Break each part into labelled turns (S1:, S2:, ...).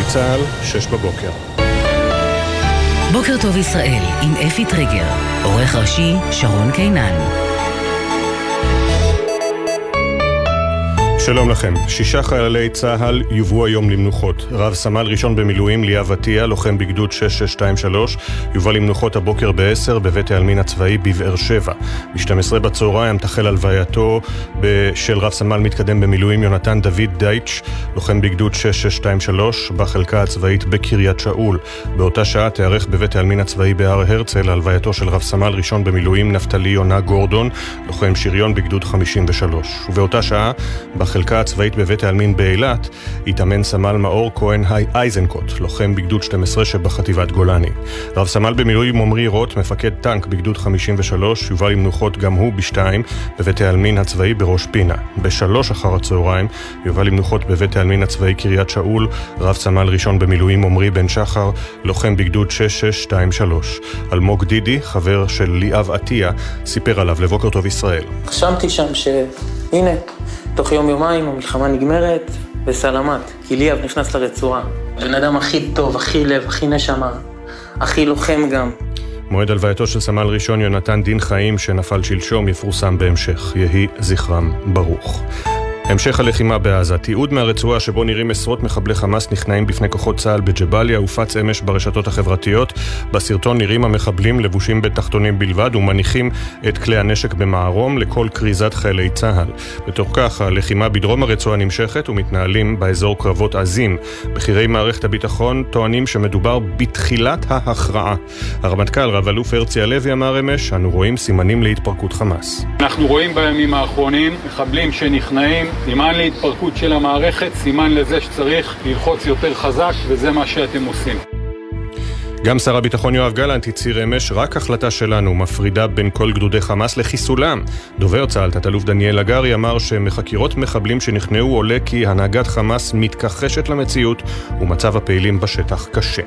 S1: צה"ל, 6 בבוקר.
S2: בוקר טוב ישראל עם אפי טריגר, עורך ראשי שרון קינן.
S1: שלום לכם. 6 חיילי צה"ל יובאו היום למנוחות. רב סמל ראשון במילואים ליאב עטיה, לוחם בגדוד 6623, יובא למנוחות הבוקר ב-10 בבית העלמין הצבאי בבאר שבע. ב-12 בצהריים תחל הלווייתו של רב סמל מתקדם במילואים יונתן דוד דייטש, לוחם בגדוד 6623, בחלקה הצבאית בקריית שאול. באותה שעה תארך בבית העלמין הצבאי בהר הרצל הלווייתו של רב סמל ראשון במילואים נפתלי יונה גורדון, לוחם שריון בגדוד 53. ובאותה שעה בחלקה הצבאית בבית העלמין באילת התאמן סמל מאור כהן אייזנקוט, לוחם בגדוד 12 שבחטיבת גולני. רב סמל במילואים עמרי רוט, מפקד טנק בגדוד 53, יובא למנוחות גם הוא ב-2 בבית העלמין הצבאי בראש פינה. ב-3 אחר הצהריים יובא למנוחות בבית העלמין הצבאי קריית שאול רב סמל ראשון במילואים עמרי בן שחר, לוחם בגדוד 6623. אלמוג דידי, חבר של ליאב עטיה, סיפר עליו לבוקר טוב ישראל.
S3: חשבתי שם שהנה תוך יום-יומיים המלחמה נגמרת וסלמת, כי ליאב נכנס לרצועה. בן אדם הכי טוב, הכי לב, הכי נשמה, הכי לוחם גם.
S1: מועד הלווייתו של סמל ראשון יונתן דין חיים שנפל שלשום יפורסם בהמשך. יהי זכרם ברוך. המשך הלחימה בעזה. תיעוד מהרצועה שבו נראים עשרות מחבלי חמאס נכנעים בפני כוחות צה"ל בג'באליה הופץ אמש ברשתות החברתיות. בסרטון נראים המחבלים לבושים בתחתונים בלבד ומניחים את כלי הנשק במערום לכל קריזת חיילי צה"ל. בתוך כך הלחימה בדרום הרצועה נמשכת ומתנהלים באזור קרבות עזים. בכירי מערכת הביטחון טוענים שמדובר בתחילת ההכרעה. הרמטכ"ל רב אלוף הרצי הלוי אמר אמש, אנו רואים סימנים להתפרקות חמאס.
S4: אנחנו רואים בימים האחרונים מחבלים שנכנעים, סימן להתפרקות של המערכת, סימן לזה שצריך ללחוץ יותר חזק, וזה מה שאתם עושים.
S1: גם שר הביטחון יואב גלנט הצהיר אמש, רק החלטה שלנו מפרידה בין כל גדודי חמאס לחיסולם. דובר צה"ל תת-אלוף דניאל הגרי אמר שמחקירות מחבלים שנכנעו עולה כי הנהגת חמאס מתכחשת למציאות ומצב הפעילים בשטח קשה.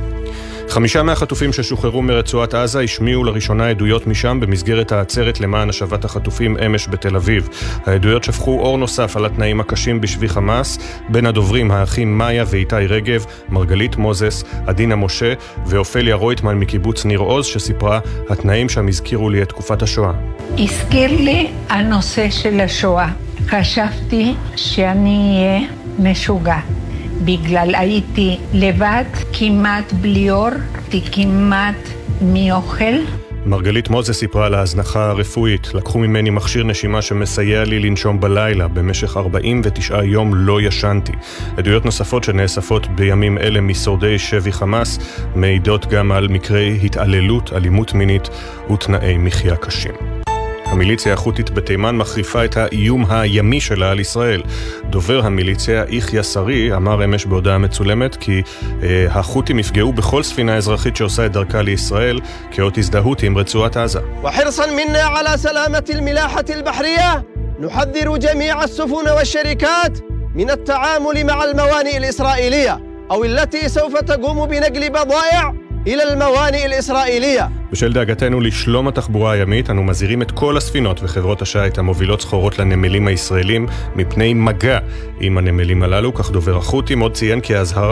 S1: 5 מהחטופים ששוחררו מרצועת עזה השמיעו לראשונה עדויות משם במסגרת העצרת למען השבת החטופים אמש בתל אביב. העדויות שפכו אור נוסף על התנאים הקשים בשבי חמאס. בין הדוברים האחים מאיה ואיתי רגב, מרגלית מוזס, עדינה משה ואופליה רויטמן מקיבוץ ניר עוז שסיפרה, התנאים שם הזכירו לי את תקופת השואה.
S5: הזכיר לי הנושא של השואה. חשבתי שאני אהיה משוגע. בגלל הייתי לבד, כמעט בלי אור, כמעט מאוכל.
S1: מרגלית מוזס סיפרה על ההזנחה הרפואית. לקחו ממני מכשיר נשימה שמסייע לי לנשום בלילה. במשך 49 יום לא ישנתי. עדויות נוספות שנאספות בימים אלה משורדי שבי חמאס מעידות גם על מקרי התעללות, אלימות מינית ותנאי מחיה קשים. המיליציה החותית בתימן מחריפה את האיום הימי שלה על ישראל. דובר המיליציה יחיא סרי אמר אמש בהודעה מצולמת כי החותים יפגעו בכל ספינה אזרחית שעושה את דרכה לישראל כאות הזדהות עם רצועת עזה.
S6: وحرصا منا على سلامة الملاحة البحرية نحذر جميع السفن والشركات من التعامل مع الموانئ الإسرائيلية أو التي سوف تقوم بنقل بضائع إلى الموانئ الإسرائيلية.
S1: בשל דאגתנו לשלום התחבורה הימית, אנו מזהירים את כל הספינות וחברות השיט המובילות סחורות לנמלים הישראלים מפני מגע עם הנמלים הללו. כך דובר החות'ים עוד ציין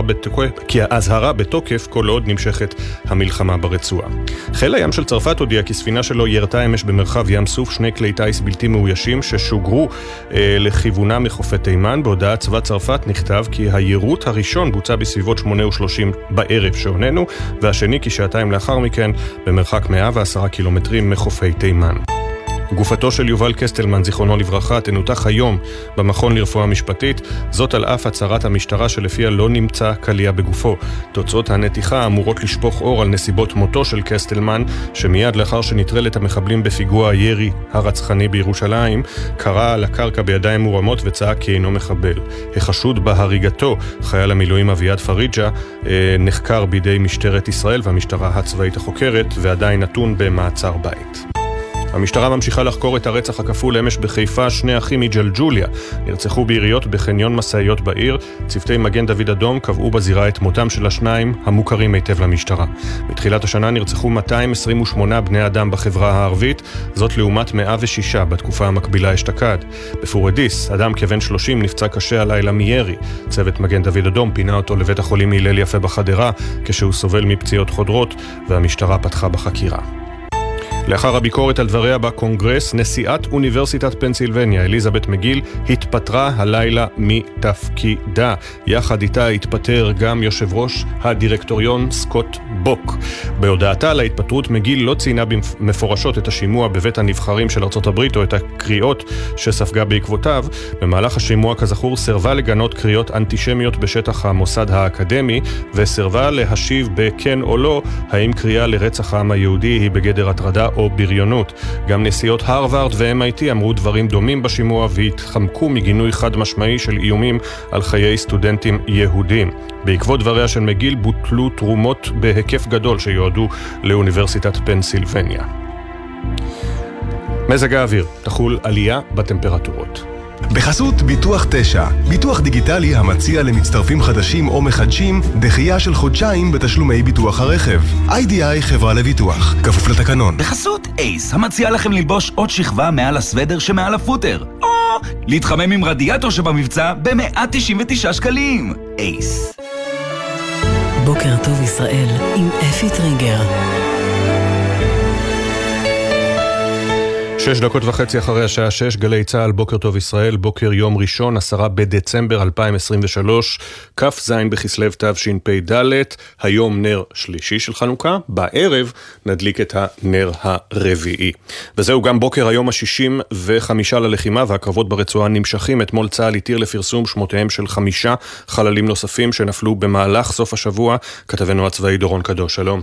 S1: כי האזהרה בתוקף כל עוד נמשכת המלחמה ברצועה. חיל הים של צרפת הודיע כי ספינה שלו ירתה אמש במרחב ים סוף 2 כלי טיס בלתי מאוישים ששוגרו לכיוונה מחופי תימן. בהודעת צבא צרפת נכתב כי היירוט הראשון בוצע בסביבות 8:30 בערב שעוננו, והשני כשעתיים לאחר מכן במרחק 110 קילומטרים מחופי תימן. גופתו של יובל קסטלמן, זיכרונו לברכה, תנותח היום במכון לרפואה משפטית, זאת על אף הצהרת המשטרה שלפיה לא נמצא קליע בגופו. תוצאות הנתיחה אמורות לשפוך אור על נסיבות מותו של קסטלמן, שמיד לאחר שנטרל את המחבלים בפיגוע הירי הרצחני בירושלים, קרא על הקרקע בידיים מורמות וצעק כי אינו מחבל. החשוד בהריגתו, חייל המילואים אביעד פריג'ה, נחקר בידי משטרת ישראל והמשטרה הצבאית החוקרת, ועדיין נתון במעצר בית. המשטרה ממשיכה לחקור את הרצח הכפול אמש בחיפה. 2 אחים מג'לג'וליה נרצחו ביריות בחניון מסעיות בעיר. צוותי מגן דוד אדום קבעו בזירה את מותם של השניים המוכרים היטב למשטרה. מתחילת השנה נרצחו 228 בני אדם בחברה הערבית, זאת לעומת 106 בתקופה המקבילה אשתקד. בפורדיס, אדם כבן 30 נפצע קשה הלילה מירי. צוות מגן דוד אדום פינה אותו לבית החולים הלל יפה בחדרה כשהוא סובל מפציעות חודרות, והמשטרה פתחה בחקירה. לאחר הביקורת על דבריה בקונגרס, נשיאת אוניברסיטת פנסילבניה, אליזבת מגיל, התפטרה הלילה מתפקידה. יחד איתה התפטר גם יושב ראש הדירקטוריון סקוט בוק. בהודעתה על ההתפטרות, מגיל לא ציינה במפורשות את השימוע בבית הנבחרים של ארצות הברית או את הקריאות שספגה בעקבותיו. במהלך השימוע, כזכור, סרבה לגנות קריאות אנטישמיות בשטח המוסד האקדמי, וסרבה להשיב בכן או לא האם קריאה לרצח העם היהודי היא בגדר הטרדה או בריונות. גם נשיאות הרווארד ו-MIT אמרו דברים דומים בשימוע והתחמקו מגינוי חד משמעי של איומים על חיי סטודנטים יהודים. בעקבות דבריה של מגיל בוטלו תרומות בהיקף גדול שיועדו לאוניברסיטת פנסילבניה. מזג האוויר, תחול עלייה בטמפרטורות.
S7: בחסות ביטוח 9, ביטוח דיגיטלי המציע למצטרפים חדשים או מחדשים דחייה של חודשיים בתשלומי ביטוח הרכב. IDI חברה לביטוח, כפוף לתקנון.
S8: בחסות אייס, המציע לכם ללבוש עוד שכבה מעל הסוודר שמעל הפוטר, או להתחמם עם רדיאטור שבמבצע ב-199 שקלים. אייס.
S2: בוקר טוב ישראל עם אפי טריגר.
S1: 6:30 אחרי השעה 6, גלי צהל, בוקר טוב ישראל, בוקר יום ראשון, 10 בדצמבר 2023, כ"ז בכסלו תשפ"ד, היום נר שלישי של חנוכה, בערב נדליק את הנר הרביעי. וזהו גם בוקר היום ה-65 ללחימה, והקרבות ברצועה נמשכים. אתמול צהל התיר לפרסום שמותיהם של 5 חללים נוספים שנפלו במהלך סוף השבוע. כתבנו הצבאי דורון קדוש, שלום.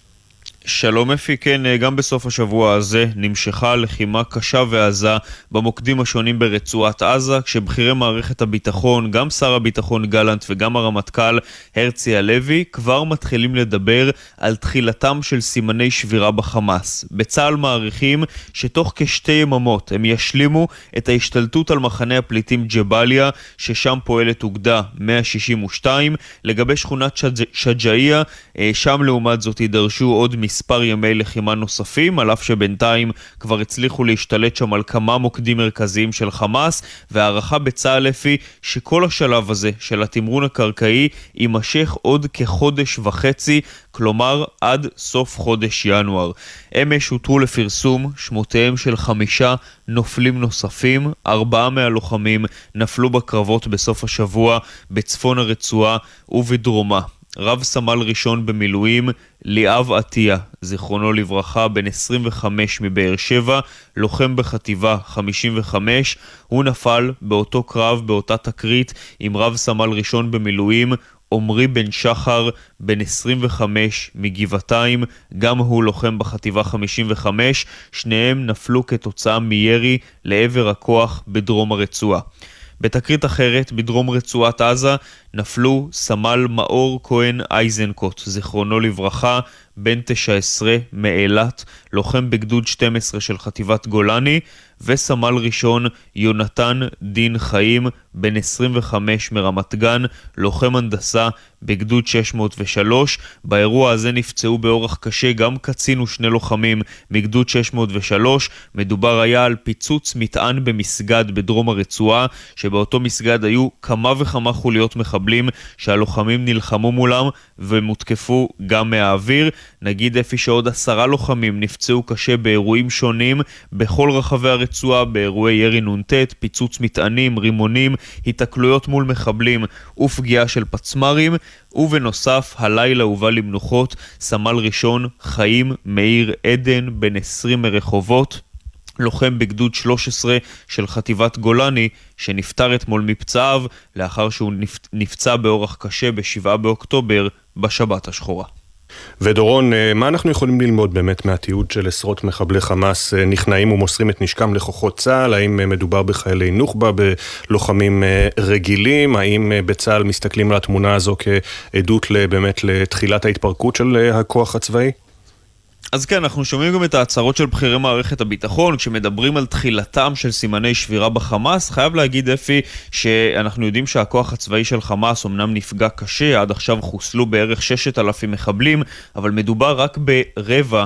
S9: שלום אפי, כן, גם בסוף השבוע הזה נמשכה לחימה קשה ועזה במוקדים השונים ברצועת עזה, כשבחירי מערכת הביטחון, גם שר הביטחון גלנט וגם הרמטכ"ל הרצי הלוי, כבר מתחילים לדבר על תחילתם של סימני שבירה בחמאס. בצה"ל מעריכים שתוך כשתי יממות הם ישלימו את ההשתלטות על מחנה הפליטים ג'באליה, ששם פועלת אוגדה 162, לגבי שכונת שג'איה, שם לעומת זאת יידרשו עוד מספר ימי לחימה נוספים, על אף שבינתיים כבר הצליחו להשתלט שם על כמה מוקדים מרכזיים של חמאס, והערכה בצה"ל לפי שכל השלב הזה של התמרון הקרקעי יימשך עוד כחודש וחצי, כלומר עד סוף חודש ינואר. אמש הותרו לפרסום שמותיהם של 5 נופלים נוספים, 4 מהלוחמים נפלו בקרבות בסוף השבוע בצפון הרצועה ובדרומה. רב סמל ראשון במילואים ליאב עטיה, זיכרונו לברכה, בן 25 מבאר שבע, לוחם בחטיבה 55, הוא נפל באותו קרב, באותה תקרית, עם רב סמל ראשון במילואים עומרי בן שחר, בן 25 מגבעתיים, גם הוא לוחם בחטיבה 55, שניהם נפלו כתוצאה מירי לעבר הכוח בדרום הרצועה. בתקרית אחרת, בדרום רצועת עזה, נפלו סמל מאור כהן אייזנקוט, זיכרונו לברכה, בן 19 מאילת, לוחם בגדוד 12 של חטיבת גולני, וסמל ראשון יונתן דין חיים, בן 25 מרמת גן, לוחם הנדסה בגדוד 603. באירוע הזה נפצעו באורח קשה גם קצין ושני לוחמים מגדוד 603. מדובר היה על פיצוץ מטען במסגד בדרום הרצועה, שבאותו מסגד היו כמה וכמה חוליות מחבלים שהלוחמים נלחמו מולם ומותקפו גם מהאוויר. נגיד אפי שעוד 10 לוחמים נפצעו קשה באירועים שונים בכל רחבי הרצועה, באירועי ירי נונטט, פיצוץ מטענים, רימונים, התקלויות מול מחבלים ופגיעה של פצמרים. ובנוסף, הלילה הובא למנוחות סמל ראשון חיים מאיר עדן, בן 20 מרחובות, לוחם בגדוד 13 של חטיבת גולני, שנפטר אתמול מפצעיו לאחר שהוא נפצע באורח קשה ב7 באוקטובר בשבת השחורה.
S1: ודורון, מה אנחנו יכולים ללמוד באמת מהתיעוד של עשרות מחבלי חמאס נכנעים ומוסרים את נשקם לכוחות צה"ל? האם מדובר בחיילי נוח'בה, בלוחמים רגילים? האם בצה"ל מסתכלים על התמונה הזו כעדות באמת לתחילת ההתפרקות של הכוח הצבאי?
S9: אז כן, אנחנו שומעים גם את ההצהרות של בכירי מערכת הביטחון, כשמדברים על תחילתם של סימני שבירה בחמאס. חייב להגיד, אפי, שאנחנו יודעים שהכוח הצבאי של חמאס אמנם נפגע קשה, עד עכשיו חוסלו בערך 6,000 מחבלים, אבל מדובר רק ברבע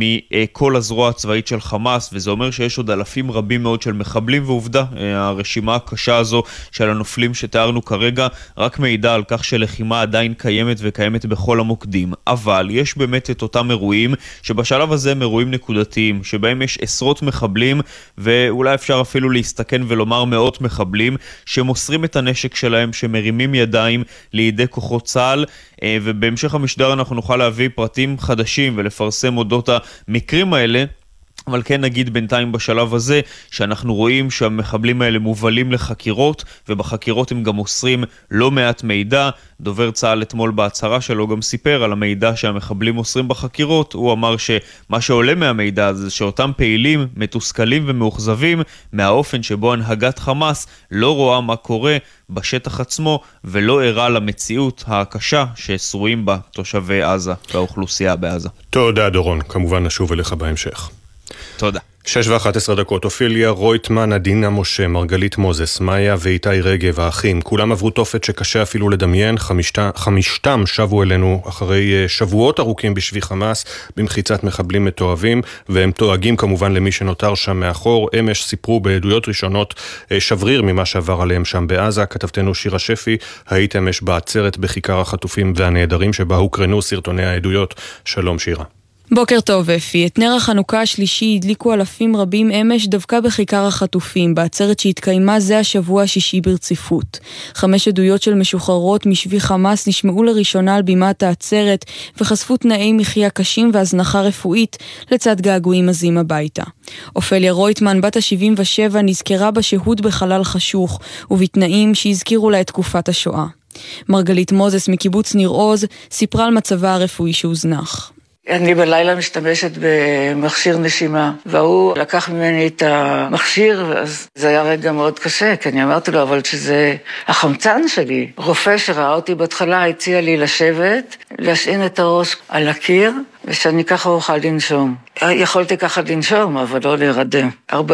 S9: מכל הזרוע הצבאית של חמאס, וזה אומר שיש עוד אלפים רבים מאוד של מחבלים, ועובדה, הרשימה הקשה הזו של הנופלים שתיארנו כרגע, רק מעידה על כך שלחימה עדיין קיימת וקיימת בכל המוקדים. אבל יש באמת את אותם אירועים שבשלב הזה הם אירועים נקודתיים, שבהם יש עשרות מחבלים, ואולי אפשר אפילו להסתכן ולומר מאות מחבלים, שמוסרים את הנשק שלהם, שמרימים ידיים לידי כוחות צה"ל, ובהמשך המשדר אנחנו נוכל להביא פרטים חדשים ולפרסם אודות המקרים האלה. אבל כן נגיד בינתיים בשלב הזה שאנחנו רואים שהמחבלים האלה מובלים לחקירות, ובחקירות הם גם מוסרים לא מעט מידע. דובר צה"ל אתמול בהצהרה שלו גם סיפר על המידע שהמחבלים מוסרים בחקירות. הוא אמר שמה שעולה מהמידע זה שאותם פעילים מתוסכלים ומאוכזבים מהאופן שבו הנהגת חמאס לא רואה מה קורה בשטח עצמו, ולא ערה למציאות הקשה ששרויים בה תושבי עזה והאוכלוסייה בעזה.
S1: תודה דורון, כמובן נשוב אליך בהמשך.
S9: תודה.
S1: 6:11, אופליה רויטמן, עדינה משה, מרגלית מוזס, מאיה ואיתי רגב, האחים, כולם עברו תופת שקשה אפילו לדמיין. חמישתם שבו אלינו אחרי שבועות ארוכים בשבי חמאס, במחיצת מחבלים מתועבים, והם תואגים כמובן למי שנותר שם מאחור. אמש סיפרו בעדויות ראשונות שבריר ממה שעבר עליהם שם בעזה. כתבתנו שירה שפי, היית אמש בעצרת בכיכר החטופים והנהדרים, שבה הוקרנו סרטוני העדויות. שלום שירה.
S10: בוקר טוב אפי, את נר החנוכה השלישי הדליקו אלפים רבים אמש דווקא בכיכר החטופים, בעצרת שהתקיימה זה השבוע השישי ברציפות. 5 עדויות של משוחררות משבי חמאס נשמעו לראשונה על בימת העצרת, וחשפו תנאי מחיה קשים והזנחה רפואית לצד געגועים עזים הביתה. אופליה רויטמן, בת ה-77, נזכרה בשהות בחלל חשוך, ובתנאים שהזכירו לה את תקופת השואה. מרגלית מוזס מקיבוץ ניר עוז סיפרה על מצבה הרפואי שהוזנח.
S11: אני בלילה משתמשת במכשיר נשימה, והוא לקח ממני את המכשיר, אז זה היה רגע מאוד קשה, כי אני אמרתי לו, אבל שזה החמצן שלי. רופא שראה אותי בהתחלה הציע לי לשבת, להשעין את הראש על הקיר, ושאני ככה אוכל לנשום. יכולתי ככה לנשום, אבל לא להירדם.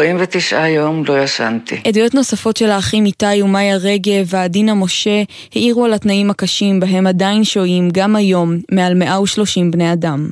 S11: 49 יום לא ישנתי.
S10: עדויות נוספות של האחים איתי ומאיה רגב ועדינה משה העירו על התנאים הקשים בהם עדיין שוהים גם היום מעל 130 בני אדם.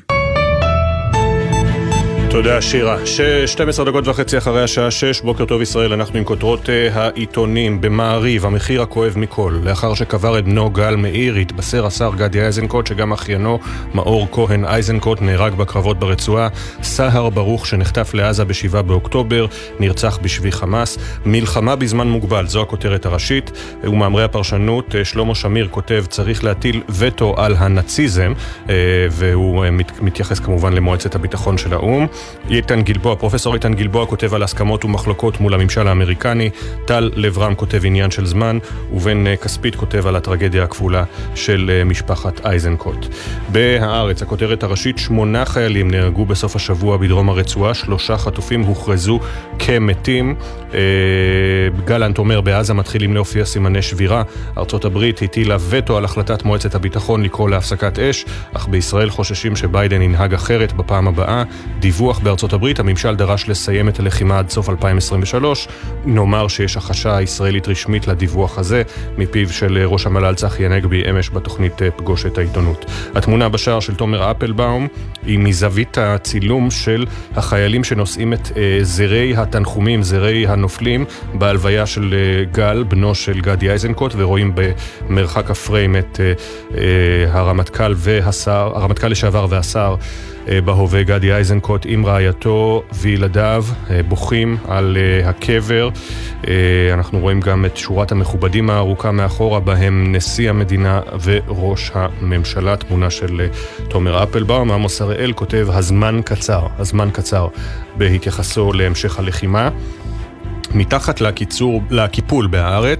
S1: תודה שירה. 12:30 אחרי השעה 6, בוקר טוב ישראל, אנחנו עם כותרות העיתונים. במעריב, המחיר הכואב מכל. לאחר שקבר את בנו גל מאיר, התבשר השר גדי איזנקוט שגם אחיינו מאור כהן איזנקוט נהרג בקרבות ברצועה. סהר ברוך שנחטף לעזה ב7 באוקטובר, נרצח בשבי חמאס. מלחמה בזמן מוגבל, זו הכותרת הראשית. ומאמרי הפרשנות, שלמה שמיר כותב צריך להטיל וטו על הנאציזם, והוא מתייחס כמובן למועצת הביטחון של האו"ם. פרופסור איתן גלבוע כותב על הסכמות ומחלוקות מול הממשל האמריקני. טל לברם כותב עניין של זמן, ובן כספית כותב על הטרגדיה הכפולה של משפחת איזנקוט. בהארץ, הכותרת הראשית, 8 חיילים נהרגו בסוף השבוע בדרום הרצועה, 3 חטופים הוכרזו כמתים. גלנט אומר בעזה מתחילים להופיע סימני שבירה. ארצות הברית הטילה וטו על החלטת מועצת הביטחון לקרוא להפסקת אש, אך בישראל חוששים שביידן ינהג אחרת בפעם הבאה. דיווח בארצות הברית, הממשל דרש לסיים את הלחימה עד סוף 2023. נאמר שיש החשה ישראלית רשמית לדיווח הזה, מפיו של ראש המל"ל צחי הנגבי אמש בתוכנית פגוש את העיתונות. התמונה בשער של תומר אפלבאום היא מזווית הצילום של החיילים שנושאים את זרי התנחומים, זרי הנופלים, בהלוויה של גל, בנו של גדי איזנקוט, ורואים במרחק הפריים את הרמטכ"ל לשעבר והשר בהווה גדי איזנקוט עם רעייתו וילדיו בוכים על הקבר. אנחנו רואים גם את שורת המכובדים הארוכה מאחורה, בהם נשיא המדינה וראש הממשלה. תמונה של תומר אפלבאום. עמוס הראל כותב הזמן קצר בהתייחסו להמשך הלחימה. מתחת לקיפול בהארץ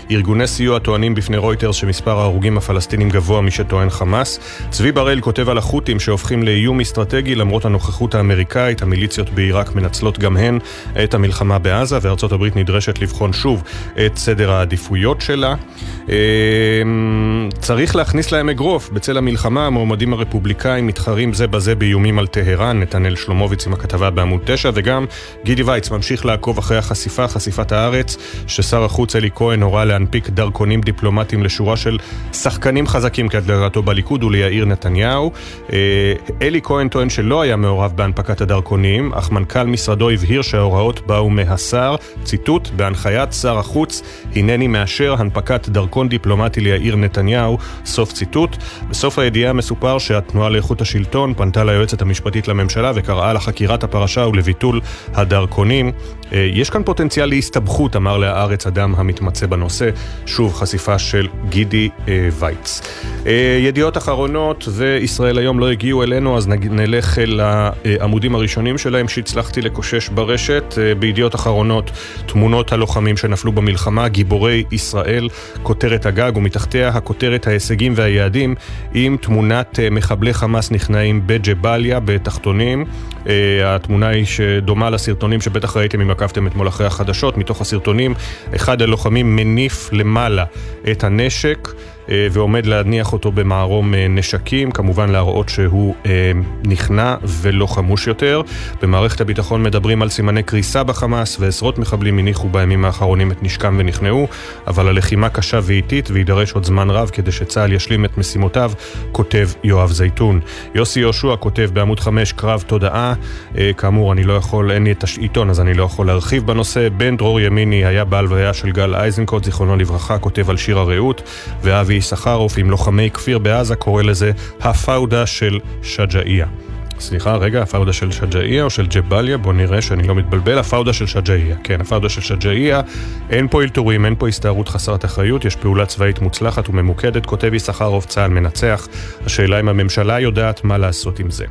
S1: ארגוני סיוע טוענים בפני רויטרס שמספר ההרוגים הפלסטינים גבוה משטוען חמאס. צבי בראל כותב על החות'ים שהופכים לאיום אסטרטגי למרות הנוכחות האמריקאית. המיליציות בעיראק מנצלות גם הן את המלחמה בעזה, וארצות הברית נדרשת לבחון שוב את סדר העדיפויות שלה. צריך להכניס להם אגרוף. בצל המלחמה המועמדים הרפובליקאים מתחרים זה בזה באיומים על טהרן. נתנאל שלומוביץ עם הכתבה בעמוד 9, וגם גידי וייץ ממשיך לעקוב אחרי חשיפת הארץ, ששר החוץ אלי כהן הורה להנפיק דרכונים דיפלומטיים לשורה של שחקנים חזקים כהגדרתו בליכוד וליאיר נתניהו. אלי כהן טוען שלא היה מעורב בהנפקת הדרכונים, אך מנכ"ל משרדו הבהיר שההוראות באו מהשר, ציטוט, בהנחיית שר החוץ, הנני מאשר הנפקת דרכון דיפלומטי ליאיר נתניהו, סוף ציטוט. בסוף הידיעה מסופר שהתנועה לאיכות השלטון פנתה ליועצת המשפטית לממשלה וקראה לחקירת הפרשה ולביטול הדרכונים. יש כאן פוטנציאל להסתבכות, אמר להארץ אדם המתמצא בנושא. שוב חשיפה של גידי וייץ. ידיעות אחרונות וישראל היום לא הגיעו אלינו, אז נלך אל העמודים הראשונים שלהם שהצלחתי לקושש ברשת. בידיעות אחרונות תמונות הלוחמים שנפלו במלחמה, גיבורי ישראל, כותרת הגג, ומתחתיה הכותרת ההישגים והיעדים עם תמונת מחבלי חמאס נכנעים בג'באליה בתחתונים. התמונה היא שדומה לסרטונים שבטח ראיתם אם עקבתם אתמול אחרי החדשות. מתוך הסרטונים אחד הלוחמים מניף למעלה את הנשק ועומד להניח אותו במערום נשקים, כמובן להראות שהוא נכנע ולא חמוש יותר. במערכת הביטחון מדברים על סימני קריסה בחמאס, ועשרות מחבלים הניחו בימים האחרונים את נשקם ונכנעו, אבל הלחימה קשה ואיטית וידרש עוד זמן רב כדי שצה"ל ישלים את משימותיו, כותב יואב זייתון. יוסי יהושע כותב בעמוד 5 קרב תודעה. כאמור אני לא יכול, אין לי את העיתון אז אני לא יכול להרחיב בנושא. בן דרור ימיני היה בהלוויה של גל אייזנקוט זיכרונו לברכה, כותב על שיר הרעות. ואבי סחרוף עם לוחמי כפיר בעזה קורא לזה הפאודה של שג'איה. סליחה, רגע, הפאודה של שג'איה או של ג'באליה? בוא נראה שאני לא מתבלבל. הפאודה של שג'איה, כן, הפאודה של שג'איה. אין פה אלתורים, אין פה הסתערות חסרת אחריות, יש פעולה צבאית מוצלחת וממוקדת, כותב סחרוף, צה"ל מנצח. השאלה אם הממשלה יודעת מה לעשות עם זה.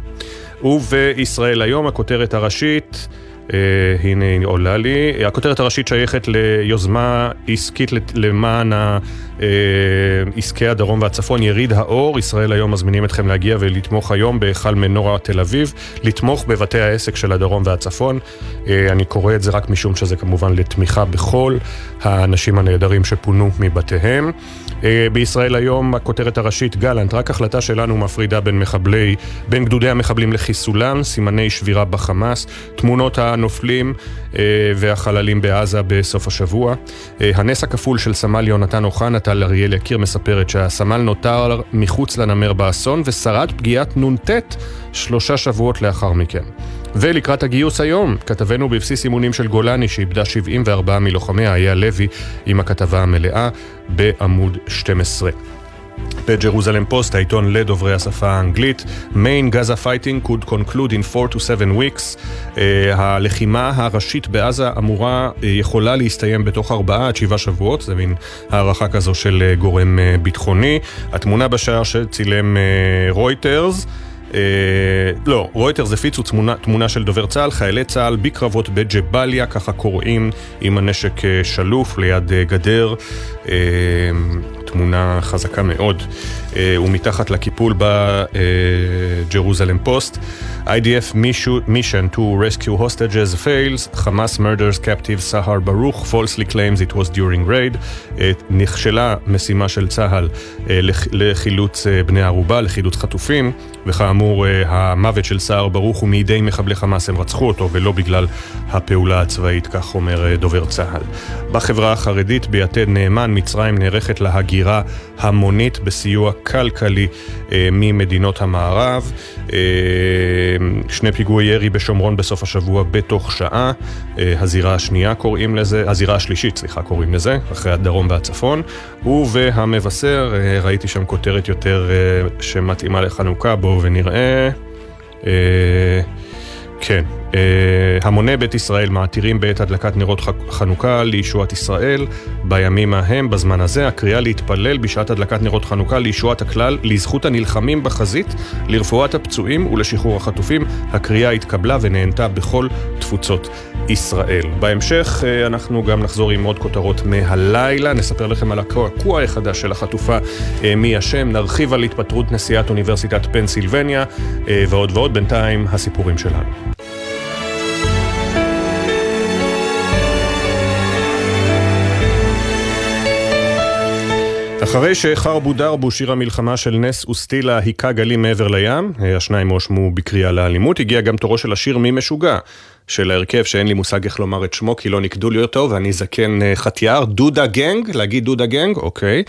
S1: ובישראל היום הכותרת הראשית, הנה עולה לי, הכותרת הראשית שייכת ליוזמה עסקית למען עסקי הדרום והצפון, יריד האור. ישראל היום מזמינים אתכם להגיע ולתמוך היום בהיכל מנורה תל אביב, לתמוך בבתי העסק של הדרום והצפון. אני קורא את זה רק משום שזה כמובן לתמיכה בכל האנשים הנהדרים שפונו מבתיהם. בישראל היום הכותרת הראשית, גלנט, רק החלטה שלנו מפרידה בין גדודי המחבלים לחיסולם, סימני שבירה בחמאס, תמונות הנופלים והחללים בעזה בסוף השבוע. הנס הכפול של סמל יונתן אוחנה, טל אריאל יקיר מספרת שהסמל נותר מחוץ לנמר באסון ושרד פגיעת נונטט 3 שבועות לאחר מכן. ולקראת הגיוס היום, כתבנו בבסיס אימונים של גולני שאיבדה 74 מלוחמיה, היה לוי, עם הכתבה המלאה בעמוד 12. בג'רוזלם פוסט, העיתון לדוברי השפה האנגלית, Main Gaza fighting could conclude in 4 to 7 weeks. הלחימה הראשית בעזה יכולה להסתיים בתוך 4 עד 7 שבועות, זה מין הערכה כזו של גורם ביטחוני. התמונה בשער שצילם רויטרס, רויטרס הפיצו תמונה של דובר צה"ל, חיילי צה"ל בקרבות בג'באליה, ככה קוראים, עם הנשק שלוף ליד גדר, תמונה חזקה מאוד, ומתחת לקיפול בג'רוזלם פוסט, IDF mission to rescue hostages fails, Hamas murders captive Sahar Baruch falsely claims it was during raid. נכשלה משימה של צה"ל לחילוץ בני ערובה, לחילוץ חטופים, וכאמור המוות של סהר ברוך הוא מידי מחבלי חמאס, הם רצחו אותו ולא בגלל הפעולה הצבאית, כך אומר דובר צה"ל. בחברה החרדית ביתד נאמן, מצרים נערכת להגירה המונית בסיוע כלכלי ממדינות המערב. 2 פיגועי ירי בשומרון בסוף השבוע בתוך שעה, הזירה השלישית קוראים לזה, אחרי הדרום והצפון. והמבשר, ראיתי שם כותרת יותר שמתאימה לחנוכה, בואו ונראה. כן, המוני בית ישראל מעתירים בעת הדלקת נרות חנוכה לישועת ישראל. בימים ההם, בזמן הזה, הקריאה להתפלל בשעת הדלקת נרות חנוכה לישועת הכלל, לזכות הנלחמים בחזית, לרפואת הפצועים ולשחרור החטופים. הקריאה התקבלה ונהנתה בכל תפוצות ישראל. בהמשך אנחנו גם נחזור עם עוד כותרות מהלילה, נספר לכם על הקעקוע החדש של החטופה מי השם, נרחיב על התפטרות נשיאת אוניברסיטת פנסילבניה ועוד ועוד. בינתיים הסיפורים שלנו. אחרי שחרבו דרבו, שיר המלחמה של נס וסטילה, היכה גלים מעבר לים, השניים הואשמו בקריאה לאלימות, הגיע גם תורו של השיר מי משוגע, של ההרכב שאין לי מושג איך לומר את שמו, כי לא נקדו לי אותו, ואני זקן חתיאר, דודה גנג, להגיד דודה גנג, אוקיי.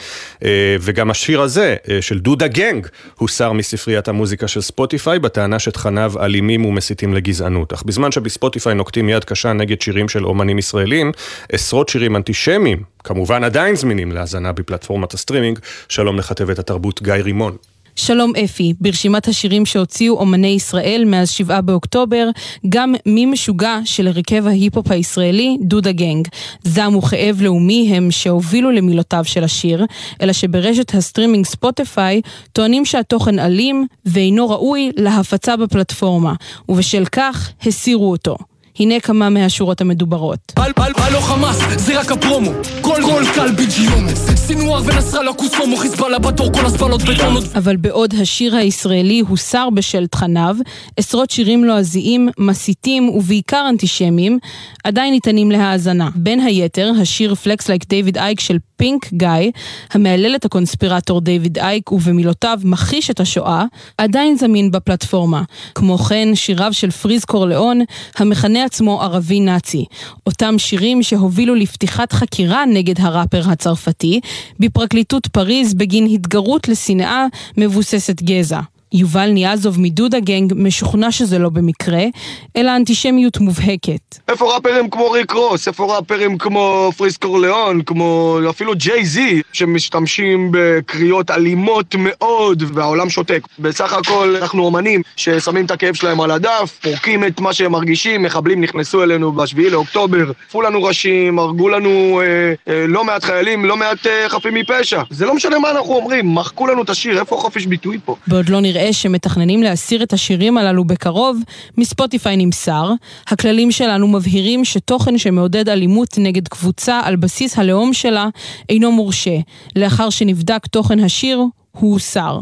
S1: וגם השיר הזה, של דודה גנג, הוסר מספריית המוזיקה של ספוטיפיי, בטענה שתכניו אלימים ומסיתים לגזענות. אך בזמן שבספוטיפיי נוקטים יד קשה נגד שירים של אומנים ישראלים, עשרות שירים אנטישמיים, כמובן עדיין זמינים להזנה בפלטפורמת הסטרימינג. שלום לכתבת התרבות גיא רימון.
S12: שלום אפי, ברשימת השירים שהוציאו אומני ישראל מאז 7 באוקטובר, גם מי משוגע של הרכב ההיפופ הישראלי, דודה גנג. זעם וכאב לאומי הם שהובילו למילותיו של השיר, אלא שברשת הסטרימינג ספוטיפיי טוענים שהתוכן אלים ואינו ראוי להפצה בפלטפורמה, ובשל כך הסירו אותו. הנה כמה מהשורות המדוברות.
S13: הלו חמאס, זה רק הפרומו. כל קל בג'יומס. סינואר ונסראללה קוסומו, חיזבאללה בתור כל הסבלות בטונות.
S12: אבל בעוד השיר הישראלי הוסר בשל תכניו, עשרות שירים לועזיים, מסיתים ובעיקר אנטישמיים, עדיין ניתנים להאזנה. בין היתר, השיר פלקס לייק דיוויד אייק של פינק גאי, המעלל את הקונספירטור דיוויד אייק ובמילותיו מכחיש את השואה, עדיין זמין בפלטפורמה. כמו כן, שיריו של פריז קורליאון, המכנה עצמו ערבי נאצי. אותם שירים שהובילו לפתיחת חקירה נגד הראפר הצרפתי, בפרקליטות פריז בגין התגרות לשנאה מבוססת גזע. יובל ניאזוב מדודה גנג משוכנע שזה לא במקרה, אלא אנטישמיות מובהקת.
S14: איפה ראפרים כמו ריק רוס, איפה ראפרים כמו פריז קורליאון, כמו אפילו ג'יי זי, שמשתמשים בקריאות אלימות מאוד, והעולם שותק. בסך הכל אנחנו אומנים ששמים את הכאב שלהם על הדף, פורקים את מה שהם מרגישים, מחבלים נכנסו אלינו ב7 לאוקטובר, פו לנו ראשים, הרגו לנו לא מעט חיילים, לא מעט חפים מפשע. זה לא משנה מה אנחנו אומרים, מחקו לנו את השיר, איפה חופש ביטוי פה?
S12: בעוד לא נראה שמתכננים להסיר את השירים הללו בקרוב, מספוטיפיי נמסר, הכללים שלנו מבהירים שתוכן שמעודד אלימות נגד קבוצה על בסיס הלאום שלה אינו מורשה. לאחר שנבדק תוכן השיר, הוא הוסר.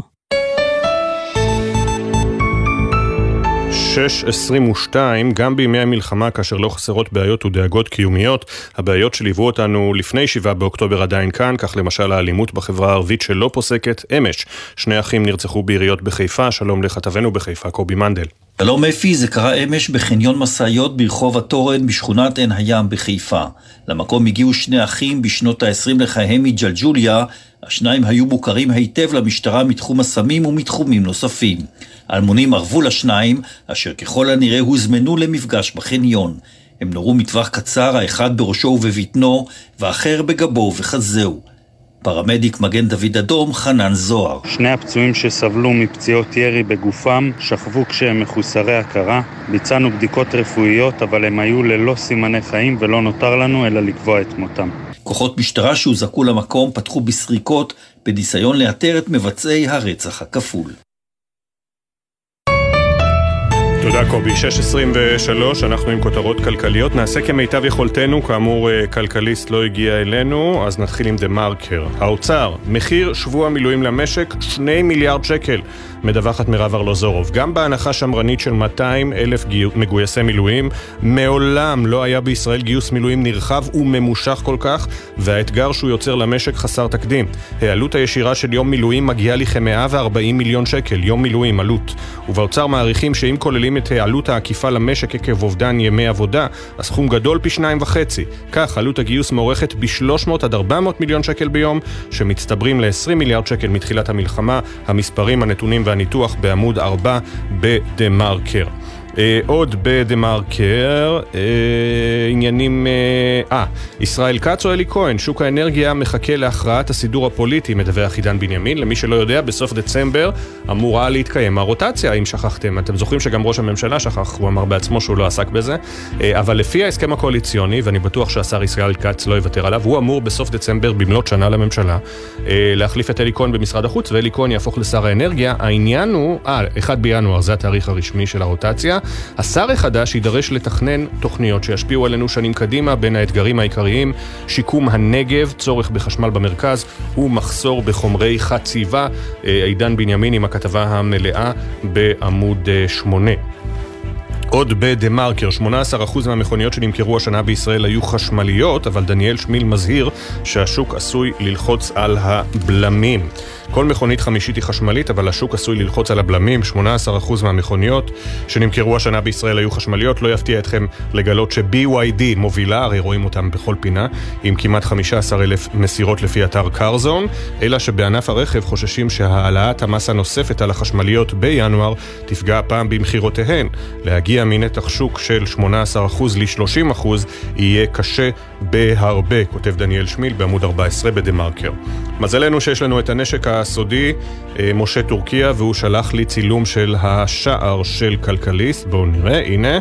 S1: 6:22, גם בימי המלחמה, כאשר לא חסרות בעיות ודאגות קיומיות, הבעיות שליוו אותנו לפני 7 באוקטובר עדיין כאן, כך למשל האלימות בחברה הערבית שלא פוסקת אמש. 2 אחים נרצחו ביריות בחיפה. שלום לכתבנו בחיפה, קובי מנדל.
S15: שלום אפי, זה קרה אמש בחניון מסעיות ברחוב התורן בשכונת עין הים בחיפה. למקום הגיעו 2 אחים בשנות ה-20 לחייהם מג'לג'וליה. השניים היו מוכרים היטב למשטרה מתחום הסמים ומתחומים נוספים. אלמונים ערבו לשניים, אשר ככל הנראה הוזמנו למפגש בחניון. הם נורו מטווח קצר, האחד בראשו ובבטנו, והאחר בגבו ובחזהו. פרמדיק מגן דוד אדום, חנן זוהר.
S16: 2 הפצועים שסבלו מפציעות ירי בגופם שכבו כשהם מחוסרי הכרה. ביצענו בדיקות רפואיות, אבל הם היו ללא סימני חיים ולא נותר לנו אלא לקבוע את מותם.
S15: כוחות משטרה שהוזעקו למקום פתחו בסריקות בניסיון לאתר את מבצעי הרצח הכפול.
S1: תודה קובי. 6:23, אנחנו עם כותרות כלכליות. נעשה כמיטב יכולתנו, כאמור כלכליסט לא הגיע אלינו, אז נתחיל עם דה מרקר. האוצר, מחיר שבוע מילואים למשק 2 מיליארד שקל, מדווחת מירב ארלוזורוב. גם בהנחה שמרנית של 200,000 מגויסי מילואים, מעולם לא היה בישראל גיוס מילואים נרחב וממושך כל כך, והאתגר שהוא יוצר למשק חסר תקדים. העלות הישירה של יום מילואים מגיעה לי כ-140 מיליון שקל, יום מילואים עלות. ובאוצר מעריכים שאם כוללים את העלות העקיפה למשק עקב אובדן ימי עבודה, הסכום גדול פי 2.5. כך, עלות הגיוס מוערכת ב-300 עד 400 מיליון שקל ביום, שמצטברים ל-20 מיליארד שקל מתחילת המלחמה. המספרים, הנתונים והניתוח בעמוד 4 בדה מרקר. עוד בדמרקר, עניינים... ישראל כץ או אלי כהן, שוק האנרגיה מחכה להכרעת הסידור הפוליטי, מדווח עידן בנימין. למי שלא יודע, בסוף דצמבר אמורה להתקיים הרוטציה, אם שכחתם. אתם זוכרים שגם ראש הממשלה שכח, הוא אמר בעצמו שהוא לא עסק בזה, אבל לפי ההסכם הקואליציוני, ואני בטוח שהשר ישראל כץ לא יוותר עליו, הוא אמור בסוף דצמבר, במלאת שנה לממשלה, להחליף את אלי כהן במשרד החוץ, ואלי כהן יהפוך לשר האנרגיה. העניין הוא, 1 בינואר, זה התאריך הרשמי של הרוטציה. השר החדש יידרש לתכנן תוכניות שישפיעו עלינו שנים קדימה, בין האתגרים העיקריים, שיקום הנגב, צורך בחשמל במרכז, ומחסור בחומרי חציבה. עידן בנימין עם הכתבה המלאה בעמוד 8. עוד בדמרקר, 18% מהמכוניות שנמכרו השנה בישראל היו חשמליות, אבל דניאל שמיל מזהיר שהשוק עשוי ללחוץ על הבלמים. כל מכונית חמישית היא חשמלית, אבל השוק עשוי ללחוץ על הבלמים. 18% מהמכוניות שנמכרו השנה בישראל היו חשמליות. לא יפתיע אתכם לגלות ש-BYD מובילה, הרי רואים אותם בכל פינה, עם כמעט 15,000 מסירות לפי אתר קארזון, אלא שבענף הרכב חוששים שהעלאת המס הנוספת על החשמליות בינואר תפגע הפעם במחירותיהן. להגיע מנתח שוק של 18% ל-30% יהיה קשה בהרבה, כותב דניאל שמיל בעמוד 14 בדמרקר. מזלנו שיש לנו את הנשק הסודי, משה טורקיה, והוא שלח לי צילום של השער של כלכליסט. בואו נראה, הנה,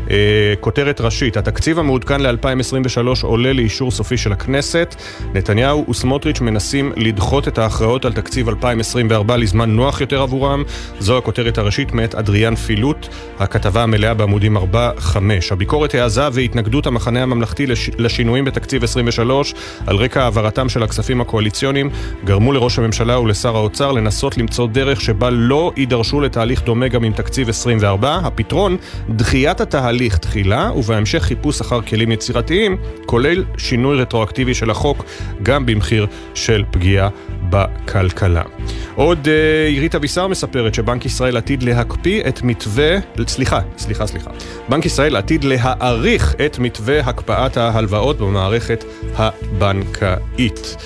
S1: כותרת ראשית, התקציב המעודכן ל-2023 עולה לאישור סופי של הכנסת. נתניהו וסמוטריץ' מנסים לדחות את ההכרעות על תקציב 2024 לזמן נוח יותר עבורם. זו הכותרת הראשית מאת אדריאן פילוט, הכתבה המלאה בעמודים 4-5. הביקורת העזה והתנגדות המחנה הממלכתי לשינויים בתקציב 23 על רקע העברתם של הכספים הקואליציוניים גרמו לראש הממשלה ולשר האוצר לנסות למצוא דרך שבה לא יידרשו לתהליך דומה גם עם תקציב 24. הפתרון, דחיית התהליך תחילה ובהמשך חיפוש אחר כלים יצירתיים, כולל שינוי רטרואקטיבי של החוק גם במחיר של פגיעה בכלכלה. עוד עירית אבישר מספרת שבנק ישראל עתיד להקפיא את מתווה, סליחה. בנק ישראל עתיד להאריך את מתווה הקפאת ההלוואות במערכת הבנקאית.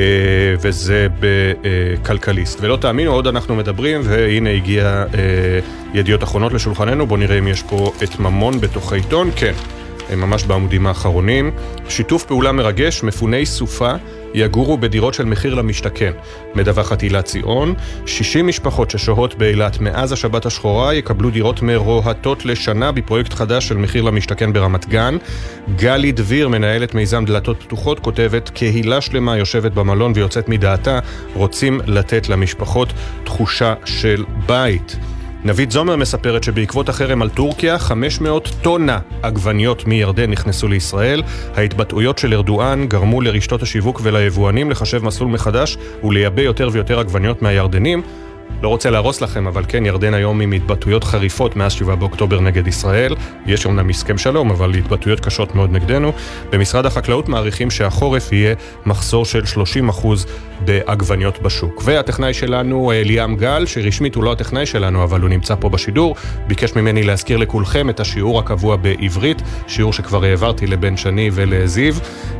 S1: וזה בכלכליסט. ולא תאמינו, עוד אנחנו מדברים, והנה הגיע ידיעות אחרונות לשולחננו. בואו נראה אם יש פה את ממון בתוך העיתון. כן, ממש בעמודים האחרונים. שיתוף פעולה מרגש, מפוני סופה יגורו בדירות של מחיר למשתכן. מדווחת הילה ציון, 60 משפחות ששוהות באילת מאז השבת השחורה יקבלו דירות מרוהטות לשנה בפרויקט חדש של מחיר למשתכן ברמת גן. גלי דביר, מנהלת מיזם דלתות פתוחות, כותבת, קהילה שלמה יושבת במלון ויוצאת מדעתה, רוצים לתת למשפחות תחושה של בית. נבית זומר מספרת שבעקבות החרם על טורקיה, 500 טונה עגבניות מירדן נכנסו לישראל. ההתבטאויות של ארדואן גרמו לרשתות השיווק וליבואנים לחשב מסלול מחדש ולייבא יותר ויותר עגבניות מהירדנים. לא רוצה להרוס לכם, אבל כן, ירדן היום עם התבטאויות חריפות מאז 7 באוקטובר נגד ישראל. יש אומנם הסכם שלום, אבל התבטאויות קשות מאוד נגדנו. במשרד החקלאות מעריכים שהחורף יהיה מחסור של 30% בעגבניות בשוק. והטכנאי שלנו, ליאם גל, שרשמית הוא לא הטכנאי שלנו, אבל הוא נמצא פה בשידור, ביקש ממני להזכיר לכולכם את השיעור הקבוע בעברית, שיעור שכבר העברתי לבן שני ולזיו.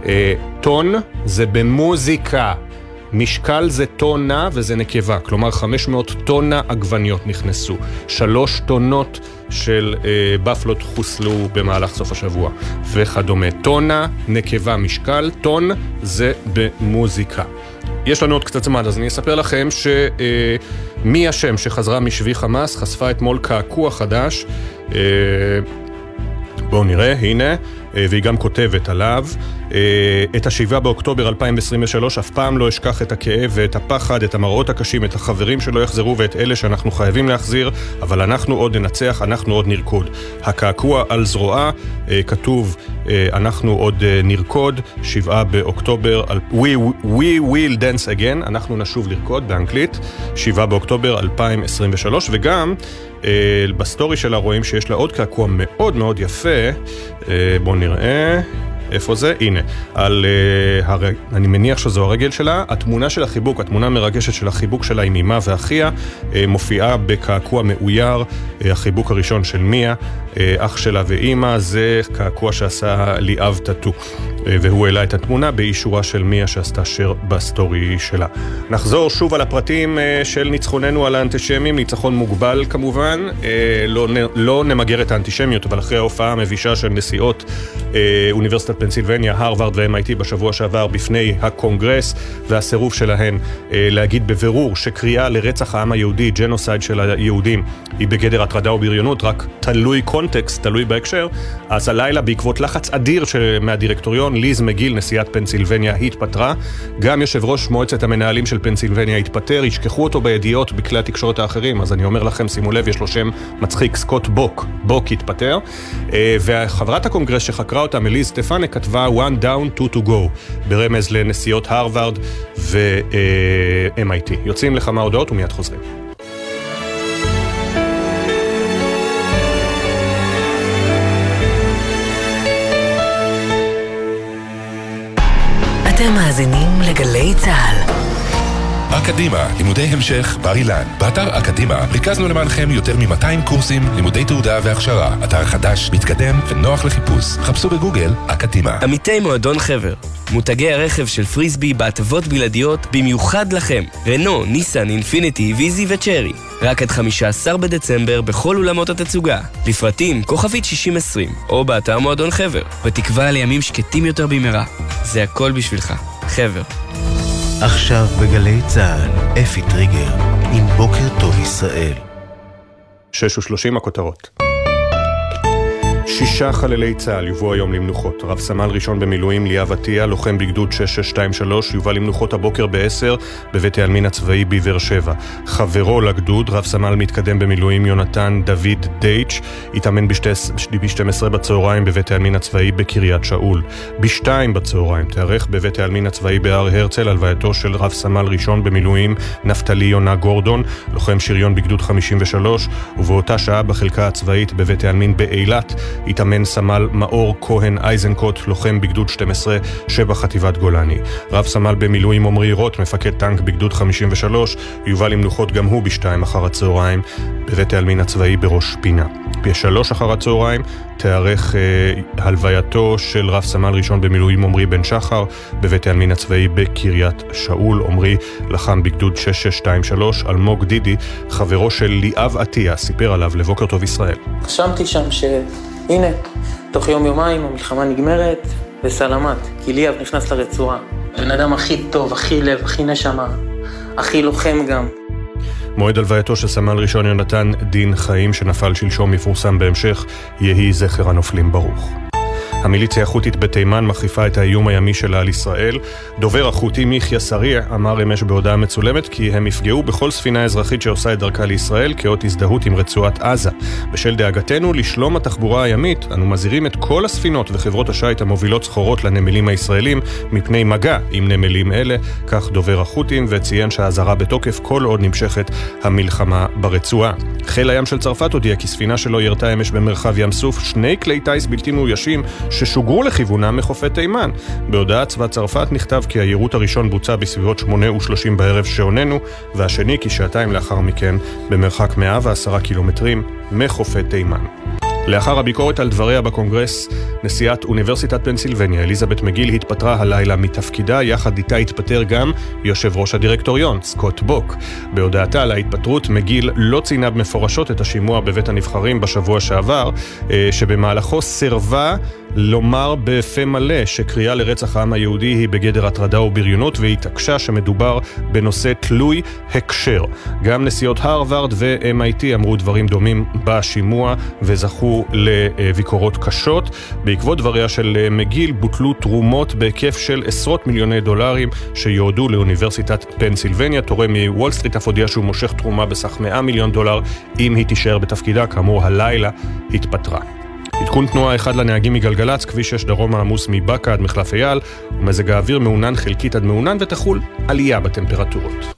S1: טון זה במוזיקה. משקל זה טונה וזה נקבה, כלומר 500 טונה עגבניות נכנסו. 3 טונות של בפלות חוסלו במהלך סוף השבוע וכדומה. טונה, נקבה, משקל, טון זה במוזיקה. יש לנו עוד קצת זמן, אז אני אספר לכם שמי השם שחזרה משבי חמאס חשפה אתמול קעקוע חדש. בואו נראה, הנה, והיא גם כותבת עליו, את 7 באוקטובר 2023, אף פעם לא אשכח את הכאב ואת הפחד, את המראות הקשים, את החברים שלא יחזרו ואת אלה שאנחנו חייבים להחזיר, אבל אנחנו עוד ננצח, אנחנו עוד נרקוד. הקעקוע על זרועה, כתוב, אנחנו עוד נרקוד, 7 באוקטובר, we will dance again, אנחנו נשוב לרקוד באנגלית, 7 באוקטובר 2023, וגם בסטורי שלה רואים שיש לה עוד קעקוע מאוד מאוד יפה. בואו נראה איפה זה, הנה, אני מניח שזו הרגל שלה. התמונה של החיבוק, התמונה מרגשת של החיבוק שלה עם אמא ואחיה, מופיעה בקעקוע מאויר, החיבוק הראשון של מיה, אח שלה ואמא, זה קעקוע שעשה ליאב טאטו. והוא העלה את התמונה באישורה של מיה שעשתה שיר בסטורי שלה. נחזור שוב על הפרטים של ניצחוננו על האנטישמים, ניצחון מוגבל כמובן, לא נמגר את האנטישמיות, אבל אחרי ההופעה המבישה של נשיאות אוניברסיטת פנסילבניה, הרווארד ו-MIT בשבוע שעבר בפני הקונגרס, והסירוב שלהן להגיד בבירור שקריאה לרצח העם היהודי, ג'נוסייד של היהודים, היא בגדר הטרדה או בריונות, רק תלוי קונטקסט, תלוי בהקשר. אז הלילה בעקבות לחץ אדיר מהדירקטוריון, ליז מגיל, נשיאת פנסילבניה, התפטרה. גם יושב ראש מועצת המנהלים של פנסילבניה התפטר, ישכחו אותו בידיעות בכלי התקשורת האחרים, אז אני אומר לכם, שימו לב, יש לו שם מצחיק, סקוט בוק התפטר. וחברת הקונגרס שחקרה אותה, ליז סטפאנק, כתבה one down, two to go, ברמז לנשיאות הרווארד ו-MIT. יוצאים לכמה הודעות ומיד חוזרים.
S2: אתם מאזינים לגלי צהל.
S17: אקדימה, לימודי המשך בר אילן. באתר אקדימה ריכזנו למענכם יותר מ-200 קורסים, לימודי תעודה והכשרה. אתר חדש, מתקדם ונוח לחיפוש. חפשו בגוגל אקדימה.
S18: עמיתי מועדון חבר, מותגי הרכב של פריסבי בהטבות בלעדיות במיוחד לכם. רנו, ניסן, אינפיניטי, ויזי וצ'רי. רק עד 15 בדצמבר בכל אולמות התצוגה. לפרטים כוכבית 6020 או באתר מועדון חבר. בתקווה לימים שקטים יותר במהרה. זה הכל בשבילך. חבר.
S19: עכשיו בגלי צהל, אפי טריגר, עם בוקר טוב ישראל.
S1: 6:30 הכותרות. 6 חללי צה"ל יובאו היום למנוחות. רב סמל ראשון במילואים ליאב עטיה, לוחם בגדוד 6623, יובא למנוחות הבוקר ב-10 בבית העלמין הצבאי בבאר שבע. חברו לגדוד, רב סמל מתקדם במילואים יונתן דוד דייץ', התאמן ב-12 בצהריים בבית העלמין הצבאי בקריית שאול. ב-2 בצהריים תארך בבית העלמין הצבאי בהר הרצל הלווייתו של רב סמל ראשון במילואים נפתלי יונה גורדון, לוחם שריון בגדוד 53, ובאותה שעה בחלקה הצבאית בבית העלמין באילת התאמן סמל מאור כהן אייזנקוט, לוחם בגדוד 12 שבחטיבת גולני. רב סמל במילואים עמרי רוט, מפקד טנק בגדוד 53, יובא למנוחות גם הוא ב-2 אחר הצהריים בבית העלמין הצבאי בראש פינה. ב-3 אחר הצהריים תארך הלווייתו של רב סמל ראשון במילואים עמרי בן שחר בבית העלמין הצבאי בקריית שאול. עמרי לחם בגדוד 6623. אלמוג דידי, חברו של ליאב עטיה, סיפר עליו לבוקר טוב ישראל.
S3: חשבתי שם הנה, תוך יום-יומיים המלחמה נגמרת וסלמת, כי ליאב נכנס לרצועה. בן אדם הכי טוב, הכי לב, הכי נשמה, הכי לוחם גם.
S1: מועד הלווייתו של סמל ראשון יונתן דין חיים שנפל שלשום מפורסם בהמשך, יהי זכר הנופלים ברוך. המיליציה החותית בתימן מחריפה את האיום הימי שלה על ישראל. דובר החותי מיחיה סריע אמר אמש בהודעה מצולמת כי הם יפגעו בכל ספינה אזרחית שעושה את דרכה לישראל כאות הזדהות עם רצועת עזה. בשל דאגתנו לשלום התחבורה הימית, אנו מזהירים את כל הספינות וחברות השיט המובילות סחורות לנמלים הישראלים מפני מגע עם נמלים אלה, כך דובר החותים, וציין שהאזהרה בתוקף כל עוד נמשכת המלחמה ברצועה. חיל הים של צרפת הודיע כי ספינה שלו ירתה אמש במרחב ים סוף 2 כלי טייס בלתי מאוישים ששוגרו לכיוונם מחופי תימן. בהודעת צבא צרפת נכתב כי היירוט הראשון בוצע בסביבות 8:30 בערב שעוננו, והשני כשעתיים לאחר מכן במרחק 110 קילומטרים מחופי תימן. לאחר הביקורת על דבריה בקונגרס, נשיאת אוניברסיטת פנסילבניה, אליזבת מגיל, התפטרה הלילה מתפקידה, יחד איתה התפטר גם יושב ראש הדירקטוריון, סקוט בוק. בהודעתה על ההתפטרות, מגיל לא ציינה במפורשות את השימוע בבית הנבחרים בשבוע שעבר, שבמהלכו סירבה לומר בפה מלא שקריאה לרצח העם היהודי היא בגדר הטרדה ובריונות, והתעקשה שמדובר בנושא תלוי הקשר. גם נשיאות הרווארד ו-MIT אמרו דברים דומים בשימוע וזכו לביקורות קשות. בעקבות דבריה של מגיל בוטלו תרומות בהיקף של עשרות מיליוני דולרים שיועדו לאוניברסיטת פנסילבניה. תורם מוול סטריט אף הודיע שהוא מושך תרומה בסך $100 מיליון אם היא תישאר בתפקידה. כאמור הלילה התפטרה. עדכון תנועה אחד לנהגים מגלגלץ, כביש 6 דרום העמוס מבקה עד מחלף אייל, ומזג האוויר מעונן חלקית עד מעונן ותחול עלייה בטמפרטורות.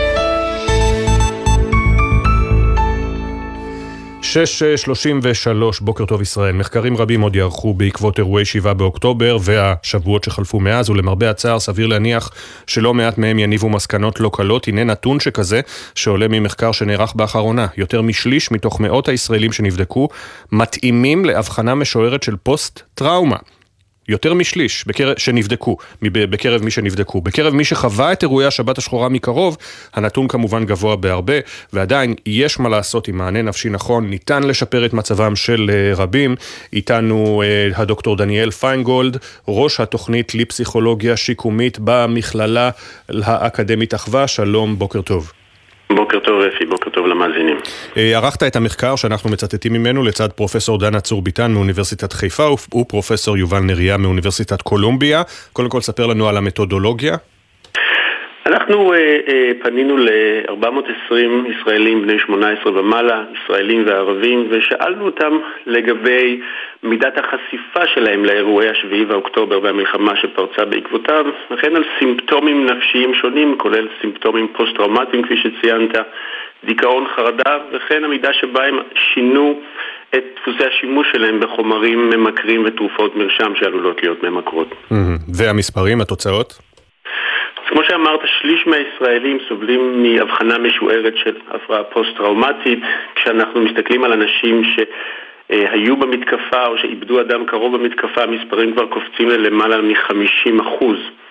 S1: 6:33, בוקר טוב ישראל. מחקרים רבים עוד יערכו בעקבות אירועי 7 באוקטובר והשבועות שחלפו מאז, ולמרבה הצער סביר להניח שלא מעט מהם יניבו מסקנות לא קלות. הנה נתון שכזה שעולה ממחקר שנערך באחרונה. יותר משליש מתוך מאות הישראלים שנבדקו מתאימים להבחנה משוערת של פוסט-טראומה. יותר משליש שנבדקו, בקרב מי שנבדקו. בקרב מי שחווה את אירועי השבת השחורה מקרוב, הנתון כמובן גבוה בהרבה, ועדיין יש מה לעשות עם מענה נפשי נכון, ניתן לשפר את מצבם של רבים. איתנו הדוקטור דניאל פיינגולד, ראש התוכנית לפסיכולוגיה שיקומית במכללה האקדמית אחווה. שלום, בוקר טוב.
S20: בוקר טוב אפי, בוקר טוב למאזינים.
S1: ערכת את המחקר שאנחנו מצטטים ממנו לצד פרופסור דנה צור ביטן מאוניברסיטת חיפה ופרופסור יובל נריה מאוניברסיטת קולומביה. קודם כל ספר לנו על המתודולוגיה.
S20: אנחנו פנינו ל-420 ישראלים בני 18 ומעלה, ישראלים וערבים, ושאלנו אותם לגבי מידת החשיפה שלהם לאירועי השביעי ואוקטובר והמלחמה שפרצה בעקבותיו, וכן על סימפטומים נפשיים שונים, כולל סימפטומים פוסט-טראומטיים כפי שציינת, דיכאון, חרדה, וכן המידה שבה הם שינו את דפוסי השימוש שלהם בחומרים ממכרים ותרופות מרשם שעלולות להיות ממכרות.
S1: והמספרים, התוצאות?
S20: אז כמו שאמרת, שליש מהישראלים סובלים מהבחנה משוערת של הפרעה פוסט-טראומטית. כשאנחנו מסתכלים על אנשים שהיו במתקפה או שאיבדו אדם קרוב במתקפה, המספרים כבר קופצים ללמעלה מ-50%.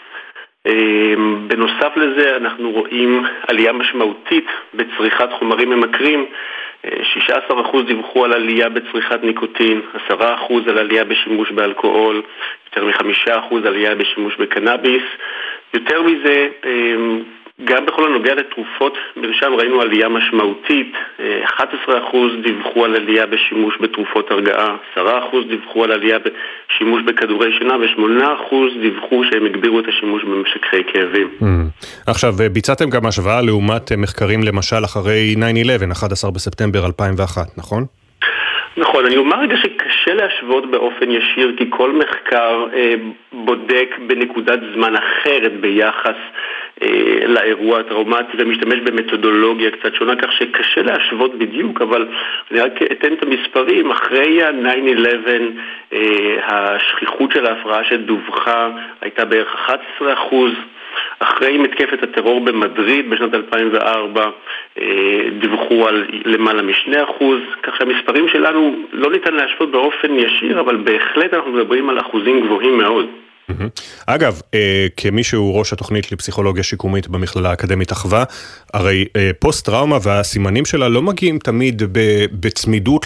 S20: בנוסף לזה אנחנו רואים עלייה משמעותית בצריכת חומרים ממכרים. 16% דיווחו על עלייה בצריכת ניקוטין, 10% על עלייה בשימוש באלכוהול, יותר מ5% עלייה בשימוש בקנאביס. יותר מזה, גם בכל הנוגע לתרופות מרשם ראינו עלייה משמעותית. 11% דיווחו על עלייה בשימוש בתרופות הרגעה, 10% דיווחו על עלייה בשימוש בכדורי שינה, ו8% דיווחו שהם הגבירו את השימוש במשככי כאבים.
S1: עכשיו, ביצעתם גם השוואה לעומת מחקרים למשל אחרי 9/11, 11 בספטמבר 2001, נכון?
S20: נכון, אני אומר רגע שקשה להשוות באופן ישיר, כי כל מחקר בודק בנקודת זמן אחרת ביחס לאירוע הטראומטי ומשתמש במתודולוגיה קצת שונה, כך שקשה להשוות בדיוק, אבל אני רק אתן את המספרים. אחרי ה-9/11 השכיחות של ההפרעה שדווחה הייתה בערך 11%, אחרי מתקפת הטרור במדריד בשנת 2004 דיווחו על למעלה מ2%, כך שהמספרים שלנו לא ניתן להשוות באופן ישיר, אבל בהחלט אנחנו מדברים על אחוזים גבוהים מאוד.
S1: אגב, כמי שהוא ראש התוכנית לפסיכולוגיה שיקומית במכללה האקדמית אחווה, הרי פוסט-טראומה והסימנים שלה לא מגיעים תמיד בצמידות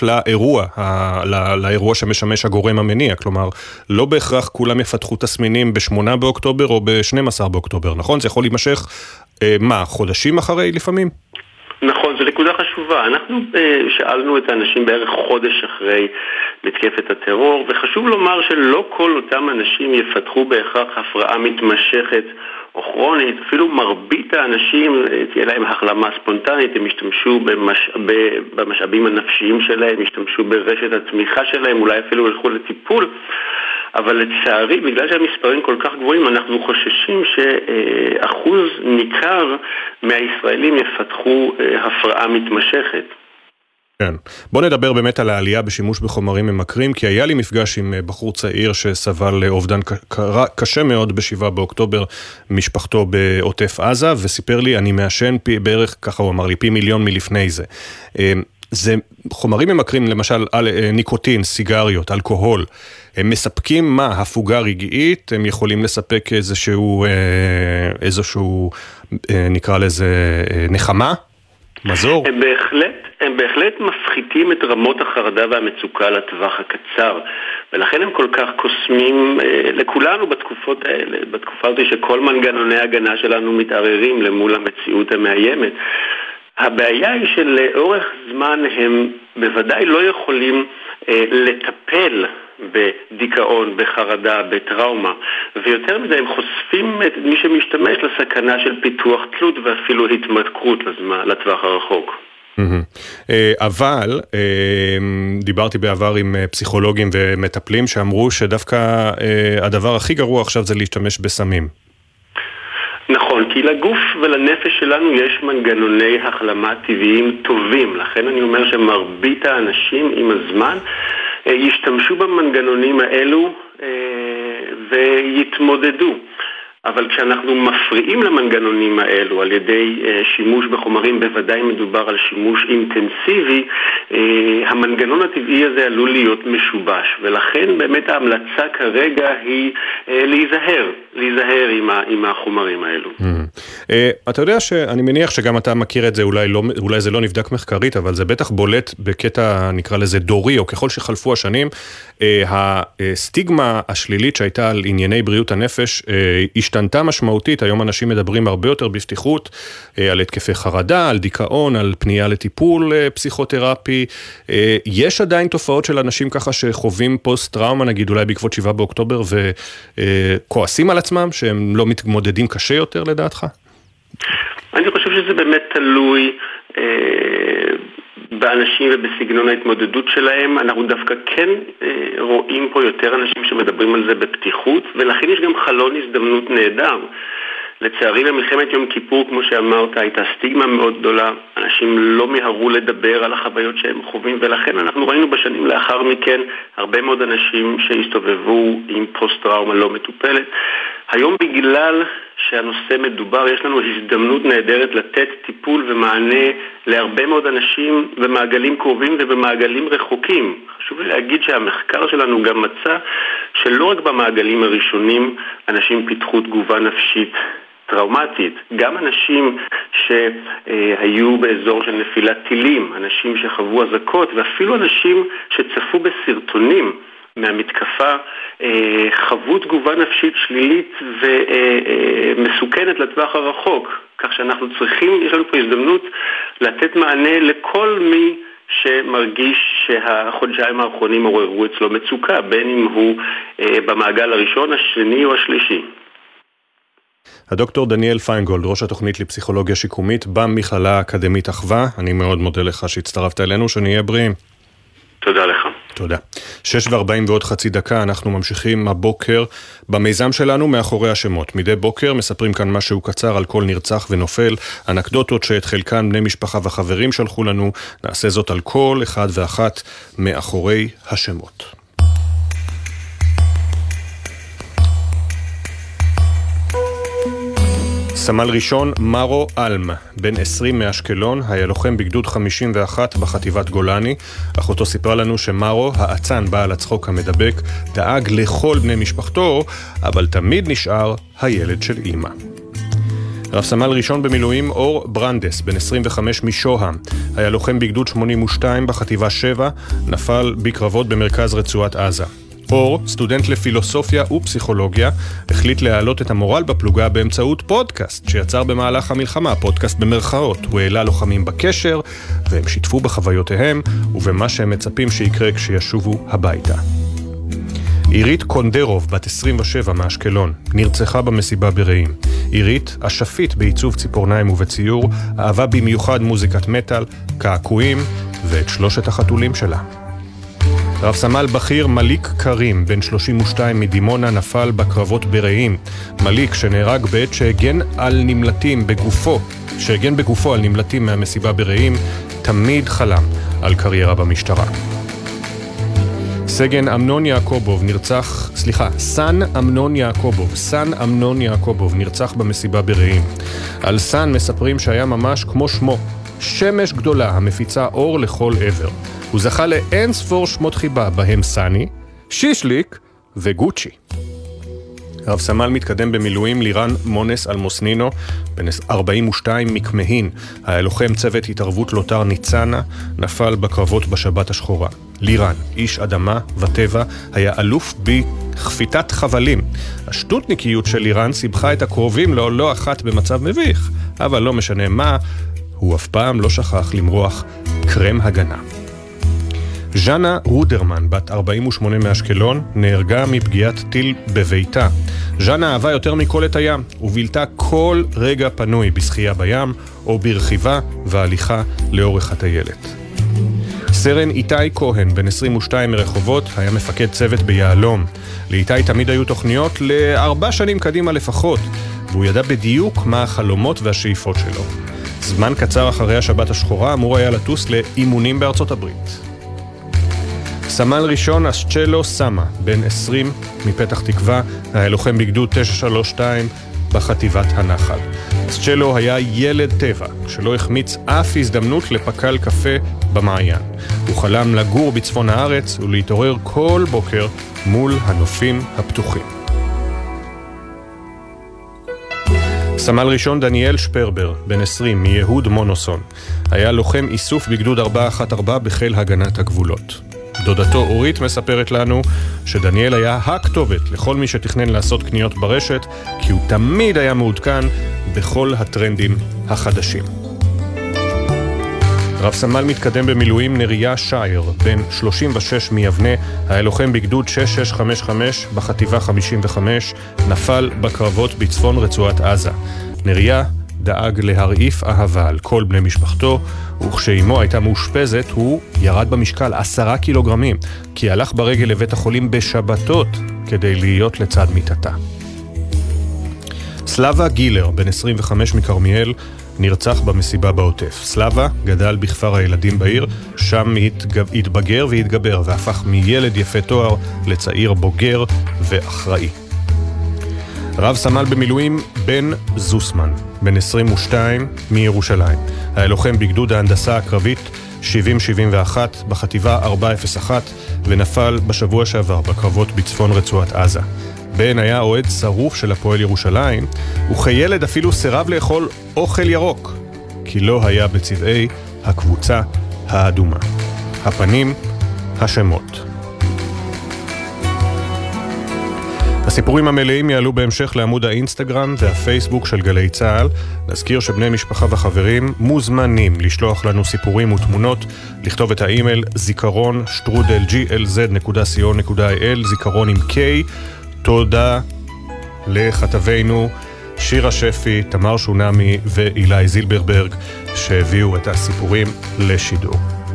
S1: לאירוע שמשמש הגורם המניע, כלומר, לא בהכרח כולם יפתחו תסמינים ב8 באוקטובר או ב12 באוקטובר, נכון? זה יכול להימשך, חודשים אחרי לפעמים?
S20: נכון, זו נקודה חשובה. אנחנו שאלנו את האנשים בערך חודש אחרי מתקפת הטרור, וחשוב לומר שלא כל אותם אנשים יפתחו בהכרח הפרעה מתמשכת או כרונית. אפילו מרבית האנשים תהיה להם החלמה ספונטנית, הם ישתמשו במשאבים הנפשיים שלהם, ישתמשו ברשת התמיכה שלהם, אולי אפילו ילכו לטיפול. אבל לצערי, בגלל שהמספרים כל כך גבוהים, אנחנו חוששים שאחוז ניכר מהישראלים יפתחו הפרעה מתמשכת.
S1: כן. בוא נדבר באמת על העלייה בשימוש בחומרים ממכרים, כי היה לי מפגש עם בחור צעיר שסבל אובדן קשה מאוד ב7 באוקטובר, משפחתו בעוטף עזה, וסיפר לי, אני מעשן בערך, ככה הוא אמר לי, פי מיליון מלפני זה. זה חומרים ממכרים, למשל ניקוטין, סיגריות, אלכוהול, הם מספקים מה? הפוגה רגעית? הם יכולים לספק איזשהו נקרא לזה נחמה? מזור?
S20: הם בהחלט מפחיתים את רמות החרדה והמצוקה לטווח הקצר, ולכן הם כל כך קוסמים לכולנו בתקופה הזאת שכל מנגנוני ההגנה שלנו מתערערים למול המציאות המאיימת. הבעיה היא שלאורך זמן הם בוודאי לא יכולים לטפל בדיכאון, בחרדה, בטראומה, ויותר מדי הם חושפים את מי שמשתמש לסכנה של פיתוח תלות ואפילו התמכרות לטווח הרחוק.
S1: אבל דיברתי בעבר עם פסיכולוגים ומטפלים שאמרו שדווקא הדבר הכי גרוע עכשיו זה להשתמש בסמים.
S20: נכון, כי לגוף ולנפש שלנו יש מנגנוני החלמה טבעיים טובים, לכן אני אומר שמרבית האנשים עם הזמן ישתמשו במנגנונים האלו ויתמודדו. אבל כשאנחנו מפריעים למנגנונים האלו על ידי שימוש בחומרים, בוודאי מדובר על שימוש אינטנסיבי, המנגנון הטבעי הזה עלול להיות משובש, ולכן באמת ההמלצה כרגע היא להיזהר עם החומרים האלו.
S1: אתה יודע שאני מניח שגם אתה מכיר את זה, אולי זה לא נבדק מחקרית, אבל זה בטח בולט בקטע, נקרא לזה דורי, או ככל שחלפו השנים, הסטיגמה השלילית שהייתה על ענייני בריאות הנפש השתנתה משמעותית. היום אנשים מדברים הרבה יותר בפתיחות על התקפי חרדה, על דיכאון, על פנייה לטיפול פסיכותרפי. יש עדיין תופעות של אנשים ככה שחווים פוסט-טראומה, נגיד אולי בעקבות 7 באוקטובר, וכועסים על עצמם, שהם לא מתמודדים קשה יותר לדעתך?
S20: אני חושב שזה באמת תלוי באנשים ובסגנון ההתמודדות שלהם. אנחנו דווקא כן רואים פה יותר אנשים שמדברים על זה בפתיחות, ולכן יש גם חלון הזדמנות נהדר. לצערי במלחמת יום כיפור, כמו שאמרת, הייתה סטיגמה מאוד גדולה, אנשים לא מהרו לדבר על החוויות שהם חווים, ולכן אנחנו ראינו בשנים לאחר מכן הרבה מאוד אנשים שהסתובבו עם פוסט-טראומה לא מטופלת. היום בגלל שהנושא מדובר, יש לנו הזדמנות נהדרת לתת טיפול ומענה להרבה מאוד אנשים במעגלים קרובים ובמעגלים רחוקים. חשוב לי להגיד שהמחקר שלנו גם מצא שלא רק במעגלים הראשונים אנשים פיתחו תגובה נפשית טראומטית, גם אנשים שהיו באזור של נפילת טילים, אנשים שחוו אזעקות, ואפילו אנשים שצפו בסרטונים מהמתקפה, חוו תגובה נפשית שלילית ומסוכנת לטווח הרחוק. כך שאנחנו צריכים, יש לנו פה הזדמנות לתת מענה לכל מי שמרגיש שהחודשיים האחרונים עוררו אצלו מצוקה, בין אם הוא במעגל הראשון, השני או השלישי.
S1: הדוקטור דניאל פיינגולד, ראש התוכנית לפסיכולוגיה שיקומית במכללה האקדמית אחווה, אני מאוד מודה לך שהצטרפת אלינו, שנהיה בריאים.
S20: תודה לך.
S1: תודה. 6:40 ועוד חצי דקה, אנחנו ממשיכים הבוקר במיזם שלנו מאחורי השמות. מדי בוקר מספרים כאן משהו קצר על כל נרצח ונופל, אנקדוטות שאת חלקן בני משפחה וחברים שלחו לנו, נעשה זאת על כל אחד ואחת מאחורי השמות. סמל ראשון מרו אלם, בן 20 מאשקלון, היה לוחם בגדוד 51 בחטיבת גולני. אחותו סיפרה לנו שמרו, האצן בעל הצחוק המדבק, דאג לכל בני משפחתו, אבל תמיד נשאר הילד של אמא. רב סמל ראשון במילואים אור ברנדס, בן 25 משוהם, היה לוחם בגדוד 82 בחטיבה 7, נפל בקרבות במרכז רצועת עזה. אור, סטודנט לפילוסופיה ופסיכולוגיה, החליט להעלות את המורל בפלוגה באמצעות פודקאסט שיצר במהלך המלחמה, פודקאסט במרכאות. הוא העלה לוחמים בקשר, והם שיתפו בחוויותיהם ובמה שהם מצפים שיקרה כשישובו הביתה. עירית קונדרוב, בת 27 מאשקלון, נרצחה במסיבה ברעים. עירית, אשפית בעיצוב ציפורניים ובציור, אהבה במיוחד מוזיקת מטל, קעקועים ואת 3 החתולים שלה. רב סמל בכיר מליק קרים, בן 32 מדימונה, נפל בקרבות ברעים. מליק, שנהרג בעת שהגן בגופו על נמלטים מהמסיבה ברעים, תמיד חלם על קריירה במשטרה. סן אמנון יעקובוב נרצח במסיבה ברעים. על סן מספרים שהיה ממש כמו שמו, שמש גדולה המפיצה אור לכל עבר. הוא זכה לאין ספור שמות חיבה, בהם סני, שישליק וגוצ'י. רב סמל מתקדם במילואים לירן מונס אלמוסנינו, בן 42 מקמהין, היה לוחם צוות התערבות לוטר ניצנה, נפל בקרבות בשבת השחורה. לירן, איש אדמה וטבע, היה אלוף בחפיתת חבלים. השטותניקיות של לירן סיבכה את הקרובים לו לא אחת במצב מביך, אבל לא משנה מה, הוא אף פעם לא שכח למרוח קרם הגנה. ז'אנה רודרמן, בת 48 מאשקלון, נהרגה מפגיעת טיל בביתה. ז'אנה אהבה יותר מכל את הים, ובילתה כל רגע פנוי בשחייה בים, או ברכיבה והליכה לאורך הטיילת. סרן איתי כהן, בן 22 מרחובות, היה מפקד צוות ביעלום. לאיתי תמיד היו תוכניות ל4 שנים קדימה לפחות, והוא ידע בדיוק מה החלומות והשאיפות שלו. זמן קצר אחרי השבת השחורה אמור היה לטוס לאימונים בארצות הברית. סמל ראשון אסצ'לו סמה, בן 20 מפתח תקווה, היה לוחם בגדוד 932, בחטיבת הנחל. צ'לו היה ילד טבע, שלא החמיץ אף הזדמנות לפקל קפה במעיין. הוא חלם לגור בצפון הארץ ולהתעורר כל בוקר מול הנופים הפתוחים. סמל ראשון דניאל שפרבר, בן 20, מיהוד מונוסון. היה לוחם איסוף בגדוד 414 בחיל הגנת הגבולות. דודתו אורית מספרת לנו שדניאל היה הכתובת לכל מי שתכנן לעשות קניות ברשת, כי הוא תמיד היה מעודכן בכל הטרנדים החדשים. רב סמל מתקדם במילואים נריה שייר, בן 36 מיבנה, היה לוחם בגדוד 6655 בחטיבה 55, נפל בקרבות בצפון רצועת עזה. נריה דאג להרעיף אהבה על כל בני משפחתו, וכשאימו הייתה מאושפזת הוא ירד במשקל 10 קילוגרמים, כי הלך ברגל לבית החולים בשבתות כדי להיות לצד מיטתה. סלאבה גילר, בן 25 מקרמיאל, נרצח במסיבה בעוטף. סלאבה גדל בכפר הילדים בעיר, שם התבגר והתגבר והפך מילד יפה תואר לצעיר בוגר ואחראי. רב סמל במילואים בן זוסמן, בן 22 מירושלים. היה לוחם בגדוד ההנדסה הקרבית 7071 בחטיבה 401 ונפל בשבוע שעבר בקרבות בצפון רצועת עזה. בן היה אוהד שרוף של הפועל ירושלים, וכילד אפילו סירב לאכול אוכל ירוק, כי לא היה בצבעי הקבוצה האדומה. הפנים, השמות. הסיפורים המלאים יעלו בהמשך לעמוד האינסטגרם והפייסבוק של גלי צהל. נזכיר שבני משפחה וחברים מוזמנים לשלוח לנו סיפורים ותמונות, לכתוב את האימייל zikaron@glz.co.il, זיכרון עם K. תודה לכתבינו שירה שפי, תמר שונמי ואילי זילברברג שהביאו את הסיפורים לשידור.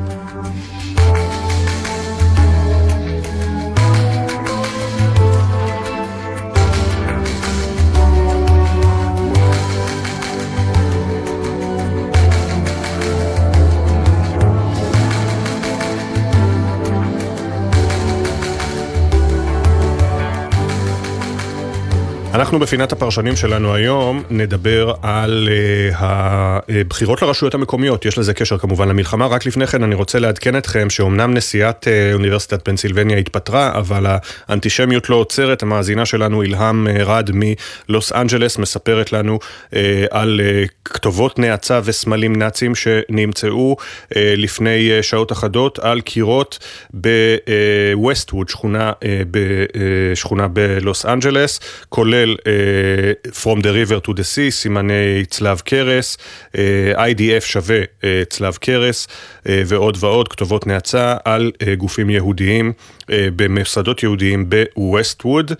S1: אנחנו בפינת הפרשנים שלנו היום נדבר על הבחירות לרשויות המקומיות. יש לזה קשר כמובן למלחמה. רק לפני כן אני רוצה לעדכן אתכם שאומנם נשיאת אוניברסיטת פנסילבניה התפטרה, אבל האנטישמיות לא עוצרת. המאזינה שלנו אילהם רד מלוס אנג'לס מספרת לנו על כתובות נאצה וסמלים נאצים שנמצאו לפני שעות אחדות על קירות בווסטווד, שכונה בלוס אנג'לס, כולל From the River to the Sea, סימני צלב קרס, IDF שווה צלב קרס, ועוד ועוד כתובות נאצה על גופים יהודיים במסעדות יהודיים בווסטווד,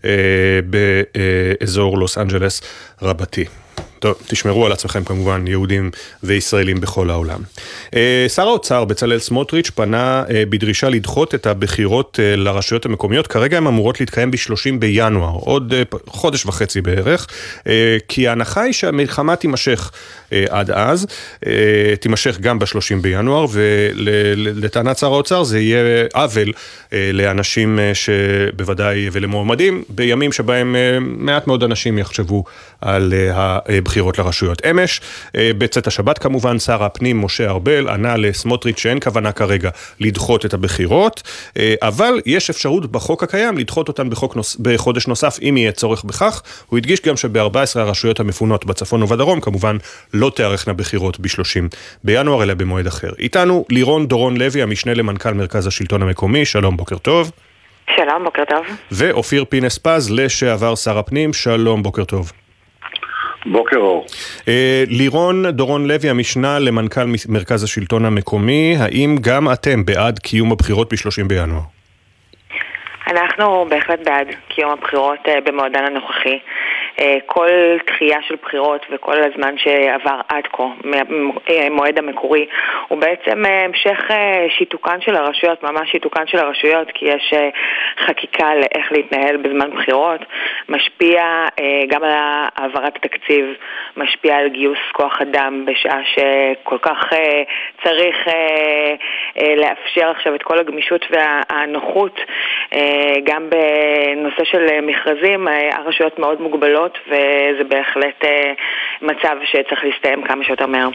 S1: באזור לוס אנג'לס רבתי. טוב, תשמרו על עצמכם כמובן, יהודים וישראלים בכל העולם. שר האוצר בצלאל סמוטריץ' פנה בדרישה לדחות את הבחירות לרשויות המקומיות. כרגע הן אמורות להתקיים ב-30 בינואר, עוד חודש וחצי בערך, כי ההנחה היא שהמלחמה תימשך עד אז, תימשך גם ב-30 בינואר, ולטענת שר האוצר זה יהיה עוול לאנשים שבוודאי ולמועמדים, בימים שבהם מעט מאוד אנשים יחשבו על הבחירות לרשויות. אמש, בצאת השבת כמובן, שר הפנים משה ארבל ענה לסמוטריץ' שאין כוונה כרגע לדחות את הבחירות, אבל יש אפשרות בחוק הקיים לדחות אותן בחודש נוסף אם יהיה צורך בכך. הוא הדגיש גם שב-14 הרשויות המפונות בצפון ובדרום כמובן לא תארכנה בחירות ב-30 בינואר אלא במועד אחר. איתנו לירון דורון לוי, המשנה למנכ"ל מרכז השלטון המקומי. שלום, בוקר טוב.
S21: שלום, בוקר טוב.
S1: ואופיר פינס פז, לשעבר שר הפנים. שלום, בוקר טוב.
S22: בוקר אור.
S1: לירון דורון לוי, המשנה למנכ"ל מרכז השלטון המקומי, האם גם אתם בעד קיום הבחירות ב-30 בינואר?
S21: אנחנו בהחלט בעד קיום הבחירות במועדן הנוכחי. כל דחייה של בחירות וכל הזמן שעבר עד כה מהמועד המקורי הוא בעצם המשך שיתוקן של הרשויות, ממש שיתוקן של הרשויות, כי יש חקיקה לאיך להתנהל בזמן בחירות, משפיע גם על העברת התקציב, משפיע על גיוס כוח אדם בשעה שכל כך צריך לאפשר עכשיו את כל הגמישות והנוחות. גם בנושא של מכרזים הרשויות מאוד מוגבלות להיות, וזה בהחלט מצב שצריך להסתיים כמה שיותר מהר.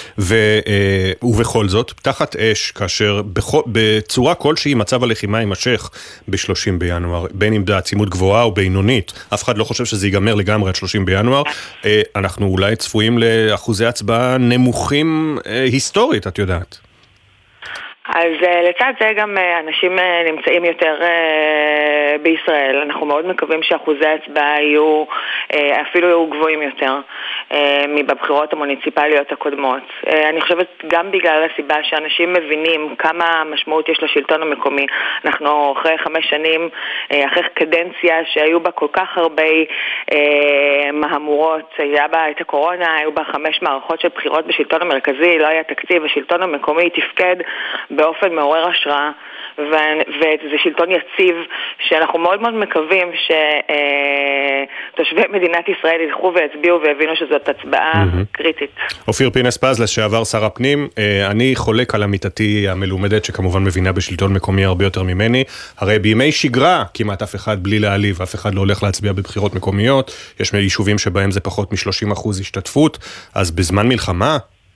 S1: ובכל זאת, תחת אש, כאשר בצורה כלשהי מצב הלחימה יימשך ב-30 בינואר, בין אם בעצימות גבוהה או בינונית, אף אחד לא חושב שזה ייגמר לגמרי עד 30 בינואר, אנחנו אולי צפויים לאחוזי הצבעה נמוכים היסטורית, את יודעת.
S21: אז לצד זה גם אנשים נמצאים יותר בישראל. אנחנו מאוד מקווים שאחוזי ההצבעה יהיו אפילו גבוהים יותר מבבחירות המוניציפליות הקודמות. אני חושבת גם בגלל הסיבה שאנשים מבינים כמה משמעות יש לשלטון המקומי. אנחנו אחרי 5 שנים, אחרי קדנציה שהיו בה כל כך הרבה מהמורות, היה בה את הקורונה, היו בה 5 מערכות של בחירות בשלטון המרכזי, לא היה תקציב, השלטון המקומי תפקד באופן מעורר השראה, וזה שלטון יציב, שאנחנו מאוד מאוד מקווים שתושבי מדינת ישראל ילכו והצביעו והבינו שזאת הצבעה קריטית.
S1: אופיר פינס פז, לשעבר שר הפנים, אני חולק על עמיתתי המלומדת, שכמובן מבינה בשלטון מקומי הרבה יותר ממני, הרי בימי שגרה כמעט אף אחד בלי להעליב, אף אחד לא הולך להצביע בבחירות מקומיות, יש יישובים שבהם זה פחות מ-30% השתתפות, אז בזמן מלחמה,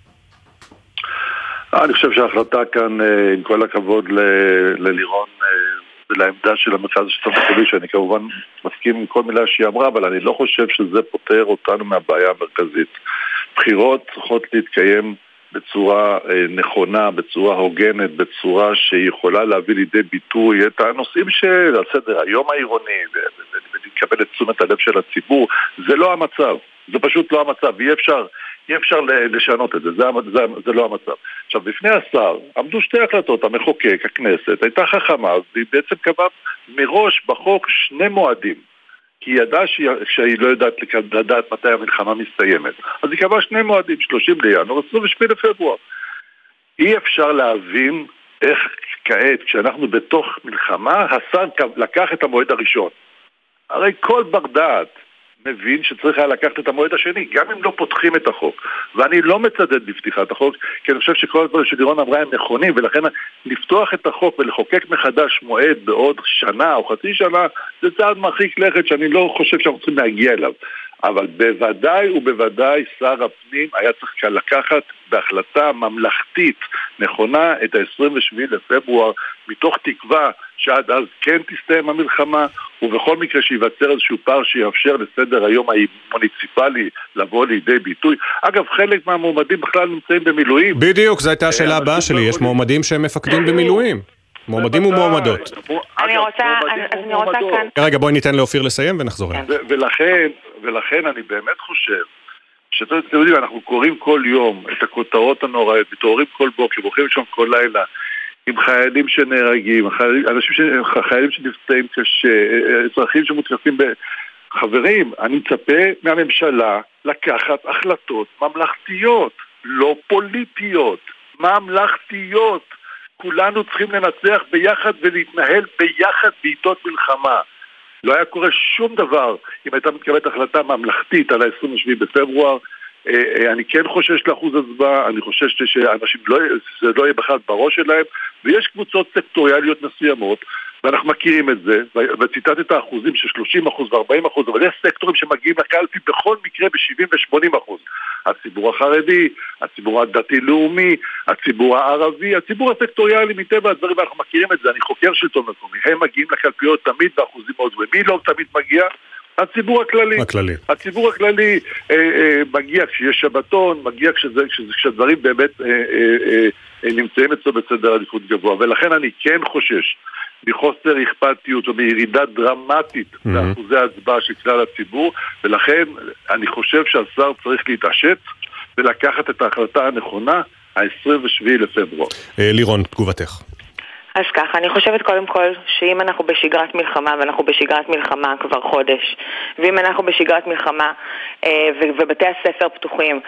S22: אני חושב שההחלטה כאן, עם כל הכבוד ללירון ולעמדה של המרכז השלטון המקומי, שאני כמובן מסכים עם כל מילה שהיא אמרה, אבל אני לא חושב שזה פותר אותנו מהבעיה המרכזית. בחירות צריכות להתקיים בצורה נכונה, בצורה הוגנת, בצורה שיכולה להביא לידי ביטוי את הנושאים של הסדר היום העירוני ולקבל את תשומת הלב של הציבור. זה לא המצב, זה פשוט לא המצב, אי אפשר לשנות את זה, זה לא המצב. עכשיו, בפני השר עמדו 2 החלטות, המחוקק, הכנסת, הייתה חכמה, והיא בעצם קבעה מראש בחוק 2 מועדים, כי היא ידעה שהיא לא לדעת מתי המלחמה מסתיימת. אז היא קבעה 2 מועדים, 30 לינואר, 27 לפברואר. אי אפשר להבין איך כעת, כשאנחנו בתוך מלחמה, השר לקח את המועד הראשון. הרי כל בר דעת מבין שצריך היה לקחת את המועד השני, גם אם לא פותחים את החוק. ואני לא מצדד בפתיחת החוק, כי אני חושב שכל הדברים שלירון אמרה הם נכונים, ולכן לפתוח את החוק ולחוקק מחדש מועד בעוד שנה או חצי שנה, זה צעד מרחיק לכת שאני לא חושב שאנחנו צריכים להגיע אליו. אבל בוודאי ובוודאי שר הפנים היה צריך לקחת בהחלטה ממלכתית נכונה את ה-27 לפברואר, מתוך תקווה שעד אז כן תסתיים המלחמה, ובכל מקרה שיווצר איזשהו פער שיאפשר לסדר היום המוניציפלי לבוא לידי ביטוי. אגב, חלק מהמועמדים בכלל נמצאים במילואים.
S1: בדיוק, זו הייתה השאלה הבאה שלי, יש מועמדים שהם מפקדים במילואים. מועמדים ומועמדות.
S21: אני רוצה כאן...
S1: רגע, בואי ניתן לאופיר לסיים ונחזור אליו.
S22: ולכן אני באמת חושב שאתם יודעים, אנחנו קוראים כל יום את הכותרות הנוראיות, מתעוררים כל בוקר, בוחרים שם כל לילה, עם חיילים שנהרגים, חיילים שנפצעים קשה, אזרחים שמותקפים חברים, אני מצפה מהממשלה לקחת החלטות ממלכתיות, לא פוליטיות, ממלכתיות. כולנו צריכים לנצח ביחד ולהתנהל ביחד בעיתות מלחמה. לא היה קורה שום דבר אם הייתה מתקבלת החלטה ממלכתית על ה-27 בפברואר. אני כן חושש לאחוז הצבעה, אני חושש שאנשים זה לא יהיה בכלל בראש שלהם, ויש קבוצות סקטוריאליות מסוימות, ואנחנו מכירים את זה, וציטטת את האחוזים של 30% ו-40%, אבל יש סקטורים שמגיעים לקלפי בכל מקרה ב-70 ו-80%. הציבור החרדי, הציבור הדתי-לאומי, הציבור הערבי, הציבור הסקטוריאלי מטבע הדברים, ואנחנו מכירים את זה, אני חוקר שלטון מקומי, הם מגיעים לקלפיות תמיד באחוזים מאוד גבוהים. מי לא תמיד מגיע? הציבור הכללי. הציבור הכללי מגיע כשיש שבתון, מגיע כשדברים באמת נמצאים אצלו בסדר עדיפות גבוה, ולכן אני כן חושש מחוסר אכפתיות ומירידה דרמטית באחוזי ההצבעה של כלל הציבור, ולכן אני חושב שהשר צריך להתעשת ולקחת את ההחלטה הנכונה ה-27 לפברואר.
S1: לירון, תגובתך.
S21: אז ככה, אני חושבת קודם כל שאם אנחנו בשגרת מלחמה, ואנחנו בשגרת מלחמה כבר חודש, ואם אנחנו בשגרת מלחמה ובתי הספר פתוחים,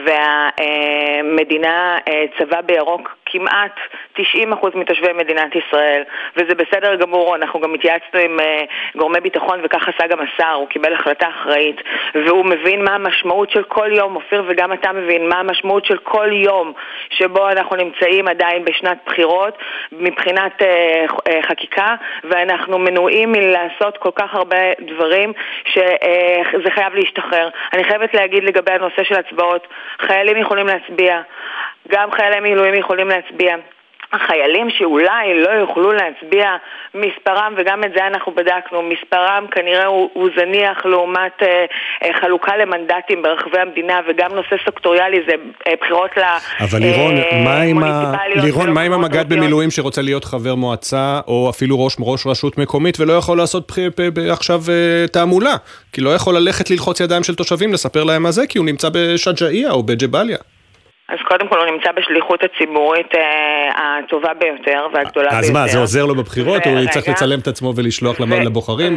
S21: והמדינה צבא בירוק כמעט 90% מתושבי מדינת ישראל, וזה בסדר גמור, אנחנו גם התייעצנו עם גורמי ביטחון, וכך עשה גם השר, הוא קיבל החלטה אחראית, והוא מבין מה המשמעות של כל יום, אופיר, וגם אתה מבין מה המשמעות של כל יום שבו אנחנו נמצאים עדיין בשנת בחירות, מבחינת מבחינת חקיקה, ואנחנו מנועים מלעשות כל כך הרבה דברים שזה חייב להשתחרר. אני חייבת להגיד לגבי הנושא של הצבעות, חיילים יכולים להצביע, גם חיילי מילואים יכולים להצביע. החיילים שאולי לא יוכלו להצביע, מספרם, וגם את זה אנחנו בדקנו, מספרם כנראה הוא זניח לעומת חלוקה למנדטים ברחבי המדינה, וגם נושא סקטוריאלי זה בחירות
S1: אבל לירון, מה עם המג"ד במילואים שרוצה להיות חבר מועצה, או אפילו ראש רשות מקומית, ולא יכול לעשות עכשיו תעמולה, כי לא יכול ללכת ללחוץ ידיים של תושבים, לספר להם מה זה, כי הוא נמצא בשג'אעיה או בג'באליה.
S21: אז קודם כל הוא נמצא בשליחות הציבורית הטובה ביותר והגדולה ביותר.
S1: אז מה, זה עוזר לו בבחירות? הוא צריך לצלם את עצמו ולשלוח לבוחרים?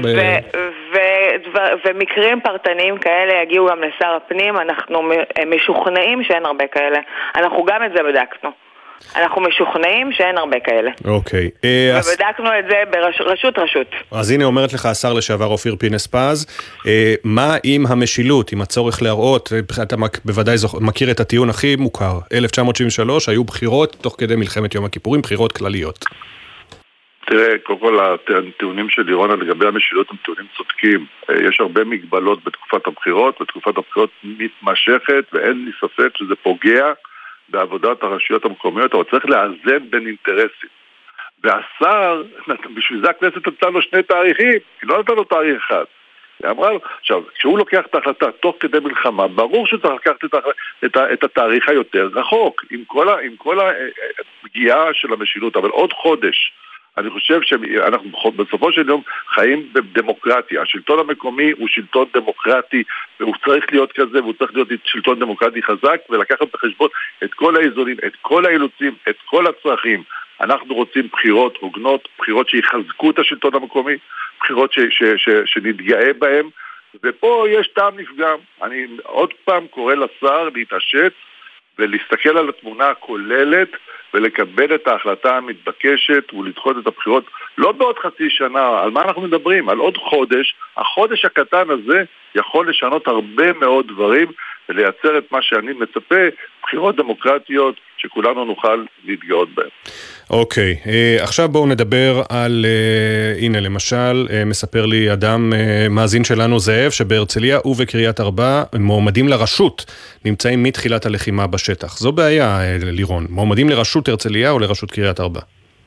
S21: ומקרים פרטניים כאלה יגיעו גם לשר הפנים, אנחנו משוכנעים שאין הרבה כאלה. אנחנו גם את זה בדקנו. אנחנו משוכנעים שאין הרבה כאלה.
S1: אוקיי.
S21: ובדקנו את זה ברשות.
S1: אז הנה אומרת לך השר לשעבר אופיר פינס-פז, מה עם המשילות, עם הצורך להראות, אתה בוודאי מכיר את הטיעון הכי מוכר, 1973 היו בחירות תוך כדי מלחמת יום הכיפורים, בחירות כלליות.
S22: תראה, קודם כל הטיעונים של לירון לגבי המשילות הם טיעונים צודקים. יש הרבה מגבלות בתקופת הבחירות, ותקופת הבחירות מתמשכת, ואין לי ספק שזה פוגע בעבודת הרשויות המקומיות, אבל צריך לאזן בין אינטרסים. והשר, בשביל זה הכנסת נתן לו 2 תאריכים, כי לא נתן לו תאריך אחד. היא אמרה לו, עכשיו, כשהוא לוקח את ההחלטה תוך כדי מלחמה, ברור שצריך לקחת את התאריך היותר רחוק, עם כל הפגיעה של המשילות, אבל עוד חודש. אני חושב שאנחנו בסופו של יום חיים בדמוקרטיה. השלטון המקומי הוא שלטון דמוקרטי, והוא צריך להיות כזה, והוא צריך להיות שלטון דמוקרטי חזק, ולקחת בחשבון את כל האיזונים, את כל האילוצים, את כל הצרכים. אנחנו רוצים בחירות הוגנות, בחירות שיחזקו את השלטון המקומי, בחירות שנתגאה בהם, ופה יש טעם נפגם. אני עוד פעם קורא לשר להתעשת ולהסתכל על התמונה הכוללת, ולקבל את ההחלטה המתבקשת ולדחות את הבחירות לא בעוד חצי שנה. על מה אנחנו מדברים? על עוד חודש. החודש הקטן הזה יכול לשנות הרבה מאוד דברים ולייצר את מה שאני מצפה, בחירות דמוקרטיות שכולנו נוכל להתגאות בהן.
S1: אוקיי, עכשיו בואו נדבר על, הנה למשל, מספר לי אדם מאזין שלנו זאב, שבהרצליה ובקריית ארבע מועמדים לרשות נמצאים מתחילת הלחימה בשטח. זו בעיה, לירון. מועמדים לרשות הרצליה או לרשות קריית ארבע?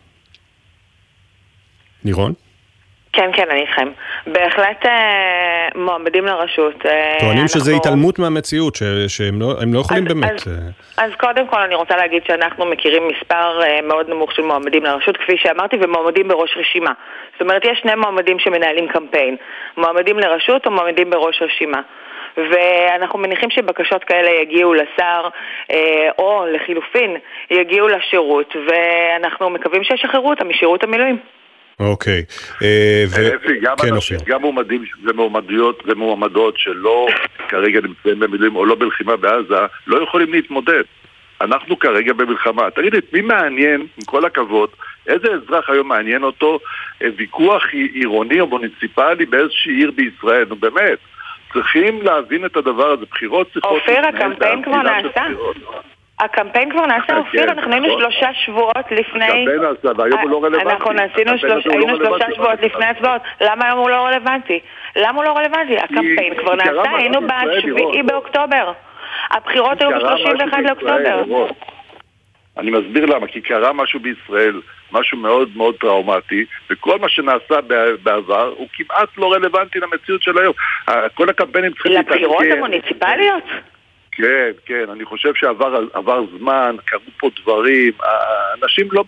S1: לירון?
S21: כן, אני איתכם. בהחלט מועמדים לרשות.
S1: טוענים שזה התעלמות מהמציאות, שהם לא יכולים באמת.
S21: אז קודם כל אני רוצה להגיד שאנחנו מכירים מספר מאוד נמוך של מועמדים לרשות, כפי שאמרתי, ומועמדים בראש רשימה. זאת אומרת, יש 2 מועמדים שמנהלים קמפיין. מועמדים לרשות או מועמדים בראש רשימה. ואנחנו מניחים שבקשות כאלה יגיעו לשר, או לחילופין, יגיעו לשירות, ואנחנו מקווים שישחררו אותם משירות המילואים.
S1: אוקיי.
S22: גם מועמדים ומועמדות ומועמדות שלא כרגע נמצאים במילואים או לא בלחימה בעזה, לא יכולים להתמודד. אנחנו כרגע במלחמה. תגיד, מי מעניין, עם כל הכבוד, איזה אזרח היום מעניין אותו ויכוח עירוני או מוניציפלי באיזושהי עיר בישראל? נו באמת, צריכים להבין את הדבר הזה. בחירות צריכות...
S21: אופיר, הקמפיין כבר נעשה? הקמפיין כבר נעשה, אופיר, אנחנו היינו 3 שבועות לפני...
S22: הקמפיין נעשה, והיום הוא לא רלוונטי.
S21: אנחנו היינו 3 שבועות לפני הצבעות. למה היום הוא לא רלוונטי? הקמפיין כבר נעשה, היינו ב7 באוקטובר. הבחירות היו ב31 לאוקטובר.
S22: אני מסביר למה, כי קרה משהו בישראל, משהו מאוד מאוד טראומטי, וכל מה שנעשה בעבר הוא כמעט לא רלוונטי למציאות של היום. כל הקמפיינים צריכים להתעדכן.
S21: לבחירות המוניציפליות?
S22: כן, אני חושב שעבר זמן, קרו פה דברים, אנשים לא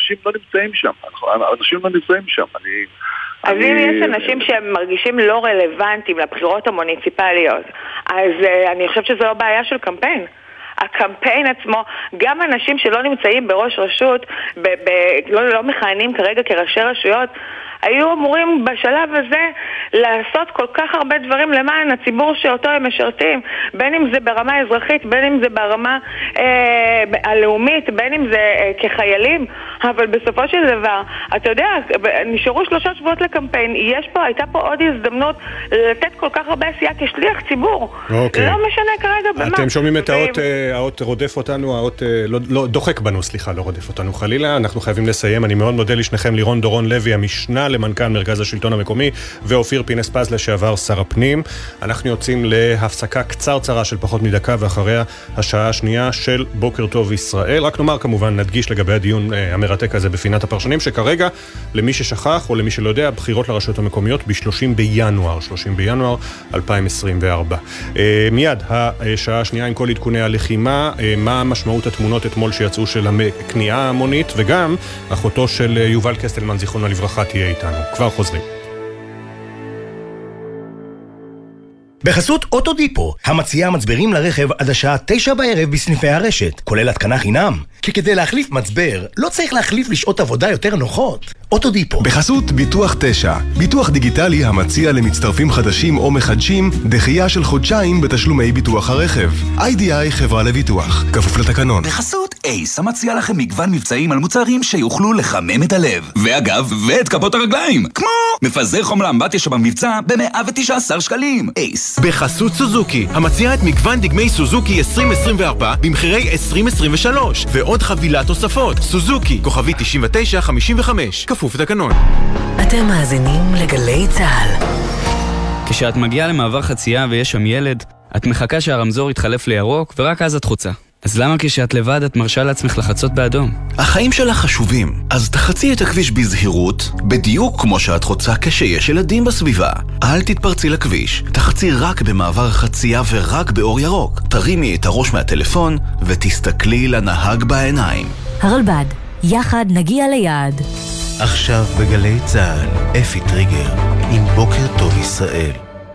S22: נמצאים שם.
S21: אז אם יש אנשים שהם מרגישים לא רלוונטיים לבחירות המוניציפליות, אז אני חושב שזו לא בעיה של קמפיין. הקמפיין עצמו, גם אנשים שלא נמצאים בראש רשות, לא מכהנים כרגע כראשי רשויות, היו אמורים בשלב הזה לעשות כל כך הרבה דברים למען הציבור שאותו הם משרתים, בין אם זה ברמה האזרחית, בין אם זה ברמה הלאומית, בין אם זה כחיילים. אבל בסופו של דבר, אתה יודע, נשארו 3 שבועות לקמפיין, הייתה פה עוד הזדמנות לתת כל כך הרבה עשייה כשליח ציבור.
S1: אוקיי.
S21: לא משנה כרגע במה.
S1: אתם שומעים את האות רודף אותנו, האות לא דוחק בנו, סליחה, לא רודף אותנו חלילה. אנחנו חייבים לסיים. אני מאוד מודה לשניכם, לירון דורון לוי, המשנה למנכ"ל מרכז השלטון המקומי, ואופיר פינס פז, לשעבר שר הפנים. אנחנו יוצאים להפסקה קצרצרה של פחות מדקה, ואחריה השעה השנייה של בוקר טוב ישראל. רק נאמר, כמובן, נדגיש לגבי הדיון המרתק הזה בפינת הפרשנים, שכרגע, למי ששכח או למי שלא יודע, בחירות לרשויות המקומיות ב-30 בינואר 2024. מיד השעה השנייה עם כל עדכוני הלחימה, מה משמעות התמונות אתמול שיצאו של הכניעה ההמונית, וגם אחותו של יובל קסטלמן, זיכרונו לברכה, תהיה איתנו. כבר חוזרים.
S4: בחסות אוטודיפו, המציעה מצברים לרכב עד השעה 9 בערב בסניפי הרשת, כולל התקנה חינם. כי כדי להחליף מצבר, לא צריך להחליף לשעות עבודה יותר נוחות. אוטודיפו.
S7: בחסות ביטוח 9, ביטוח דיגיטלי המציע למצטרפים חדשים או מחדשים דחייה של חודשיים בתשלומי ביטוח הרכב. איי-די-איי חברה לביטוח, כפוף לתקנון.
S8: בחסות אייס, המציע לכם מגוון מבצעים על מוצרים שיוכלו לחמם את הלב. ואגב, ואת כפות הרגליים, כמו מפזר חום לאמבטיה שבמבצע ב-119 שקלים. אייס.
S4: בחסות סוזוקי, המציע את מגוון דגמי סוזוקי 2024 במחירי 2023, ועוד חבילת תוספות. סוזוקי, כוכבי 9955, כפוף לתקנון.
S2: אתם מאזינים לגלי צהל.
S18: כשאת מגיעה למעבר חצייה ויש שם ילד, את מחכה שהרמזור יתחלף לירוק ורק אז את חוצה. אז למה כשאת לבד את מרשה לעצמך לחצות באדום?
S5: החיים שלך חשובים, אז תחצי את הכביש בזהירות, בדיוק כמו שאת חוצה כשיש ילדים בסביבה. אל תתפרצי לכביש, תחצי רק במעבר חצייה ורק באור ירוק. תרימי את הראש מהטלפון ותסתכלי לנהג בעיניים.
S2: הרלב"ד, יחד נגיע ליעד.
S19: עכשיו בגלי צהל, אפי טריגר, עם בוקר טוב ישראל.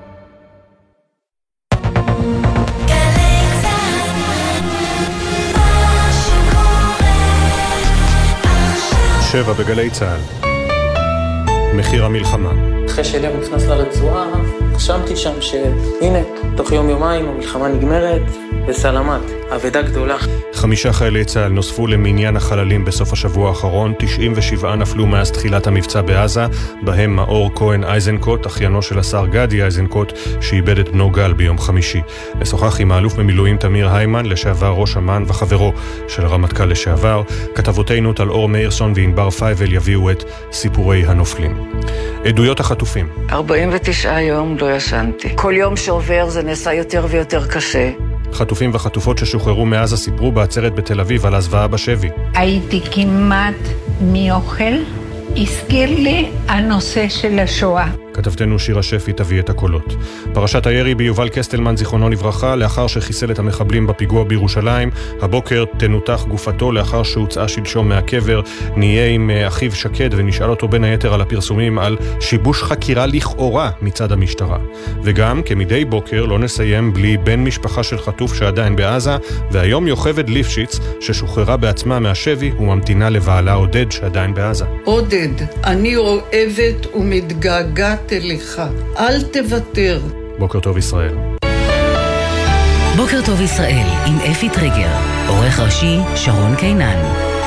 S1: שבע בגלי צהל. מחיר המלחמה.
S3: אחרי שליאב נכנס לרצועה, חשבתי שם שהנה, תוך יום-יומיים המלחמה נגמרת, וסלמת, אבדה גדולה.
S1: 5 חיילי צה"ל נוספו למניין החללים בסוף השבוע האחרון, 97 נפלו מאז תחילת המבצע בעזה, בהם מאור כהן אייזנקוט, אחיינו של השר גדי אייזנקוט, שאיבד את בנו גל ביום חמישי. לשוחח עם האלוף במילואים תמיר היימן, לשעבר ראש אמ"ן וחברו של הרמטכ"ל לשעבר. כתבותינו טל אור מאירסון וענבר פייבל יביאו את סיפורי הנופלים. עדויות החטופים.
S11: 49 יום לא ישנתי. כל יום שעובר זה נעשה יותר ויותר קשה.
S1: חטופים וחטופות ששוחררו מעזה סיפרו בעצרת בתל אביב על הזוועה בשבי.
S23: הייתי כמעט מאוכל, הזכיר לי הנושא של השואה.
S1: כתבתנו שירה שפי תביא את הקולות. פרשת הירי ביובל קסטלמן זיכרונו לברכה, לאחר שחיסל את המחבלים בפיגוע בירושלים, הבוקר תנותח גופתו לאחר שהוצאה שלשום מהקבר. נהיה עם אחיו שקד ונשאל אותו בין היתר על הפרסומים על שיבוש חקירה לכאורה מצד המשטרה. וגם כמדי בוקר לא נסיים בלי בן משפחה של חטוף שעדיין בעזה, והיום יוכבד ליפשיץ ששוחררה בעצמה מהשבי וממתינה לבעלה עודד שעדיין בעזה.
S24: עודד, אני אוהבת ומתגעגעת אליך, אל תוותר.
S1: בוקר טוב ישראל.
S2: בוקר טוב ישראל עם אפי טריגר, עורך ראשי שרון קינן.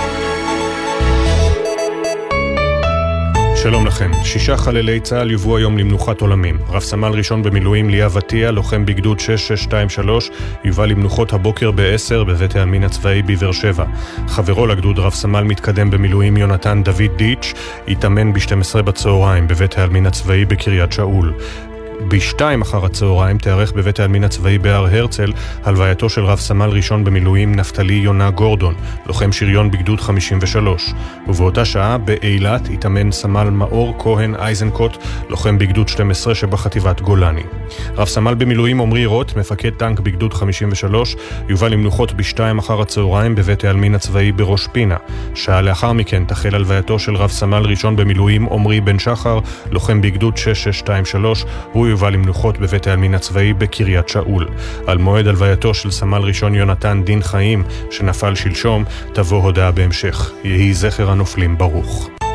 S1: שלום לכם. 6 חללי צה"ל יובאו היום למנוחת עולמים. רב סמל ראשון במילואים ליה ותיה, לוחם בגדוד 6623, יובא למנוחות הבוקר ב-10 בבית העלמין הצבאי בבאר שבע. חברו לגדוד רב סמל מתקדם במילואים יונתן דוד דיץ' יתאמן ב-12 בצהריים בבית העלמין הצבאי בקריית שאול. ב-2 אחר הצהריים תארך בבית העלמין הצבאי בהר הרצל הלווייתו של רב סמל ראשון במילואים נפתלי יונה גורדון, לוחם שריון בגדוד 53. ובאותה שעה באילת יתאמן סמל מאור כהן אייזנקוט, לוחם בגדוד 12 שבחטיבת גולני. רב סמל במילואים עמרי רוט, מפקד טנק בגדוד 53, יובא למנוחות ב-2 אחר הצהריים בבית העלמין הצבאי בראש פינה. שעה לאחר מכן תחל הלווייתו של רב סמל ראשון במילואים עמרי בן שחר, לוחם בגדוד 6623, הוא יובא למנוחות בבית העלמין הצבאי בקריית שאול. על מועד הלווייתו של סמל ראשון יונתן דין חיים שנפל שלשום תבוא הודעה בהמשך. יהי זכר הנופלים ברוך.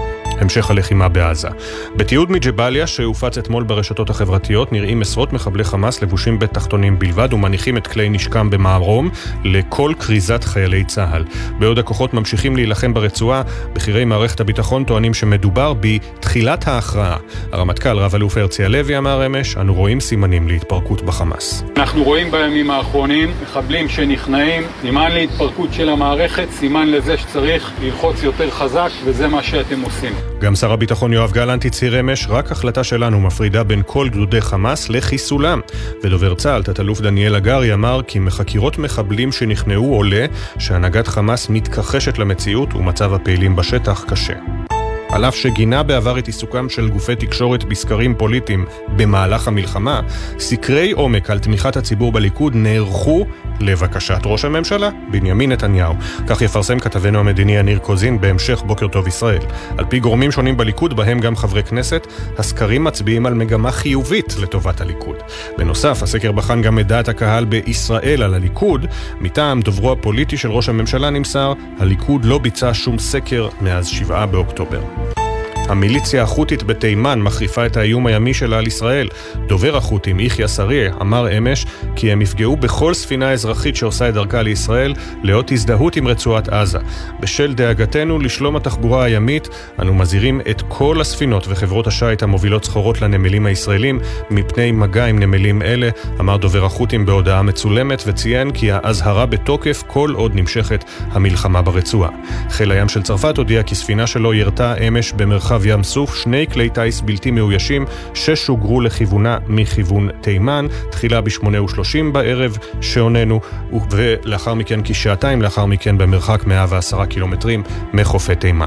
S1: המשך הלחימה בעזה. בתיעוד מג'באליה שהופץ אתמול ברשתות החברתיות נראים עשרות מחבלי חמאס לבושים בתחתונים בלבד ומניחים את כלי נשקם במערום לכל קריזת חיילי צהל. בעוד הכוחות ממשיכים להילחם ברצועה, בכירי מערכת הביטחון טוענים שמדובר בתחילת ההכרעה. הרמטכ"ל רב אלוף הרצי הלוי אמר אמש, אנו רואים סימנים להתפרקות בחמאס.
S6: אנחנו רואים בימים האחרונים מחבלים שנכנעים, סימן להתפרקות של המערכת, סימן לזה שצריך ללחוץ יותר חזק, וזה מה שאתם עושים.
S1: גם שר הביטחון יואב גלנט הצהיר אמש, רק החלטה שלנו מפרידה בין כל גדודי חמאס לחיסולם. ודובר צה"ל, תת-אלוף דניאל הגרי, אמר כי מחקירות מחבלים שנכנעו עולה שהנהגת חמאס מתכחשת למציאות ומצב הפעילים בשטח קשה. על אף שגינה בעבר את עיסוקם של גופי תקשורת בסקרים פוליטיים במהלך המלחמה, סקרי עומק על תמיכת הציבור בליכוד נערכו לבקשת ראש הממשלה בנימין נתניהו. כך יפרסם כתבנו המדיני יניר קוזין בהמשך בוקר טוב ישראל. על פי גורמים שונים בליכוד, בהם גם חברי כנסת, הסקרים מצביעים על מגמה חיובית לטובת הליכוד. בנוסף, הסקר בחן גם את דעת הקהל בישראל על הליכוד. מטעם דוברו הפוליטי של ראש הממשלה נמסר, הליכוד לא ביצע שום סקר מאז 7 באוקטובר. המיליציה החותית בתימן מחריפה את האיום הימי שלה על ישראל. דובר החותים יחיא סריה אמר אמש כי הם יפגעו בכל ספינה אזרחית שעושה את דרכה לישראל לאות הזדהות עם רצועת עזה. בשל דאגתנו לשלום התחבורה הימית, אנו מזהירים את כל הספינות וחברות השיט המובילות סחורות לנמלים הישראלים מפני מגע עם נמלים אלה, אמר דובר החותים בהודעה מצולמת, וציין כי האזהרה בתוקף כל עוד נמשכת המלחמה ברצועה. חיל הים של צרפת הודיע כי ספינה שלו ירתה אמש במרחב ים סוף 2 כלי טייס בלתי מאוישים ששוגרו לכיוונה מכיוון תימן, תחילה ב8:30 בערב שעוננו, ולאחר מכן כשעתיים לאחר מכן במרחק 110 קילומטרים מחופי תימן.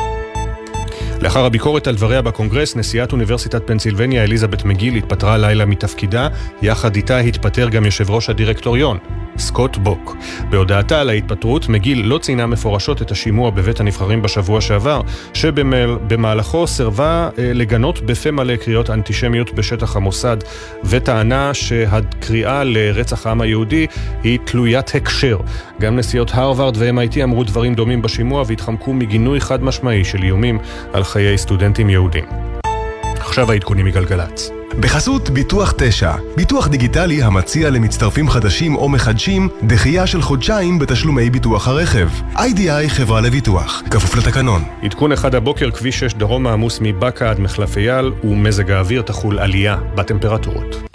S1: לאחר הביקורת על דבריה בקונגרס, נשיאת אוניברסיטת פנסילבניה אליזבת מגיל התפטרה לילה מתפקידה, יחד איתה התפטר גם יושב ראש הדירקטוריון, סקוט בוק. בהודעתה על ההתפטרות, מגיל לא ציינה מפורשות את השימוע בבית הנבחרים בשבוע שעבר, שבמהלכו סרבה לגנות בפה מלא קריאות אנטישמיות בשטח המוסד, וטענה שהקריאה לרצח העם היהודי היא תלוית הקשר. גם נשיאות הרווארד ו-MIT אמרו דברים דומים בשימוע והתחמקו מגינוי חד משמעי של איומים על חיי סטודנטים יהודים. עכשיו העדכונים מגלגלץ.
S7: בחסות ביטוח 9, ביטוח דיגיטלי המציע למצטרפים חדשים או מחדשים דחייה של חודשיים בתשלומי ביטוח הרכב. IDI חברה לביטוח, כפוף לתקנון.
S1: עדכון אחד הבוקר, כביש 6 דרום העמוס מבקה עד מחלף אייל, ומזג האוויר תחול עלייה בטמפרטורות.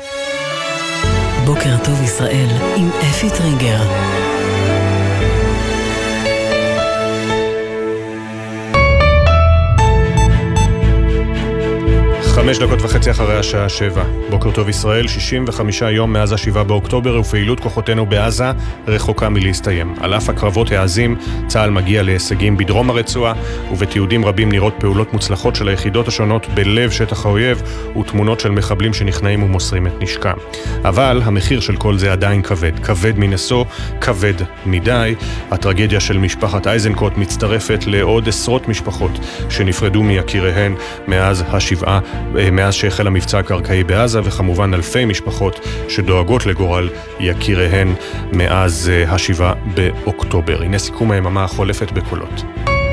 S2: בוקר טוב ישראל עם אפי טריגר.
S1: 5:30 אחרי השעה 7. בוקר טוב ישראל, 65 יום מאז 7 באוקטובר, ופעילות כוחותינו בעזה רחוקה מלהסתיים. על אף הקרבות העזים, צה"ל מגיע להישגים בדרום הרצועה, ובתיעודים רבים נראות פעולות מוצלחות של היחידות השונות בלב שטח האויב, ותמונות של מחבלים שנכנעים ומוסרים את נשקם. אבל המחיר של כל זה עדיין כבד. כבד מנסו, כבד מדי. הטרגדיה של משפחת אייזנקוט מצטרפת לעוד עשרות משפחות שנפרדו מיקיריהן מאז שהחל המבצע הקרקעי בעזה, וכמובן אלפי משפחות שדואגות לגורל יקיריהן מאז 7 באוקטובר. הנה סיכום היממה החולפת בקולות.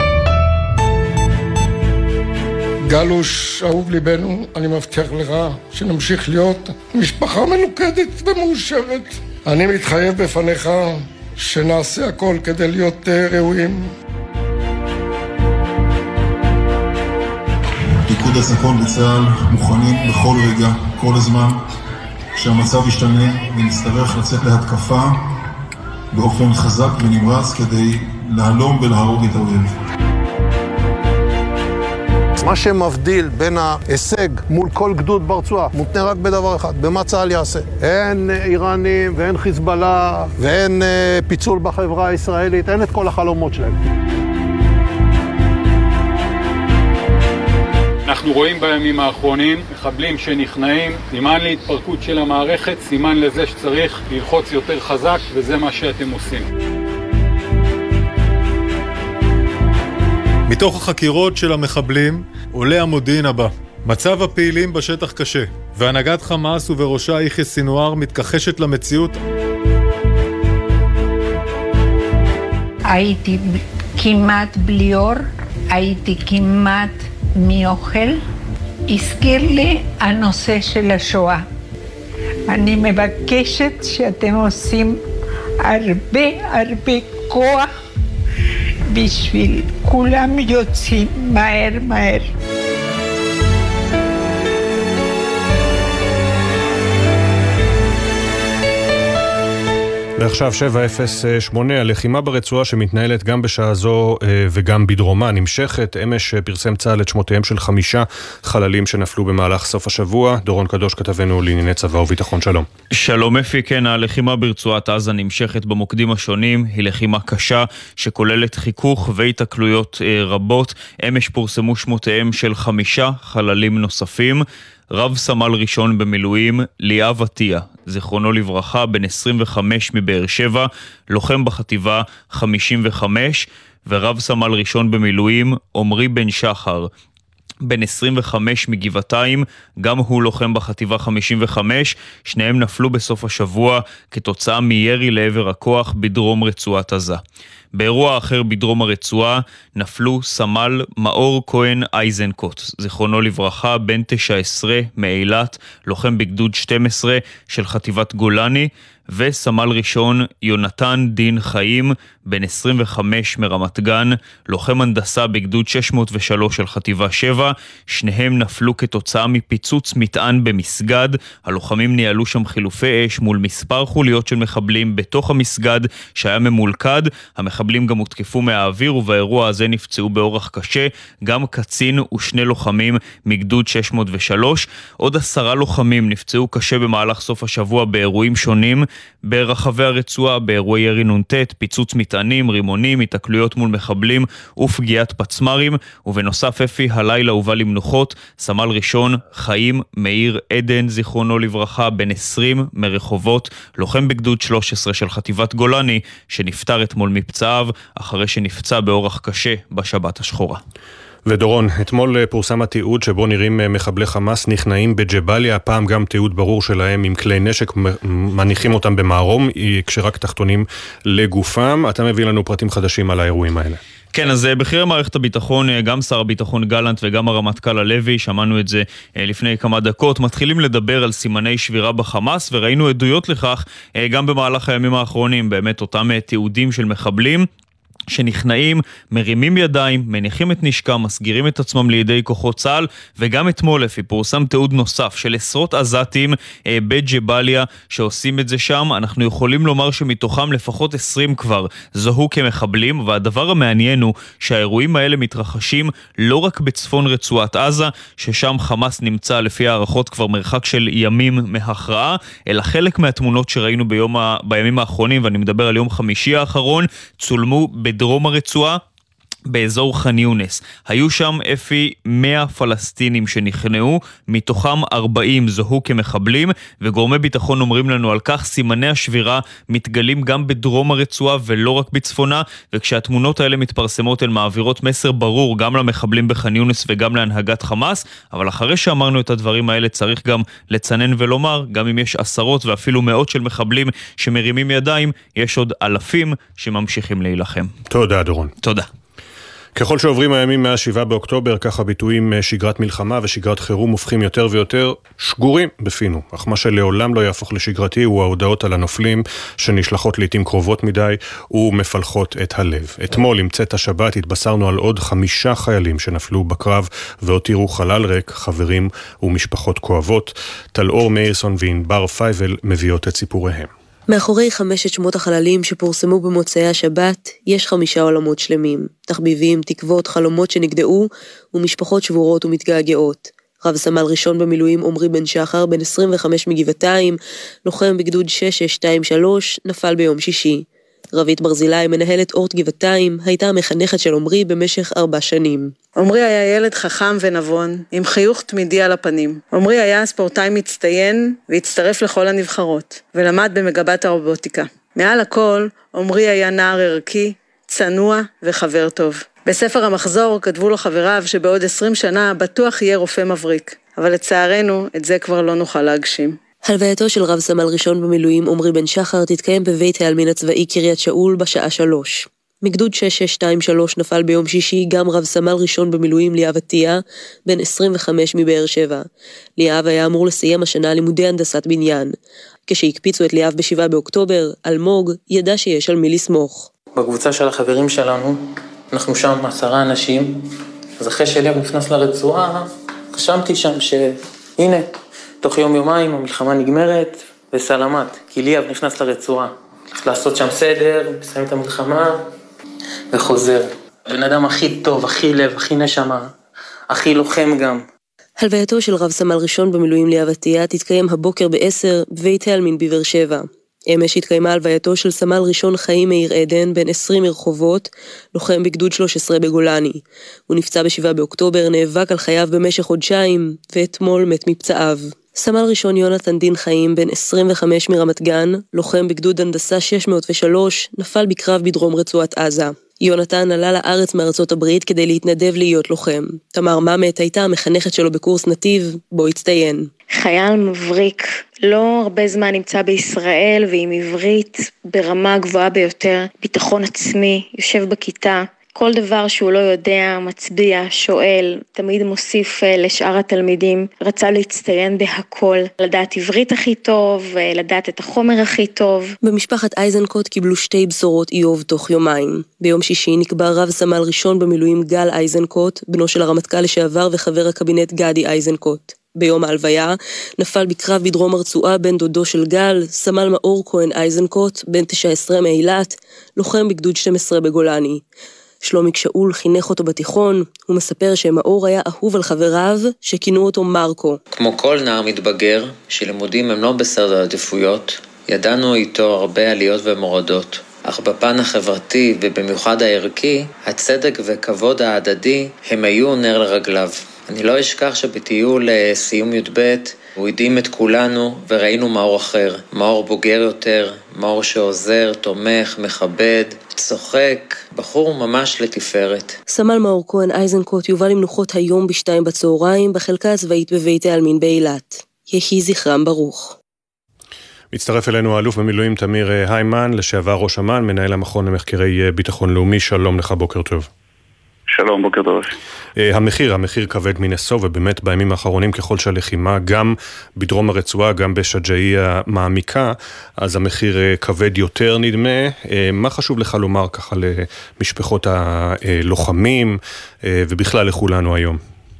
S24: גלוש, אהוב ליבנו, אני מבטיח לך שנמשיך להיות משפחה מלוכדת ומאושרת. אני מתחייב בפניך שנעשה הכל כדי להיות ראויים.
S9: פיקוד הצפון בצה"ל מוכנים בכל רגע, כל הזמן, שהמצב ישתנה ונצטרך לצאת להתקפה באופן חזק ונמרץ כדי להלום ולהרוג את האויב.
S10: מה שמבדיל בין ההישג מול כל גדוד ברצועה מותנה רק בדבר אחד, במה צה"ל יעשה. אין איראנים ואין חיזבאללה ואין פיצול בחברה הישראלית, אין את כל החלומות שלהם.
S6: אנחנו רואים בימים האחרונים מחבלים שנכנעים, סימן להתפרקות של המערכת, סימן לזה שצריך ללחוץ יותר חזק, וזה מה שאתם עושים.
S13: מתוך החקירות של המחבלים עולה המודיעין הבא. מצב הפעילים בשטח קשה, והנהגת חמאס ובראשה יחיא סינואר מתכחשת למציאות.
S23: הייתי כמעט בלי אור, הייתי כמעט מאוכל הזכיר לי הנושא של השואה. אני מבקשת שאתם עושים הרבה כוח בשביל כולם יוצאים מהר.
S1: ועכשיו 708, הלחימה ברצועה שמתנהלת גם בשעה זו וגם בדרומה נמשכת. אמש פרסם צה"ל את שמותיהם של 5 חללים שנפלו במהלך סוף השבוע. דורון קדוש כתבנו לענייני צבא וביטחון, שלום.
S12: שלום אפי, כן, הלחימה ברצועת עזה נמשכת במוקדים השונים. היא לחימה קשה שכוללת חיכוך והתקלויות רבות. אמש פורסמו שמותיהם של 5 חללים נוספים. רב סמל ראשון במילואים ליאב עטיה, זיכרונו לברכה, בן 25 מבאר שבע, לוחם בחטיבה 55, ורב סמל ראשון במילואים עומרי בן שחר, בן 25 מגבעתיים, גם הוא לוחם בחטיבה 55, שניהם נפלו בסוף השבוע כתוצאה מירי לעבר הכוח בדרום רצועת עזה. באירוע אחר בדרום הרצועה נפלו סמל מאור כהן אייזנקוט, זיכרונו לברכה, בן 19 מאילת, לוחם בגדוד 12 של חטיבת גולני, וסמל ראשון יונתן דין חיים, בן 25 מרמת גן, לוחם הנדסה בגדוד 603 של חטיבה 7, שניהם נפלו כתוצאה מפיצוץ מטען במסגד. הלוחמים ניהלו שם חילופי אש מול מספר חוליות של מחבלים בתוך המסגד שהיה ממולכד. המחבלים גם הותקפו מהאוויר, ובאירוע הזה נפצעו באורח קשה גם קצין ו2 לוחמים מגדוד 603. עוד 10 לוחמים נפצעו קשה במהלך סוף השבוע באירועים שונים ברחבי הרצועה, באירועי ירי נ"ט, פיצוץ מטענים, רימונים, התקלויות מול מחבלים ופגיעת פצמרים. ובנוסף אפי, הלילה הובא למנוחות סמל ראשון חיים מאיר עדן, זיכרונו לברכה, בן 20 מרחובות, לוחם בגדוד 13 של חטיבת גולני, שנפטר אתמול מפצעיו אחרי שנפצע באורח קשה בשבת השחורה.
S1: ודורון, אתמול פורסם התיעוד שבו נראים מחבלי חמאס נכנעים בג'באליה, הפעם גם תיעוד ברור שלהם עם כלי נשק, מניחים אותם במערום, כשרק תחתונים לגופם. אתה מביא לנו פרטים חדשים על האירועים האלה.
S12: כן, אז בכירי מערכת הביטחון, גם שר הביטחון גלנט וגם הרמטכ"ל הלוי, שמענו את זה לפני כמה דקות, מתחילים לדבר על סימני שבירה בחמאס, וראינו עדויות לכך גם במהלך הימים האחרונים, באמת אותם תיעודים של מחבלים שנכנעים, מרימים ידיים, מניחים את נשקם, מסגירים את עצמם לידי כוחות צה"ל. וגם אתמול לפי פורסם תיעוד נוסף של עשרות עזתים בג'באליה שעושים את זה שם. אנחנו יכולים לומר שמתוכם לפחות 20 כבר זוהו כמחבלים, והדבר המעניין הוא שהאירועים האלה מתרחשים לא רק בצפון רצועת עזה, ששם חמאס נמצא לפי הערכות כבר מרחק של ימים מהכרעה, אלא חלק מהתמונות שראינו בימים האחרונים, ואני מדבר על יום חמישי האחרון, צולמו בדרום הרצועה, באזור ח'אן יונס. היו שם אפי 100 פלסטינים שנכנעו, מתוכם 40 זוהו כמחבלים, וגורמי ביטחון אומרים לנו על כך. סימני השבירה מתגלים גם בדרום הרצועה ולא רק בצפונה, וכשהתמונות האלה מתפרסמות הן מעבירות מסר ברור גם למחבלים בח'אן יונס וגם להנהגת חמאס. אבל אחרי שאמרנו את הדברים האלה צריך גם לצנן ולומר, גם אם יש עשרות ואפילו מאות של מחבלים שמרימים ידיים, יש עוד אלפים שממשיכים להילחם.
S1: תודה דורון.
S12: תודה.
S1: ככל שעוברים הימים מה-7 באוקטובר, כך הביטויים שגרת מלחמה ושגרת חירום הופכים יותר ויותר שגורים בפינו. אך מה שלעולם לא יהפוך לשגרתי הוא ההודעות על הנופלים שנשלחות לעתים קרובות מדי ומפלחות את הלב. אתמול עם צאת השבת התבשרנו על עוד 5 חיילים שנפלו בקרב והותירו חלל ריק, חברים ומשפחות כואבות. טלאור מאירסון וענבר פייבל מביאות את סיפוריהם.
S14: מאחורי 5 שמות החללים שפורסמו במוצאי השבת, יש 5 עולמות שלמים. תחביבים, תקוות, חלומות שנגדעו, ומשפחות שבורות ומתגעגעות. רב סמל ראשון במילואים עומרי בן שחר, בן 25 מגבעתיים, לוחם בגדוד 6623, נפל ביום שישי. רבית ברזילי, מנהלת אורט גבעתיים, הייתה המחנכת של עומרי במשך 4 שנים.
S15: עומרי היה ילד חכם ונבון, עם חיוך תמידי על הפנים. עומרי היה ספורטאי מצטיין והצטרף לכל הנבחרות, ולמד במגבת הרובוטיקה. מעל הכל, עומרי היה נער ערכי, צנוע וחבר טוב. בספר המחזור כתבו לו חבריו שבעוד 20 שנה בטוח יהיה רופא מבריק, אבל לצערנו את זה כבר לא נוכל להגשים.
S14: הלווייתו של רב סמל ראשון במילואים עומרי בן שחר תתקיים בבית העלמין הצבאי קריית שאול בשעה 3. מגדוד 6623 נפל ביום שישי גם רב סמל ראשון במילואים ליאב עטיה, בן 25 מבאר שבע. ליאב היה אמור לסיים השנה לימודי הנדסת בניין. כשהקפיצו את ליאב ב7 באוקטובר, אלמוג ידע שיש על מי לסמוך.
S3: בקבוצה של החברים שלנו, אנחנו שם 10 אנשים, אז אחרי שליאב נכנס לרצועה, חשבתי שם שהנה, תוך יום-יומיים המלחמה נגמרת וסלמת, כי ליאב נכנס לרצועה. לעשות שם סדר, מסיים את המלחמה וחוזר. בן אדם הכי טוב, הכי לב, הכי נשמה, הכי לוחם גם.
S14: הלווייתו של רב סמל ראשון במילואים ליאב עטיה תתקיים הבוקר ב10 בבית העלמין בבאר שבע. אמש התקיימה הלווייתו של סמל ראשון חיים מאיר עדן, בן 20 מרחובות, לוחם בגדוד 13 בגולני. הוא נפצע ב7 באוקטובר, נאבק על חייו במשך חודשיים, ואתמול מת מפצעיו. סמל ראשון יונתן דין חיים, בן 25 מרמת גן, לוחם בגדוד הנדסה 603, נפל בקרב בדרום רצועת עזה. יונתן עלה לארץ מארצות הברית כדי להתנדב להיות לוחם. תמר ממט הייתה המחנכת שלו בקורס נתיב, בו הצטיין.
S16: חייל מבריק, לא הרבה זמן נמצא בישראל ועם עברית ברמה גבוהה ביותר, ביטחון עצמי, יושב בכיתה. כל דבר שהוא לא יודע, מצביע, שואל, תמיד מוסיף לשאר התלמידים, רצה להצטיין בהכל, לדעת עברית הכי טוב, לדעת את החומר הכי טוב.
S14: במשפחת אייזנקוט קיבלו 2 בשורות איוב תוך יומיים. ביום שישי נקבע רב סמל ראשון במילואים גל אייזנקוט, בנו של הרמטכ"ל לשעבר וחבר הקבינט גדי אייזנקוט. ביום ההלוויה נפל בקרב בדרום הרצועה בן דודו של גל, סמל מאור כהן אייזנקוט, בן 19 מאילת, לוחם בגדוד 12 בגולני. שלומי שאול חינך אותו בתיכון, הוא מספר שמאור היה אהוב על חבריו שכינו אותו מרקו.
S17: כמו כל נער מתבגר, שלימודים הם לא בסדר עדיפויות, ידענו איתו הרבה עליות ומורדות. אך בפן החברתי ובמיוחד הערכי, הצדק וכבוד ההדדי הם היו נר לרגליו. אני לא אשכח שבטיול סיום י"ב הוא הדהים את כולנו וראינו מאור אחר, מאור בוגר יותר, מאור שעוזר, תומך, מכבד, צוחק, בחור ממש לתפארת.
S14: סמל מאור כהן אייזנקוט יובא למנוחות היום ב2 בצהריים בחלקה הצבאית בבית העלמין באילת. יהי זכרם ברוך.
S1: מצטרף אלינו האלוף במילואים תמיר היימן, לשעבר ראש אמ"ן, מנהל המכון למחקרי ביטחון לאומי. שלום לך, בוקר טוב.
S20: שלום, בוקר טוב.
S1: המחיר כבד מנסו, ובאמת בימים האחרונים ככל שהלחימה גם בדרום הרצועה, גם בשג'אעיה מעמיקה, אז המחיר כבד יותר נדמה. מה חשוב לך לומר ככה למשפחות הלוחמים ובכלל לכולנו היום?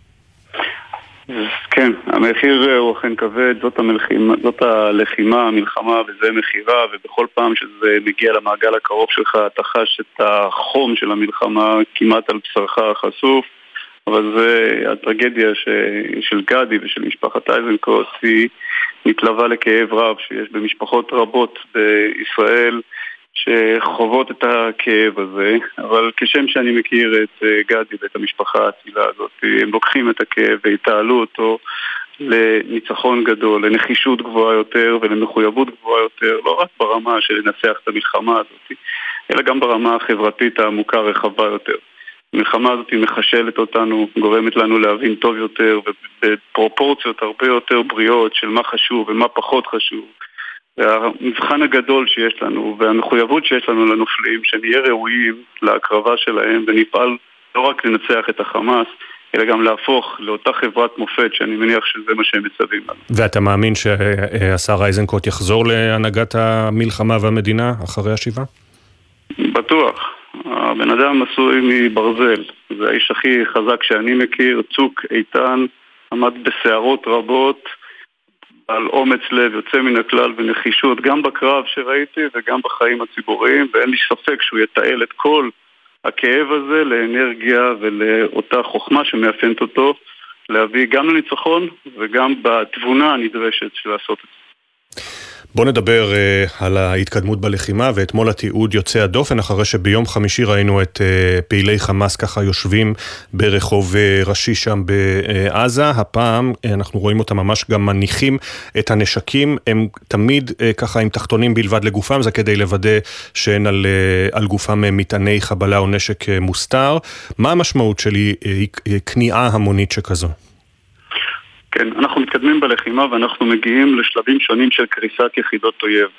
S20: כן, המחיר הוא אכן כבד, זאת הלחימה, המלחמה, וזה מחירה, ובכל פעם שזה מגיע למעגל הקרוב שלך, אתה חש את החום של המלחמה כמעט על בשרך החשוף, אבל זה הטרגדיה של גדי ושל משפחת אייזנקוט, היא מתלווה לכאב רב שיש במשפחות רבות בישראל, שחוות את הכאב הזה, אבל כשם שאני מכיר את גדי ואת המשפחה האצילה הזאת, הם לוקחים את הכאב והתעלו אותו לניצחון גדול, לנחישות גבוהה יותר ולמחויבות גבוהה יותר, לא רק ברמה של לנצח את המלחמה הזאת, אלא גם ברמה החברתית העמוקה רחבה יותר. המלחמה הזאת מחשלת אותנו, גורמת לנו להבין טוב יותר ובפרופורציות הרבה יותר בריאות של מה חשוב ומה פחות חשוב. והמבחן הגדול שיש לנו והמחויבות שיש לנו לנופלים, שנהיה ראויים להקרבה שלהם ונפעל לא רק לנצח את החמאס, אלא גם להפוך לאותה חברת מופת שאני מניח שזה מה שהם מצווים לנו.
S1: ואתה מאמין שהשר אייזנקוט יחזור להנהגת המלחמה והמדינה אחרי השבעה?
S20: בטוח. הבן אדם עשוי מברזל. זה האיש הכי חזק שאני מכיר, צוק איתן, עמד בסערות רבות, על אומץ לב יוצא מן הכלל ונחישות, גם בקרב שראיתי וגם בחיים הציבוריים, ואין לי ספק שהוא יתעל את כל הכאב הזה לאנרגיה ולאותה חוכמה שמאפיינת אותו, להביא גם לניצחון וגם בתבונה הנדרשת של לעשות את זה.
S1: בוא נדבר על ההתקדמות בלחימה, ואתמול התיעוד יוצא הדופן, אחרי שביום חמישי ראינו את פעילי חמאס ככה יושבים ברחוב ראשי שם בעזה. הפעם אנחנו רואים אותם ממש גם מניחים את הנשקים, הם תמיד ככה עם תחתונים בלבד לגופם, זה כדי לוודא שאין על גופם מטעני חבלה או נשק מוסתר. מה המשמעות של כניעה המונית שכזו?
S20: כן, אנחנו מתקדמים בלחימה ואנחנו מגיעים לשלבים שונים של קריסת יחידות אויב.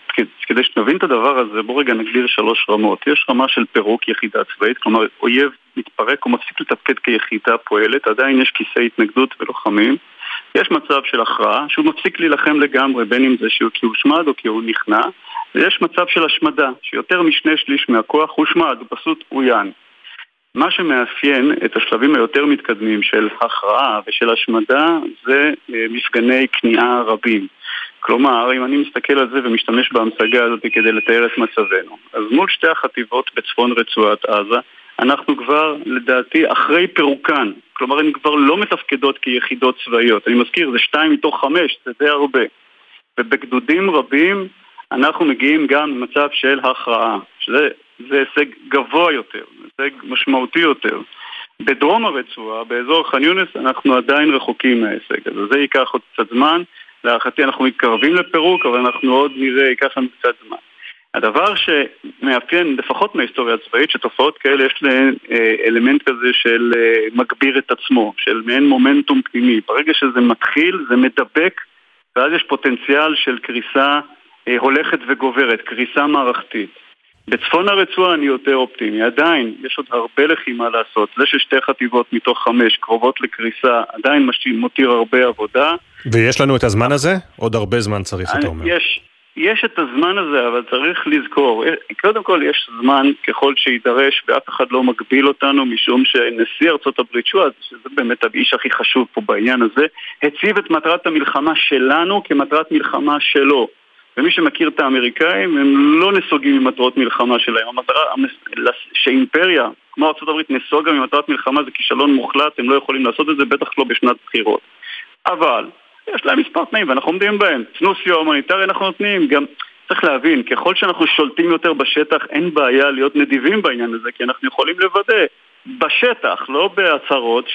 S20: כדי שנבין את הדבר הזה, בואו רגע נגדיר 3 רמות. יש רמה של פירוק יחידה צבאית, כלומר אויב מתפרק, הוא מפסיק לתפקד כיחידה פועלת, עדיין יש כיסי התנגדות ולוחמים. יש מצב של הכרעה, שהוא מפסיק להילחם לגמרי, בין אם זה כי הוא הושמד או כי הוא נכנע. ויש מצב של השמדה, שיותר מ2/3 מהכוח הושמד, הוא פשוט אוין. מה שמאפיין את השלבים היותר מתקדמים של הכרעה ושל השמדה זה מפגני כניעה רבים. כלומר, אם אני מסתכל על זה ומשתמש בהמשגה הזאת כדי לתאר את מצבנו, אז מול 2 החטיבות בצפון רצועת עזה, אנחנו כבר, לדעתי, אחרי פירוקן. כלומר, הן כבר לא מתפקדות כיחידות צבאיות. אני מזכיר, זה 2 מתוך 5, זה די הרבה. ובגדודים רבים אנחנו מגיעים גם למצב של הכרעה, שזה הישג גבוה יותר, הישג משמעותי יותר. בדרום הרצועה, באזור ח'אן יונס, אנחנו עדיין רחוקים מההישג. אז זה ייקח עוד קצת זמן. להערכתי אנחנו מתקרבים לפירוק, אבל אנחנו עוד נראה, ייקח לנו קצת זמן. הדבר שמאפיין, לפחות מההיסטוריה הצבאית, שתופעות כאלה יש להן אלמנט כזה של מגביר את עצמו, של מעין מומנטום פנימי. ברגע שזה מתחיל, זה מדבק, ואז יש פוטנציאל של קריסה הולכת וגוברת, קריסה מערכתית. בצפון הרצועה אני יותר אופטימי, עדיין יש עוד הרבה לחימה לעשות. זה ש2 חטיבות מתוך 5 קרובות לקריסה, עדיין מותיר הרבה עבודה.
S1: ויש לנו את הזמן הזה? עוד הרבה זמן צריך, אתה אומר.
S20: יש את הזמן הזה, אבל צריך לזכור. קודם כל יש זמן ככל שידרש, ואף אחד לא מגביל אותנו, משום שנשיא ארצות הברית, שזה באמת האיש הכי חשוב פה בעניין הזה, הציב את מטרת המלחמה שלנו כמטרת מלחמה שלו. ומי שמכיר את האמריקאים, הם לא נסוגים ממטרות מלחמה שלהם. המטרה שאימפריה, כמו ארצות הברית, נסוגה ממטרת מלחמה, זה כישלון מוחלט, הם לא יכולים לעשות את זה, בטח לא בשנת בחירות. אבל יש להם מספר תנאים, ואנחנו עומדים בהם. תנו סיוע הומניטרי אנחנו נותנים, גם צריך להבין, ככל שאנחנו שולטים יותר בשטח, אין בעיה להיות נדיבים בעניין הזה, כי אנחנו יכולים לוודא בשטח, לא בהצהרות,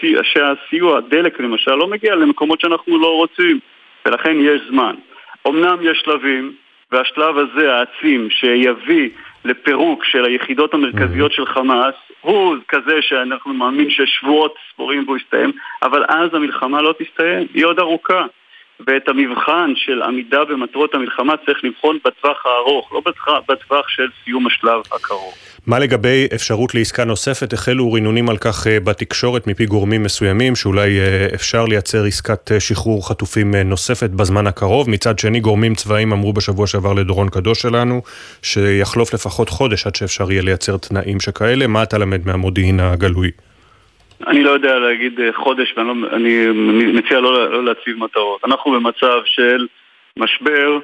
S20: שהסיוע, הדלק למשל, לא מגיע למקומות שאנחנו לא רוצים, ולכן יש זמן. אמנם יש שלבים, והשלב הזה העצים שיביא לפירוק של היחידות המרכזיות של חמאס, הוא כזה שאנחנו מאמין ששבועות ספורים והוא יסתיים, אבל אז המלחמה לא תסתיים, היא עוד ארוכה. ואת המבחן של עמידה במטרות המלחמה צריך לבחון בטווח הארוך, לא בטווח של סיום השלב הקרוב.
S1: מה לגבי אפשרות לעסקה נוספת? החלו רינונים על כך בתקשורת מפי גורמים מסוימים, שאולי אפשר לייצר עסקת שחרור חטופים נוספת בזמן הקרוב. מצד שני, גורמים צבאיים אמרו בשבוע שעבר לדורון קדוש שלנו, שיחלוף לפחות חודש עד שאפשר יהיה לייצר תנאים שכאלה. מה אתה למד מהמודיעין הגלוי?
S20: אני לא יודע להגיד חודש, ואני מציע לא להציב מטרות. אנחנו במצב של משבר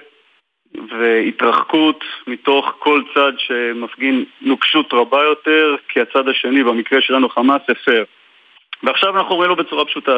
S20: והתרחקות מתוך כל צד שמפגין נוקשות רבה יותר, כי הצד השני, במקרה שלנו חמאס, הפר. ועכשיו אנחנו אומרים לו בצורה פשוטה,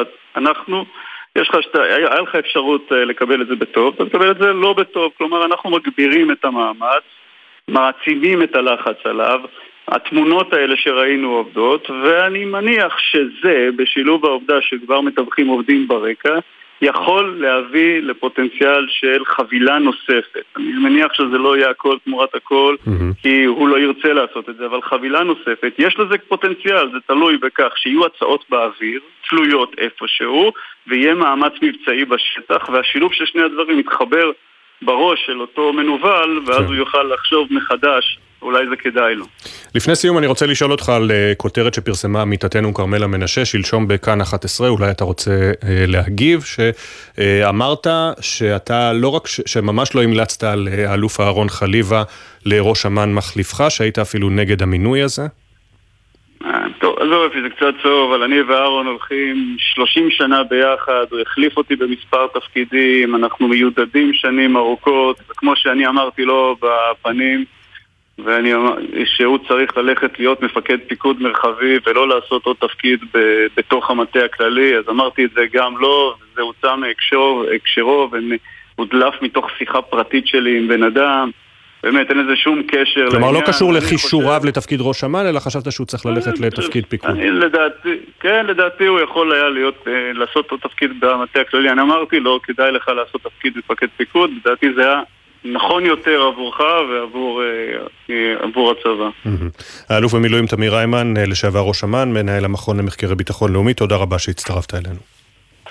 S20: היה לך אפשרות לקבל את זה בטוב, אתה תקבל את זה לא בטוב, כלומר אנחנו מגבירים את המאמץ, מעצימים את הלחץ עליו, התמונות האלה שראינו עובדות, ואני מניח שזה, בשילוב העובדה שכבר מתווכים עובדים ברקע, יכול להביא לפוטנציאל של חבילה נוספת. אני מניח שזה לא יהיה הכל תמורת הכל, כי הוא לא ירצה לעשות את זה, אבל חבילה נוספת, יש לזה פוטנציאל, זה תלוי בכך שיהיו הצעות באוויר, תלויות איפשהו, ויהיה מאמץ מבצעי בשטח, והשילוב של שני הדברים מתחבר בראש של אותו מנובל, ואז הוא יוכל לחשוב מחדש, אולי זה כדאי לו.
S1: לפני סיום אני רוצה לשאול אותך על כותרת שפרסמה עמיתתנו כרמלה מנשה, שלשום בכאן 11, אולי אתה רוצה להגיב, שאמרת שאתה לא רק, שממש לא המלצת על האלוף אהרון חליבה לראש אמ"ן מחליפך, שהיית אפילו נגד המינוי הזה?
S20: טוב, אז אופי, זה קצת טוב, אבל אני ואהרון הולכים 30 שנה ביחד, הוא החליף אותי במספר תפקידים, אנחנו מיודדים שנים ארוכות, וכמו שאני אמרתי לו בפנים, שהוא צריך ללכת להיות מפקד פיקוד מרחבי ולא לעשות עוד תפקיד בתוך המטה הכללי, אז אמרתי את זה גם לו, זה הוצא מהקשרו והודלף מתוך שיחה פרטית שלי עם בן אדם, באמת אין לזה שום קשר.
S1: כלומר לא קשור לחישוריו לתפקיד ראש אמ"ן, אלא חשבת שהוא צריך ללכת לתפקיד פיקוד.
S20: לדעתי הוא יכול היה לעשות עוד תפקיד במטה הכללי, אני אמרתי לו כדאי לך לעשות תפקיד מפקד פיקוד, לדעתי זה היה נכון יותר עבורך ועבור הצבא.
S1: האלוף במילואים תמיר היימן, לשעבר ראש אמ"ן, מנהל המכון למחקרי ביטחון לאומי, תודה רבה שהצטרפת אלינו.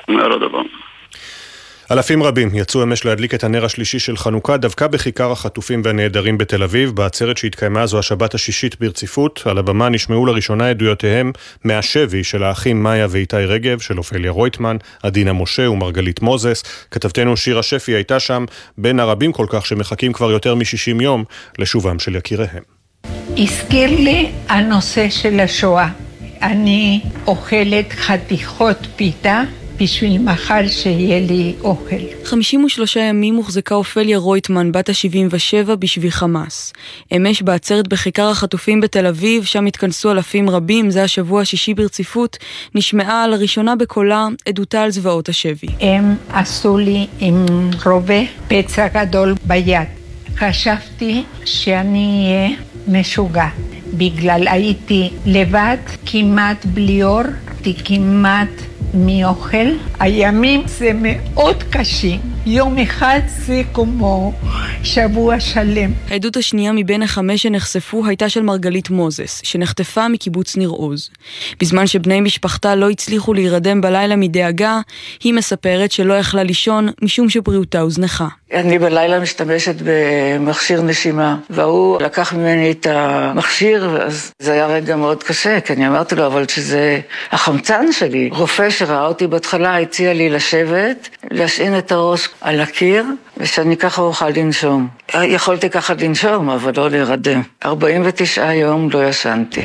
S20: על הדבר.
S1: אלפים רבים יצאו אמש להדליק את הנר השלישי של חנוכה דווקא בכיכר החטופים והנעדרים בתל אביב. בעצרת שהתקיימה זו השבת השישית ברציפות. על הבמה נשמעו לראשונה עדויותיהם מהשבי של האחים מאיה ואיתי רגב, של אופליה רויטמן, עדינה משה ומרגלית מוזס. כתבתנו שירה שפי הייתה שם בין הרבים כל כך שמחכים כבר יותר מ-60 יום לשובם של יקיריהם.
S23: הזכיר לי הנושא של השואה. אני אוכלת חתיכות פיתה בשביל מחר שיהיה לי אוכל.
S4: 53 ימים הוחזקה אופליה רויטמן, בת ה-77, בשבי חמאס. אמש בעצרת בכיכר החטופים בתל אביב, שם התכנסו אלפים רבים, זה השבוע השישי ברציפות, נשמעה לראשונה בקולה עדותה על זוועות השבי.
S23: הם עשו לי עם רובה פצע גדול ביד. חשבתי שאני אהיה משוגע. בגלל הייתי לבד, כמעט בלי אור, כמעט מאוכל. הימים זה מאוד קשים. יום אחד זה כמו שבוע שלם.
S4: העדות השנייה מבין 5 שנחשפו הייתה של מרגלית מוזס, שנחטפה מקיבוץ ניר עוז. בזמן שבני משפחתה לא הצליחו להירדם בלילה מדאגה, היא מספרת שלא יכלה לישון משום שבריאותה הוזנחה.
S11: אני בלילה משתמשת במכשיר נשימה, והוא לקח ממני את המכשיר, אז זה היה רגע מאוד קשה, כי אני אמרתי לו, אבל שזה החמצן שלי. רופא שראה אותי בהתחלה הציע לי לשבת, להשעין את הראש על הקיר, ושאני ככה אוכל לנשום. יכולתי ככה לנשום, אבל לא להירדם. 49 יום לא ישנתי.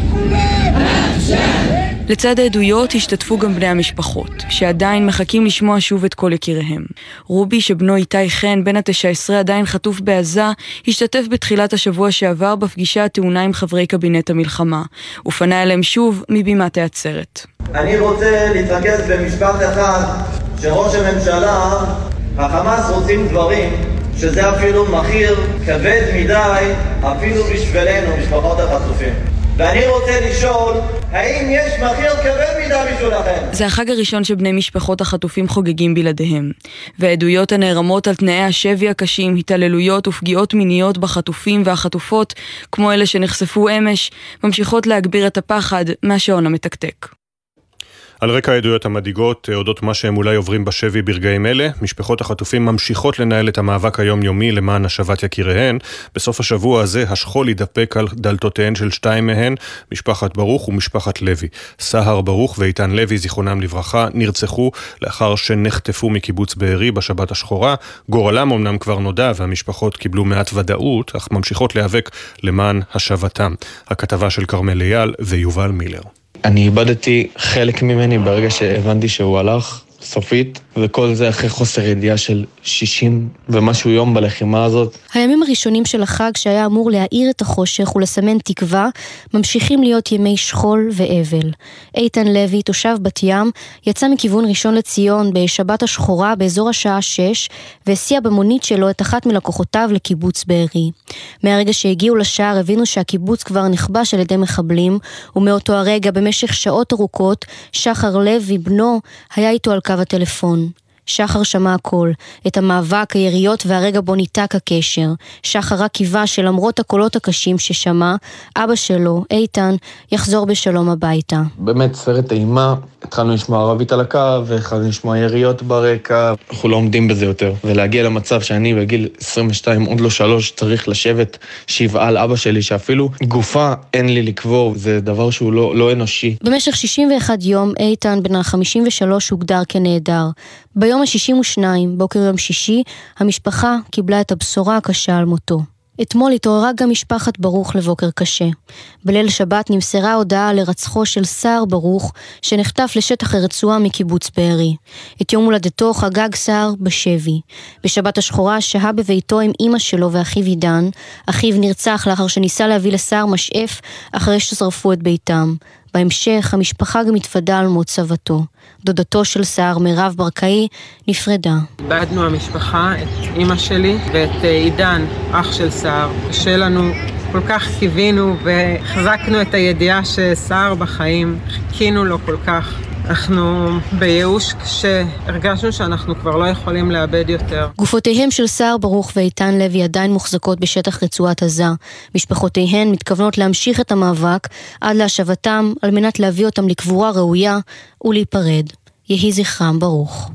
S4: לצד העדויות השתתפו גם בני המשפחות, שעדיין מחכים לשמוע שוב את כל יקיריהם. רובי, שבנו איתי חן, בן ה-19, עדיין חטוף בעזה, השתתף בתחילת השבוע שעבר בפגישה הטעונה עם חברי קבינט המלחמה, ופנה אליהם שוב מבימת העצרת.
S8: אני רוצה להתרכז במשפט אחד, שראש הממשלה, החמאס רוצים דברים, שזה אפילו מחיר כבד מדי, אפילו בשבילנו, משפחות החטופים. ואני רוצה לשאול, האם יש מחיר כבד מדי בשבילכם?
S4: זה החג הראשון שבני משפחות החטופים חוגגים בלעדיהם. והעדויות הנערמות על תנאי השבי הקשים, התעללויות ופגיעות מיניות בחטופים והחטופות, כמו אלה שנחשפו אמש, ממשיכות להגביר את הפחד מהשעון המתקתק.
S1: על רקע העדויות המדאיגות, אודות מה שהם אולי עוברים בשבי ברגעים אלה, משפחות החטופים ממשיכות לנהל את המאבק היומיומי למען השבת יקיריהן. בסוף השבוע הזה השכול ידפק על דלתותיהן של 2 מהן, משפחת ברוך ומשפחת לוי. סהר ברוך ואיתן לוי, זיכרונם לברכה, נרצחו לאחר שנחטפו מקיבוץ בארי בשבת השחורה. גורלם אמנם כבר נודע והמשפחות קיבלו מעט ודאות, אך ממשיכות להיאבק למען השבתם. הכתבה של כרמל אייל ויובל מילר.
S21: אני איבדתי חלק ממני ברגע שהבנתי שהוא הלך סופית, וכל זה אחרי חוסר ידיעה של 60 ומשהו יום בלחימה הזאת.
S22: הימים הראשונים של החג שהיה אמור להאיר את החושך ולסמן תקווה, ממשיכים להיות ימי שכול ואבל. איתן לוי, תושב בת ים, יצא מכיוון ראשון לציון בשבת השחורה באזור השעה 6, והסיע במונית שלו את אחת מלקוחותיו לקיבוץ בארי. מהרגע שהגיעו לשער הבינו שהקיבוץ כבר נכבש על ידי מחבלים, ומאותו הרגע במשך שעות ארוכות, שחר לוי, בנו, היה איתו על קו הטלפון. שחר שמע הכל, את המאבק, היריות והרגע בו ניתק הקשר. שחר רק קיווה שלמרות הקולות הקשים ששמע, אבא שלו, איתן, יחזור בשלום הביתה.
S21: באמת סרט אימה, התחלנו לשמוע ערבית על הקו, והתחלנו לשמוע יריות ברקע. אנחנו לא עומדים בזה יותר. ולהגיע למצב שאני בגיל 22, עוד לא 3, צריך לשבת 7 על אבא שלי, שאפילו גופה אין לי לקבור, זה דבר שהוא לא אנושי.
S22: במשך 61 יום, איתן בן ה-53 הוגדר כנהדר. ביום ה-62, בוקר יום שישי, המשפחה קיבלה את הבשורה הקשה על מותו. אתמול התעוררה גם משפחת ברוך לבוקר קשה. בליל שבת נמסרה הודעה לרצחו של סער ברוך, שנחטף לשטח הרצועה מקיבוץ בארי. את יום הולדתו חגג סער בשבי. בשבת השחורה שהה בביתו עם אמא שלו ואחיו עידן. אחיו נרצח לאחר שניסה להביא לסער משאף אחרי ששרפו את ביתם. בהמשך המשפחה גם התוודה על מות סבתו. דודתו של סער, מירב ברקאי, נפרדה.
S25: איבדנו המשפחה, את אמא שלי ואת עידן, אח של סער. קשה לנו, כל כך קיווינו והחזקנו את הידיעה שסער בחיים, חיכינו לו כל כך. אנחנו בייאוש כשהרגשנו שאנחנו כבר לא יכולים לאבד יותר.
S22: גופותיהם של סער ברוך ואיתן לוי עדיין מוחזקות בשטח רצועת עזה. משפחותיהן מתכוונות להמשיך את המאבק עד להשבתם על מנת להביא אותם לקבורה ראויה ולהיפרד. יהי זכרם ברוך.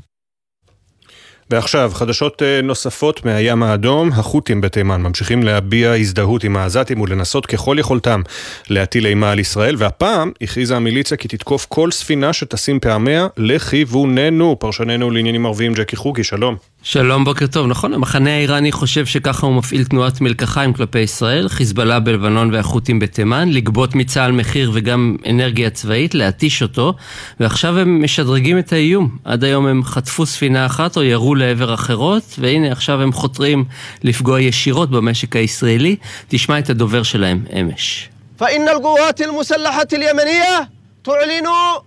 S1: ועכשיו, חדשות נוספות מהים האדום. החות'ים בתימן ממשיכים להביע הזדהות עם העזתים ולנסות ככל יכולתם להטיל אימה על ישראל, והפעם הכריזה המיליציה כי תתקוף כל ספינה שתשים פעמיה לכיווננו. פרשננו לעניינים ערביים ג'קי חוקי, שלום.
S2: שלום, בוקר טוב. נכון, המחנה האיראני חושב שככה הוא מפעיל תנועת מלקחיים כלפי ישראל, חיזבאללה בלבנון והחות'ים בתימן, לגבות מצה"ל מחיר וגם אנרגיה צבאית, להתיש אותו, ועכשיו הם משדרגים את האיום. עד היום הם חטפו ספינה אחת או ירו לעבר אחרות, והנה עכשיו הם חותרים לפגוע ישירות במשק הישראלי. תשמע את הדובר שלהם אמש.
S5: فإن القوات المسلحة اليمنية تعلن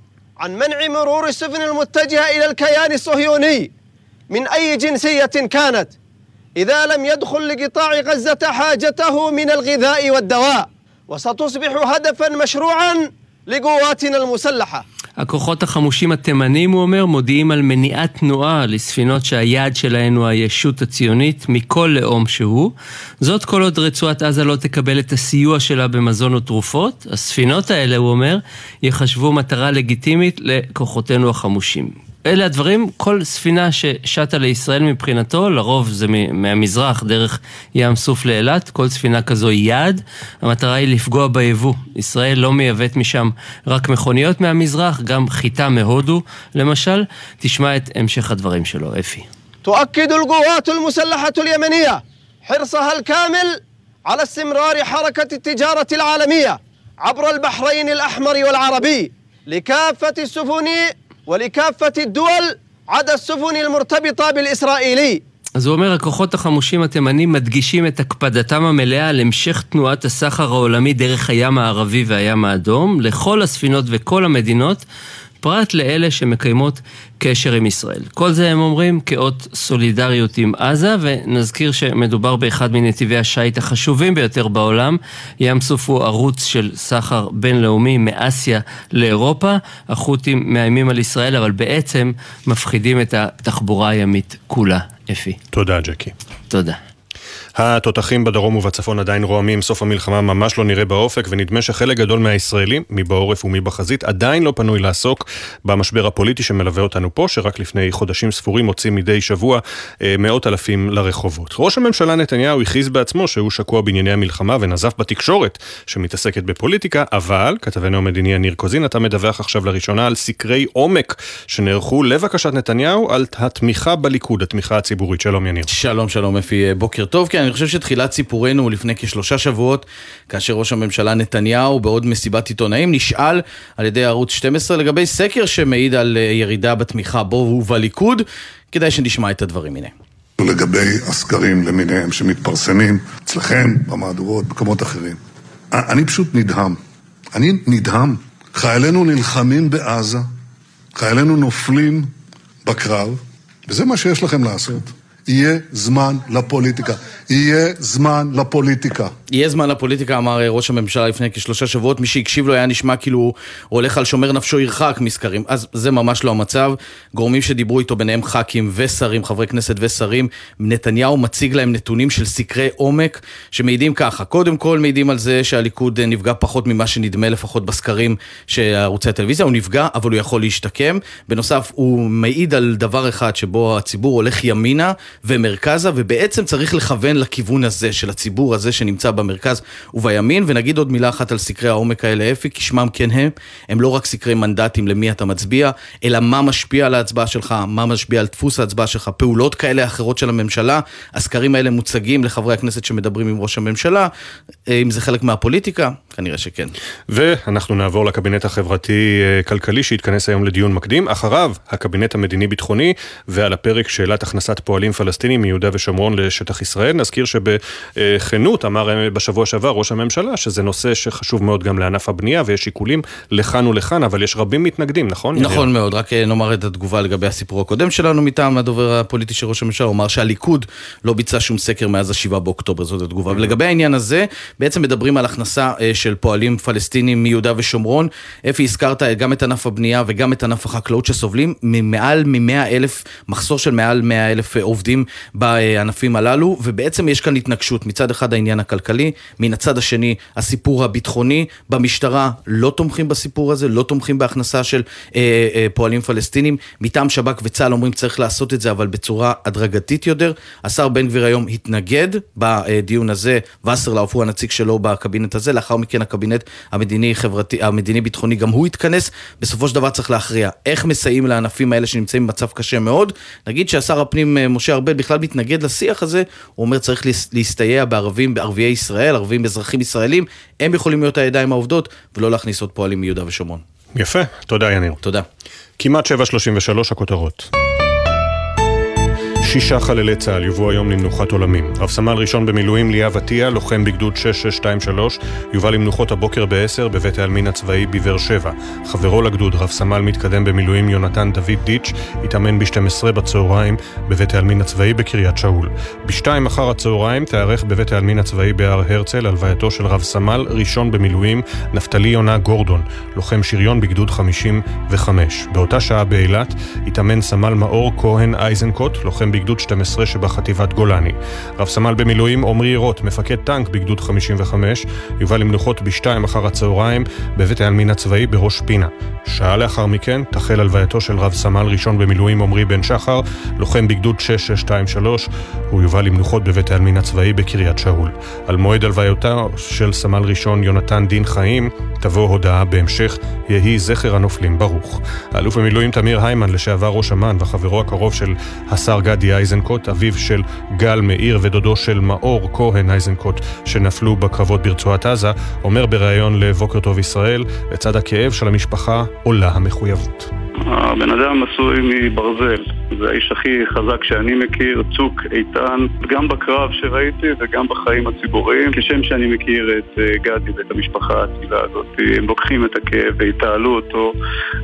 S5: عن منع مرور السفن المتجهة إلى الكيان الصهيوني من أي جنسية كانت إذا لم يدخل لقطاع غزة حاجته من الغذاء والدواء وستصبح هدفا مشروعا لقواتنا المسلحة.
S2: הכוחות החמושים התימנים, הוא אומר, מודיעים על מניעת תנועה לספינות שהיעד שלהן הוא הישות הציונית מכל לאום שהוא. זאת כל עוד רצועת עזה לא תקבל את הסיוע שלה במזון ותרופות. הספינות האלה, הוא אומר, יחשבו מטרה לגיטימית לכוחותינו החמושים. אלה הדברים, כל ספינה ששטה לישראל מבחינתו, לרוב זה מהמזרח, דרך ים סוף לאילת, כל ספינה כזו היא יעד, המטרה היא לפגוע ביבוא. ישראל לא מייבאת משם רק מכוניות מהמזרח, גם חיטה מהודו, למשל. תשמע את המשך הדברים שלו, אפי.
S5: تؤكد القوات المسلحة اليمنية حرصها الكامل على استمرار حركة التجارة العالمية عبر البحرين الأحمر والعربي لكافة السفن ולכפת الدول עד הספון المرتبطة بالإسرائيلي.
S2: אז הוא אומר, הכוחות החמושים התימנים מדגישים את הקפדתם המלאה על המשך תנועת הסחר העולמי דרך הים הערבי והים האדום, לכל הספינות וכל המדינות, פרט לאלה שמקיימות קשר עם ישראל. כל זה הם אומרים כאות סולידריות עם עזה, ונזכיר שמדובר באחד מנתיבי השייט החשובים ביותר בעולם. ים סוף הוא ערוץ של סחר בינלאומי מאסיה לאירופה. החות'ים מאיימים על ישראל, אבל בעצם מפחידים את התחבורה הימית כולה. אפי.
S1: תודה, ג'קי.
S2: תודה.
S1: התותחים בדרום ובצפון עדיין רועמים, סוף המלחמה ממש לא נראה באופק, ונדמה שחלק גדול מהישראלים, מבעורף ומבחזית, עדיין לא פנוי לעסוק במשבר הפוליטי שמלווה אותנו פה, שרק לפני חודשים ספורים הוציא מדי שבוע מאות אלפים לרחובות. ראש הממשלה נתניהו הכריז בעצמו שהוא שקוע בענייני המלחמה ונזף בתקשורת שמתעסקת בפוליטיקה, אבל כתבנו המדיני ניר קוזין, אתה מדווח עכשיו לראשונה על סקרי עומק שנערכו לבקשת נתניהו על התמיכה בליכוד, התמיכה הציבורית. שלום יניר.
S7: שלום, שלום אפי, בוקר טוב. כן, אני חושב שתחילת סיפורנו לפני כ3 שבועות, כאשר ראש הממשלה נתניהו בעוד מסיבת עיתונאים נשאל על ידי ערוץ 12 לגבי סקר שמעיד על ירידה בתמיכה בו ובליכוד. כדאי שנשמע את הדברים. הנה.
S18: לגבי הסקרים למיניהם שמתפרסמים אצלכם, במהדורות, במקומות אחרים. אני פשוט נדהם. אני נדהם. חיילינו נלחמים בעזה, חיילינו נופלים בקרב, וזה מה שיש לכם לעשות. יהיה זמן לפוליטיקה. יהיה זמן לפוליטיקה.
S7: יהיה זמן לפוליטיקה, אמר ראש הממשלה לפני כ3 שבועות. מי שהקשיב לו היה נשמע כאילו הוא הולך על שומר נפשו ירחק מסקרים. אז זה ממש לא המצב. גורמים שדיברו איתו, ביניהם ח"כים ושרים, חברי כנסת ושרים, נתניהו מציג להם נתונים של סקרי עומק שמעידים ככה. קודם כל מעידים על זה שהליכוד נפגע פחות ממה שנדמה, לפחות בסקרים שערוצי הטלוויזיה. הוא נפגע, אבל הוא יכול להשתקם. בנוסף, הוא מעיד על דבר אחד שבו הציבור הולך ימינה ומרכזה, ובעצם צריך לכוון לכיוון הזה של הציבור הזה שנמצא במרכז ובימין. ונגיד עוד מילה אחת על סקרי העומק האלה, אפי, כי שמם כן הם לא רק סקרי מנדטים למי אתה מצביע, אלא מה משפיע על ההצבעה שלך, מה משפיע על דפוס ההצבעה שלך, פעולות כאלה אחרות של הממשלה. הסקרים האלה מוצגים לחברי הכנסת שמדברים עם ראש הממשלה. אם זה חלק מהפוליטיקה, כנראה שכן.
S1: ואנחנו נעבור לקבינט החברתי-כלכלי שהתכנס היום לדיון מקדים. אחריו הקבינט המדיני-ביטחוני, ועל הפרק שאלת הכנסת פועלים פלסטינים מיהודה ושומרון לשטח ישראל. נזכיר שבכנות אמר בשבוע שעבר ראש הממשלה שזה נושא שחשוב מאוד גם לענף הבנייה, ויש שיקולים לכאן ולכאן, אבל יש רבים מתנגדים, נכון?
S7: נכון מאוד, רק נאמר את התגובה לגבי הסיפור הקודם שלנו מטעם הדובר הפוליטי של ראש הממשלה. הוא אמר שהליכוד לא ביצע שום סקר מאז ה7 באוקטובר, זאת התגובה. ולגבי העניין הזה, בעצם מדברים על הכנסה של פועלים פלסטינים מיהודה ושומרון. אפי, הזכרת גם את ענף הבנייה וגם את ענף החקלאות שסובלים ממעל מ-100,000, מחסור של מעל 100,000 עובדים בענפים הללו, ובעצם יש כאן התנגשות, מצד אחד העניין הכלכלי, מן הצד השני הסיפור הביטחוני. במשטרה לא תומכים בסיפור הזה, לא תומכים בהכנסה של פועלים פלסטינים, מטעם שב"כ וצה"ל אומרים צריך לעשות את זה, אבל בצורה הדרגתית יותר. השר בן גביר היום התנגד בדיון הזה, וסרלאוף הוא הנציג שלו בקבינט הזה, לאחר מכן הקבינט המדיני-ביטחוני גם הוא התכנס. בסופו של דבר צריך להכריע איך מסייעים לענפים האלה שנמצאים במצב קשה מאוד. נגיד שהשר הפנים משה ארבל בכלל מתנגד לשיח הזה, הוא אומר צריך להסתייע בערביי ישראל, ערבים אזרחים ישראלים, הם יכולים להיות הידיים העובדות ולא להכניס עוד פועלים מיהודה ושומרון.
S1: יפה, תודה יניר.
S7: תודה.
S1: כמעט 7:33 הכותרות. 6 חללי צה"ל יובאו היום למנוחת עולמים. רב סמל ראשון במילואים ליאב עטיה, לוחם בגדוד 6623, יובא למנוחות הבוקר ב-10 בבית העלמין הצבאי בבאר שבע. חברו לגדוד, רב סמל מתקדם במילואים יונתן דוד דיץ', התאמן ב-12 בצהריים בבית העלמין הצבאי בקריית שאול. ב-2 אחר הצהריים תארך בבית העלמין הצבאי בהר הרצל הלווייתו של רב סמל ראשון במילואים נפתלי יונה גורדון, לוחם שריון בגדוד 55. באותה שעה באילת התאמן סמל מאור כהן אייזנקוט, לוחם בגדוד 12 שבחטיבת גולני. רב סמל במילואים עומרי ירות, מפקד טנק בגדוד 55, יובא למנוחות ב-2 אחר הצהריים בבית העלמין הצבאי בראש פינה. שעה לאחר מכן תחל הלווייתו של רב סמל ראשון במילואים עומרי בן שחר, לוחם בגדוד 6623, הוא יובא למנוחות בבית העלמין הצבאי בקריית שאול. על מועד הלווייתו של סמל ראשון יונתן דין חיים תבוא הודעה בהמשך, יהי זכר הנופלים ברוך. האלוף במילואים תמיר היימן, לשעבר ראש אמ"ן וחברו הקרוב של השר גדי אייזנקוט, אביו של גל מאיר ודודו של מאור כהן אייזנקוט שנפלו בקרבות ברצועת עזה, אומר בראיון לבוקר טוב ישראל, לצד הכאב של המשפחה עולה המחויבות.
S20: הבן אדם עשוי מברזל, זה האיש הכי חזק שאני מכיר, צוק איתן, גם בקרב שראיתי וגם בחיים הציבוריים. כשם שאני מכיר את גדי ואת המשפחה העצילה הזאת, הם לוקחים את הכאב והתעלו אותו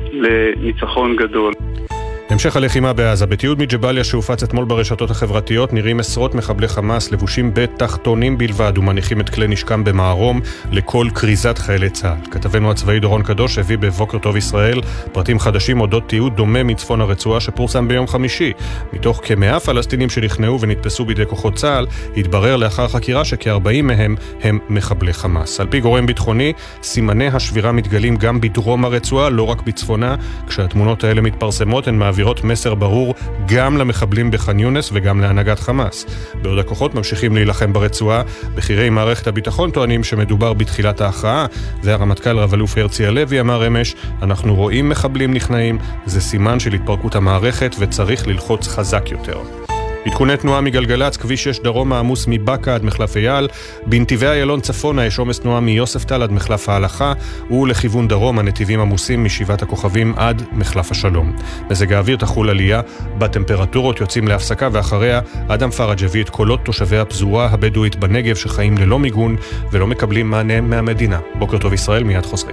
S20: לניצחון גדול.
S1: המשך הלחימה בעזה. בתיעוד מג'באליה שהופץ אתמול ברשתות החברתיות נראים עשרות מחבלי חמאס לבושים בתחתונים בלבד ומניחים את כלי נשקם במערום לכל קריזת חיילי צה"ל. כתבנו הצבאי דורון קדוש הביא בבוקר טוב ישראל פרטים חדשים אודות תיעוד דומה מצפון הרצועה שפורסם ביום חמישי. מתוך כ100 פלסטינים שנכנעו ונתפסו בידי כוחות צה"ל, התברר לאחר חקירה שכ40 מהם הם מחבלי חמאס. על פי גורם ביטחוני, סימני השבירה מתגלים גם בדרום הרצועה, לא רק בצפונה. כשהתמונות האלה מתפרסמות הן מעבירות מסר ברור גם למחבלים בח'אן יונס וגם להנהגת חמאס. בעוד הכוחות ממשיכים להילחם ברצועה, בכירי מערכת הביטחון טוענים שמדובר בתחילת ההכרעה, והרמטכ"ל רב-אלוף הרצי הלוי אמר אמש, אנחנו רואים מחבלים נכנעים, זה סימן של התפרקות המערכת וצריך ללחוץ חזק יותר. עדכוני תנועה מגלגלץ, כביש 6 דרום העמוס מבקה עד מחלף אייל, בנתיבי איילון צפונה יש עומס תנועה מיוספטל עד מחלף ההלכה, ולכיוון דרום הנתיבים עמוסים משבעת הכוכבים עד מחלף השלום. מזג האוויר תחול עלייה בטמפרטורות, יוצאים להפסקה ואחריה אדם פרג' הביא את קולות תושבי הפזורה הבדואית בנגב שחיים ללא מיגון ולא מקבלים מענה מהמדינה. בוקר טוב ישראל, מיד חוזרים.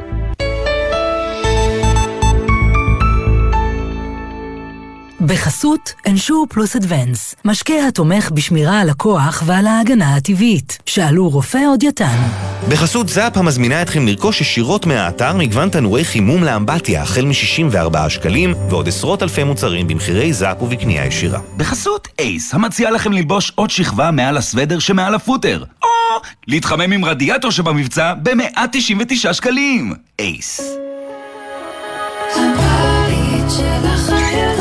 S6: בחסות אנשור פלוס אדוונס, משקה התומך בשמירה על הכוח ועל ההגנה הטבעית. שאלו רופא עוד יתן.
S9: בחסות זאפ המזמינה אתכם לרכוש ישירות מהאתר מגוון תנורי חימום לאמבטיה החל מ-64 שקלים ועוד עשרות אלפי מוצרים במחירי זאפ ובקנייה ישירה.
S10: בחסות אייס המציע לכם ללבוש עוד שכבה מעל הסוודר שמעל הפוטר, או להתחמם עם רדיאטור שבמבצע ב-199 שקלים. אייס. הבית של החיילות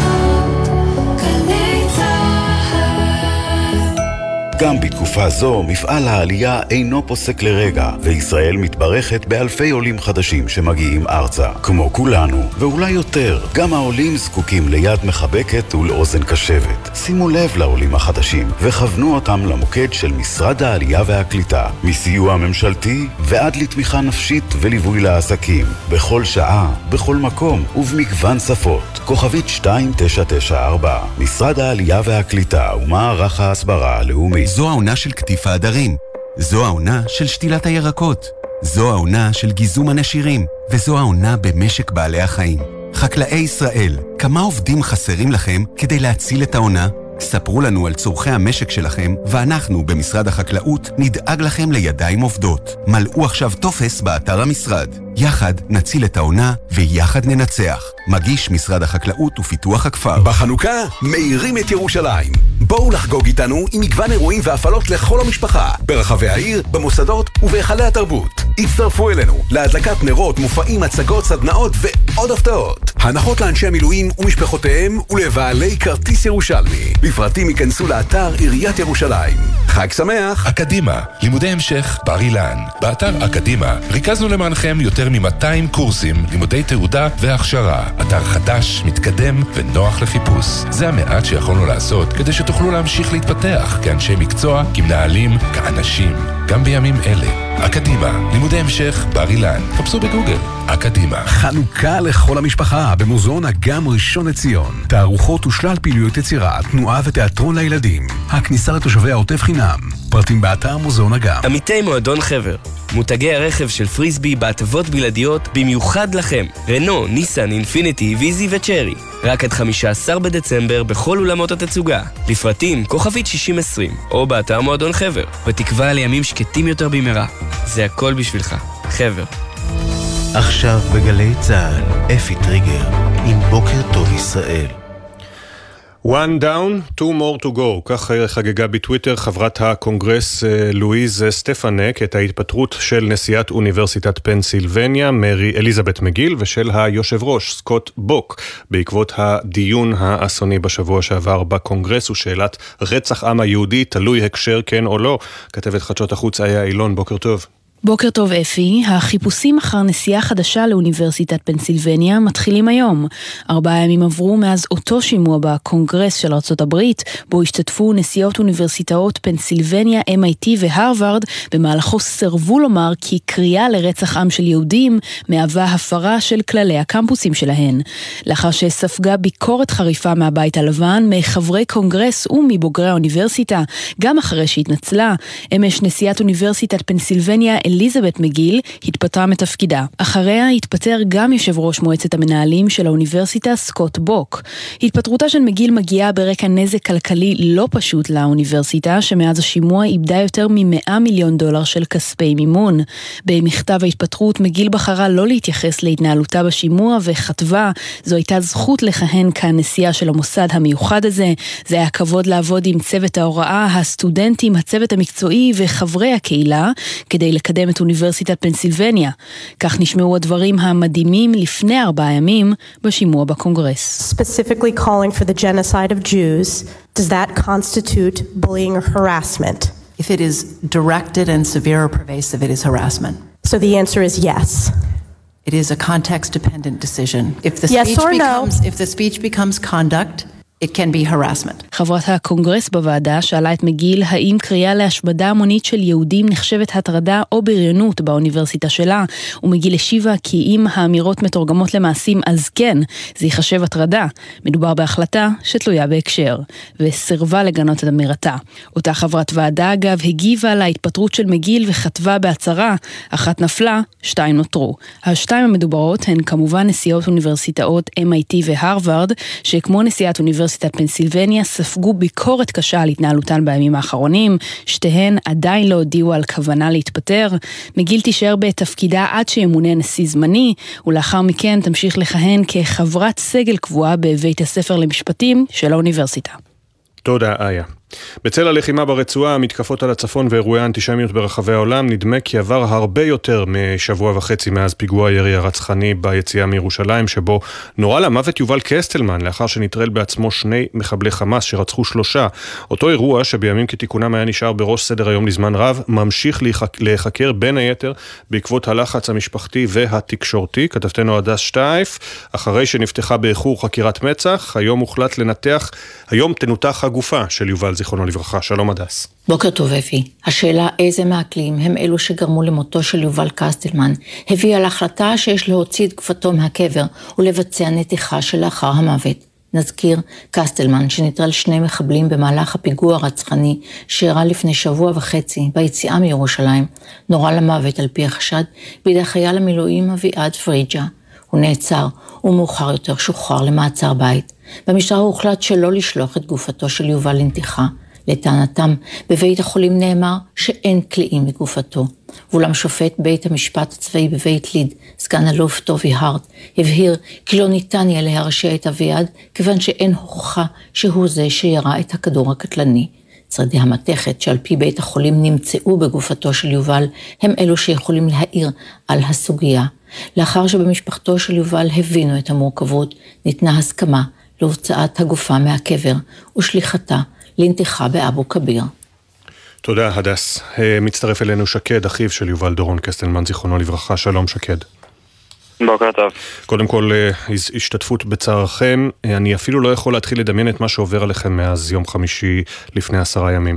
S19: גם בתקופה זו מפעל העלייה אינו פוסק לרגע, וישראל מתברכת באלפי עולים חדשים שמגיעים ארצה. כמו כולנו, ואולי יותר, גם העולים זקוקים ליד מחבקת ולאוזן קשבת. שימו לב לעולים החדשים, וכוונו אותם למוקד של משרד העלייה והקליטה, מסיוע ממשלתי ועד לתמיכה נפשית וליווי לעסקים, בכל שעה, בכל מקום ובמגוון שפות. כוכבית 2994, משרד העלייה והקליטה ומערך ההסברה הלאומי.
S24: זו העונה של קטיף העדרים, זו העונה של שתילת הירקות, זו העונה של גיזום הנשירים, וזו העונה במשק בעלי החיים. חקלאי ישראל, כמה עובדים חסרים לכם כדי להציל את העונה? ספרו לנו על צורכי המשק שלכם, ואנחנו במשרד החקלאות נדאג לכם לידיים עובדות. מלאו עכשיו טופס באתר המשרד. יחד נציל את העונה ויחד ננצח. מגיש משרד החקלאות ופיתוח הכפר.
S3: בחנוכה מאירים את ירושלים. בואו לחגוג איתנו עם מגוון אירועים והפעלות לכל המשפחה, ברחבי העיר, במוסדות ובהיכלי התרבות. הצטרפו אלינו להדלקת נרות, מופעים, הצגות, סדנאות ועוד הפתעות. הנחות לאנשי המילואים ומשפחותיהם ולבעלי כרטיס ירושלמי. בפרטים ייכנסו לאתר עיריית ירושלים. חג שמח.
S12: אקדימה, לימודי המשך בר אילן. באתר אקדימה ריכזנו למענכם יותר מ-200 קורסים, לימודי תעודה והכשרה. אתר חדש, מתקדם ונוח לחיפוש. זה המעט שיכולנו לעשות כדי שתוכלו להמשיך להתפתח כאנשי מקצוע, כמנהלים, כאנשים, גם בימים אלה. אקדימה, לימודי המשך בר אילן. חפשו בגוגל, אקדימה.
S3: חנוכה לכל המשפחה במוזיאון אגם ראשון לציון. תערוכות ושלל פעילויות יצירה, תנועה ותיאטרון לילדים. הכניסה לתושבי העוטף חינם. פרטים באתר מוזיאון אגם.
S13: עמיתי מועדון חבר. מותגי הרכב של פריסבי בהטבות בלעדיות במיוחד לכם. רנו, ניסן, אינפיניטי, ויזי וצ'רי. רק עד 15 בדצמבר בכל אולמות התצוגה. לפרטים, כוכבית 6020, או באתר מועדון חבר. בתקווה לימים שקטים יותר במהרה. זה הכל בשבילך. חבר.
S15: עכשיו בגלי צהל, אפי טריגר, עם בוקר טוב ישראל.
S1: One down, two more to go. כך חגגה בטוויטר חברת הקונגרס לואיז סטפנק את ההתפטרות של נשיאת אוניברסיטת פנסילבניה, מרי אליזבת מגיל, ושל היושב ראש סקוט בוק, בעקבות הדיון האסוני בשבוע שעבר בקונגרס, ושאלת רצח עם היהודי, תלוי הקשר כן או לא. כתבת חדשות החוץ איה אילון, בוקר טוב.
S16: בוקר טוב אפי, החיפושים אחר נשיאה חדשה לאוניברסיטת פנסילבניה מתחילים היום. 4 ימים עברו מאז אותו שימוע בקונגרס של ארצות הברית, בו השתתפו נשיאות אוניברסיטאות פנסילבניה, MIT והרווארד, במהלכו סרבו לומר כי קריאה לרצח עם של יהודים מהווה הפרה של כללי הקמפוסים שלהן. לאחר שספגה ביקורת חריפה מהבית הלבן, מחברי קונגרס ומבוגרי האוניברסיטה, גם אחרי שהתנצלה, אמש נשיאת אוניברסיטת פנסילבניה אליזבת מגיל התפטרה מתפקידה. אחריה התפטר גם יושב ראש מועצת המנהלים של האוניברסיטה סקוט בוק. התפטרותה של מגיל מגיעה ברקע נזק כלכלי לא פשוט לאוניברסיטה, שמאז השימוע איבדה יותר $100 מיליון של כספי מימון. במכתב ההתפטרות מגיל בחרה לא להתייחס להתנהלותה בשימוע וכתבה, זו הייתה זכות לכהן כנשיאה של המוסד המיוחד הזה, זה היה כבוד לעבוד עם צוות ההוראה, הסטודנטים, הצוות המקצועי וחברי הקהילה, כדי לקדם את אוניברסיטת פנסילבניה. כך נשמעו הדברים המדהימים לפני 4 ימים בשימוע בקונגרס.
S26: Specifically calling for the genocide of Jews, does that constitute bullying or harassment?
S27: If it is directed and severe or pervasive, it is harassment.
S26: So the answer is yes.
S27: It is a context-dependent decision. If the
S26: yes
S27: speech
S26: or
S27: becomes,
S26: no?
S27: if the speech becomes conduct, it can be harassment.
S16: חברת הקונגרס בוועדה שאלה את מגיל האם קריאה להשמדה המונית של יהודים נחשבת הטרדה או בריונות באוניברסיטה שלה, ומגיל השיבה כי אם האמירות מתורגמות למעשים אז כן, זה ייחשב הטרדה. מדובר בהחלטה שתלויה בהקשר, וסירבה לגנות את אמירתה. אותה חברת ועדה אגב הגיבה להתפטרות של מגיל וכתבה בהצהרה, 1 נפלה, 2 נותרו. 2 המדוברות הן כמובן נשיאות אוניברסיטאות MIT והרווארד, שכמו נשיאת אוניברסיטת פנסילבניה ספגו ביקורת קשה על התנהלותן בימים האחרונים, שתיהן עדיין לא הודיעו על כוונה להתפטר. מגיל תישאר בתפקידה עד שימונה נשיא זמני, ולאחר מכן תמשיך לכהן כחברת סגל קבועה בבית הספר למשפטים של האוניברסיטה.
S1: תודה איה. בצל הלחימה ברצועה, המתקפות על הצפון ואירועי האנטישמיות ברחבי העולם, נדמה כי עבר הרבה יותר משבוע וחצי מאז פיגוע הירי הרצחני ביציאה מירושלים, שבו נורה למוות יובל קסטלמן, לאחר שנטרל בעצמו 2 מחבלי חמאס שרצחו 3. אותו אירוע שבימים כתיקונם היה נשאר בראש סדר היום לזמן רב, ממשיך להיחקר בין היתר בעקבות הלחץ המשפחתי והתקשורתי. כתבתנו הדס שטייף, אחרי שנפתחה באיחור חקירת מצ"ח, היום תנותח הגופה של יובל זיכרונו לברכה. שלום הדס.
S28: בוקר טוב אפי. השאלה איזה מעקלים הם אלו שגרמו למותו של יובל קסטלמן הביאה להחלטה שיש להוציא את גופתו מהקבר ולבצע נתיחה שלאחר המוות. נזכיר, קסטלמן שנטרל 2 מחבלים במהלך הפיגוע הרצחני שאירע לפני שבוע וחצי ביציאה מירושלים, נורה למוות על פי החשד בידי חייל המילואים אביעד פריג'ה. הוא נעצר ומאוחר יותר שוחרר למעצר בית. במשטרה הוחלט שלא לשלוח את גופתו של יובל לנתיחה. לטענתם, בבית החולים נאמר שאין קליעים בגופתו. ואולם שופט בית המשפט הצבאי בבית ליד, סגן אלוף טובי הרט, הבהיר כי לא ניתן יהיה להרשיע את אביעד, כיוון שאין הוכחה שהוא זה שירה את הכדור הקטלני. שרידי המתכת שעל פי בית החולים נמצאו בגופתו של יובל, הם אלו שיכולים להעיר על הסוגיה. לאחר שבמשפחתו של יובל הבינו את המורכבות, ניתנה הסכמה להוצאת הגופה מהקבר ושליחתה לנתיחה באבו כביר.
S1: תודה, הדס. מצטרף אלינו שקד, אחיו של יובל דורון קסטלמן, זיכרונו לברכה. שלום שקד.
S4: בוקר טוב.
S1: קודם כל, השתתפות בצערכם. אני אפילו לא יכול להתחיל לדמיין את מה שעובר עליכם מאז יום חמישי לפני 10 ימים.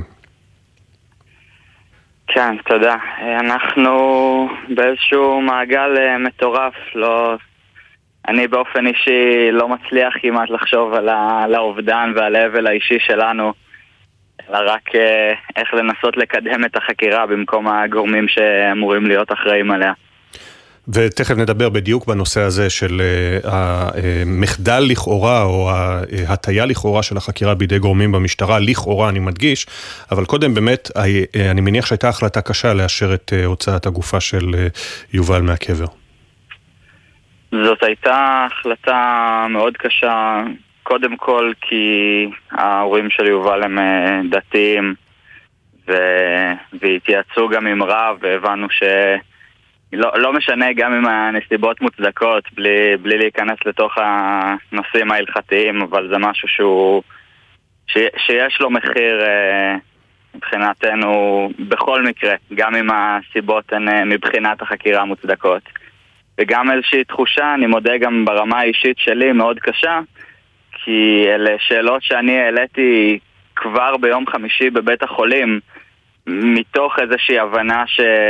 S4: כן, תודה. אנחנו באיזשהו מעגל מטורף. אני באופן אישי לא מצליח כמעט לחשוב על האובדן ועל האבל האישי שלנו, אלא רק איך לנסות לקדם את החקירה במקום הגורמים שאמורים להיות אחראים עליה.
S1: ותכף נדבר בדיוק בנושא הזה של המחדל לכאורה, או ההטיה לכאורה של החקירה בידי גורמים במשטרה, לכאורה אני מדגיש, אבל קודם באמת אני מניח שהייתה החלטה קשה לאשר את הוצאת הגופה של יובל מהקבר.
S4: זאת הייתה החלטה מאוד קשה, קודם כל כי ההורים של יובל הם דתיים, והתייעצו גם עם רב, והבנו לא משנה גם אם הנסיבות מוצדקות, בלי להיכנס לתוך הנושאים ההלכתיים, אבל זה משהו שיש לו מחיר מבחינתנו בכל מקרה, גם אם הסיבות הן מבחינת החקירה מוצדקות. וגם איזושהי תחושה, אני מודה גם ברמה האישית שלי, מאוד קשה, כי אלה שאלות שאני העליתי כבר ביום חמישי בבית החולים, מתוך איזושהי הבנה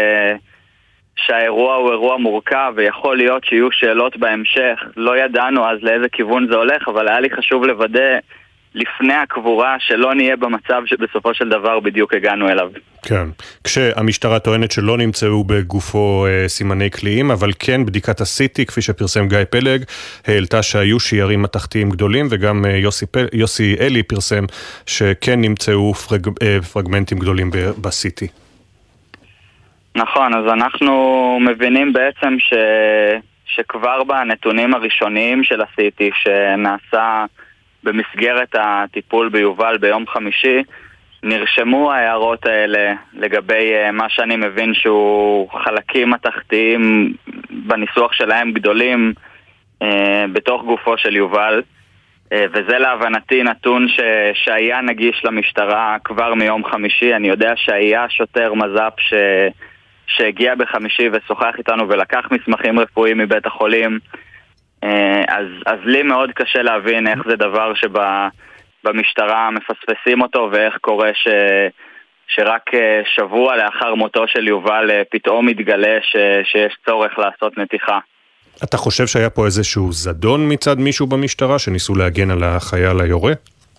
S4: שהאירוע הוא אירוע מורכב, ויכול להיות שיהיו שאלות בהמשך. לא ידענו אז לאיזה כיוון זה הולך, אבל היה לי חשוב לוודא לפני הקבורה שלא נהיה במצב שבסופו של דבר בדיוק הגענו אליו.
S1: כן, כשהמשטרה טוענת שלא נמצאו בגופו סימני קליעים, אבל כן בדיקת הסיטי, כפי שפרסם גיא פלג, העלתה שהיו שיירים מתכתיים גדולים, וגם יוסי אלי פרסם שכן נמצאו פרגמנטים גדולים בסיטי.
S4: נכון, אז אנחנו מבינים בעצם שכבר בנתונים הראשוניים של הסיטי שנעשה במסגרת הטיפול ביובל ביום חמישי, נרשמו ההערות האלה לגבי מה שאני מבין שהוא חלקים מתכתיים בניסוח שלהם גדולים בתוך גופו של יובל, וזה להבנתי נתון שהיה נגיש למשטרה כבר מיום חמישי. אני יודע שהיה שוטר מז"פ שהגיע בחמישי ושוחח איתנו ולקח מסמכים רפואיים מבית החולים, אז לי מאוד קשה להבין איך זה דבר שבמשטרה מפספסים אותו, ואיך קורה שרק שבוע לאחר מותו של יובל פתאום מתגלה שיש צורך לעשות נתיחה.
S1: אתה חושב שהיה פה איזשהו זדון מצד מישהו במשטרה שניסו להגן על החייל היורה?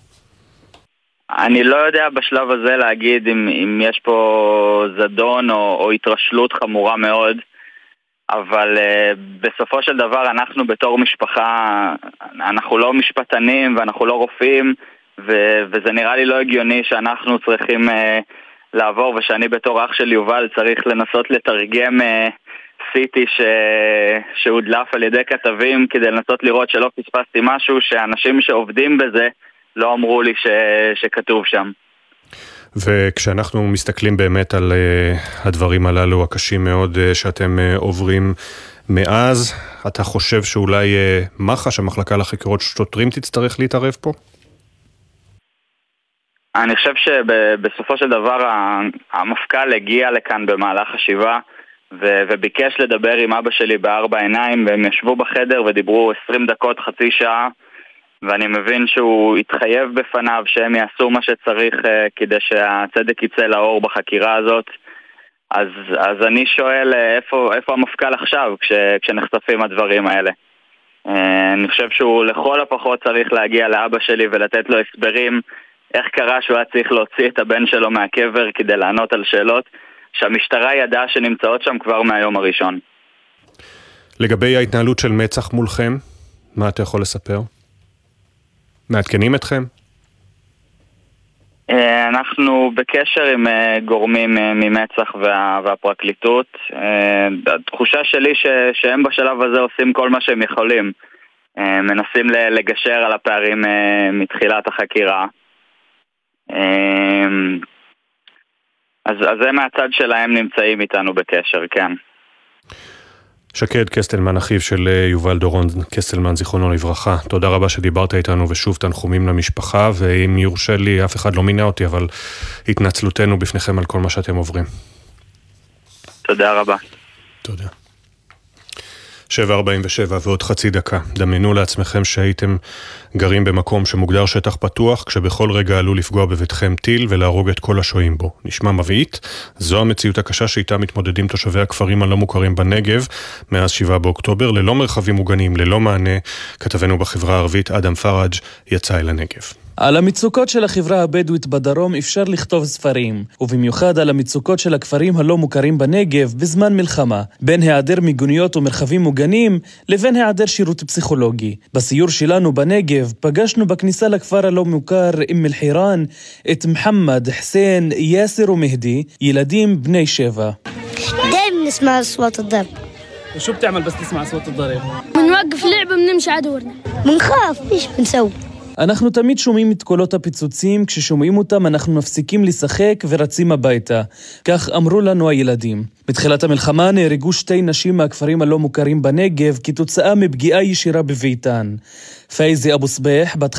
S4: אני לא יודע בשלב הזה להגיד אם יש פה זדון או התרשלות חמורה מאוד, אבל בסופו של דבר אנחנו בתור משפחה, אנחנו לא משפטנים ואנחנו לא רופאים, וזה נראה לי לא הגיוני שאנחנו צריכים לעבור, ושאני בתור אח של יובל צריך לנסות לתרגם סיטי שהודלף על ידי כתבים כדי לנסות לראות שלא פספסתי משהו שאנשים שעובדים בזה לא אמרו לי שכתוב שם.
S1: וכשאנחנו מסתכלים באמת על הדברים הללו הקשים מאוד שאתם עוברים מאז, אתה חושב שאולי מח"ש, המחלקה לחקירות שוטרים, תצטרך להתערב פה?
S4: אני חושב שבסופו של דבר המפכ"ל הגיע לכאן במהלך השבעה וביקש לדבר עם אבא שלי בארבע עיניים, והם ישבו בחדר ודיברו 20 דקות, חצי שעה, ואני מבין שהוא התחייב בפניו שהם יעשו מה שצריך כדי שהצדק יצא לאור בחקירה הזאת. אז אני שואל איפה המפכ"ל עכשיו כשנחשפים הדברים האלה. אני חושב שהוא לכל הפחות צריך להגיע לאבא שלי ולתת לו הסברים איך קרה שהוא היה צריך להוציא את הבן שלו מהקבר כדי לענות על שאלות שהמשטרה ידעה שנמצאות שם כבר מהיום הראשון.
S1: לגבי ההתנהלות של מצ"ח מולכם, מה אתה יכול לספר? מעדכנים אתכם?
S4: אנחנו בקשר עם גורמים ממצ"ח והפרקליטות. התחושה שלי שהם בשלב הזה עושים כל מה שהם יכולים. מנסים לגשר על הפערים מתחילת החקירה. אז זה מהצד שלהם נמצאים איתנו בקשר, כן.
S1: שקד קסטלמן, אחיו של יובל דורון קסטלמן, זיכרונו לברכה, תודה רבה שדיברת איתנו, ושוב תנחומים למשפחה, ואם יורשה לי, אף אחד לא מינה אותי, אבל התנצלותנו בפניכם על כל מה שאתם עוברים.
S4: תודה רבה.
S1: תודה. 7:47 ועוד חצי דקה. דמיינו לעצמכם שהייתם גרים במקום שמוגדר שטח פתוח, כשבכל רגע עלול לפגוע בביתכם טיל ולהרוג את כל השוהים בו. נשמע מבעית? זו המציאות הקשה שאיתה מתמודדים תושבי הכפרים הלא מוכרים בנגב מאז 7 באוקטובר, ללא מרחבים מוגנים, ללא מענה. כתבנו בחברה הערבית אדם פראג' יצא אל הנגב.
S8: על המצוקות של החברה הבדואית בדרום אפשר לכתוב ספרים, ובמיוחד על המצוקות של הכפרים הלא מוכרים בנגב בזמן מלחמה, בין היעדר מיגוניות ומרחבים מוגנים לבין היעדר שירות פסיכולוגי. בסיור שלנו בנגב פגשנו בכניסה לכפר הלא מוכר אום אל-חיראן את מחמד, חסין, יאסר ומהדי, ילדים בני 7.
S11: دايما نسمع أصوات الضرب.
S8: وشو بتعمل بس تسمع أصوات الضرب؟
S11: بنوقف لعبة بنمشي على دورنا. بنخاف إيش بنسوي؟
S8: אנחנו תמיד שומעים את קולות הפיצוצים, כששומעים אותם אנחנו מפסיקים לשחק ורצים הביתה. כך אמרו לנו הילדים. בתחילת המלחמה נהרגו 2 נשים מהכפרים הלא מוכרים בנגב כתוצאה מפגיעה ישירה בביתן. פייזי אבו סבח, בת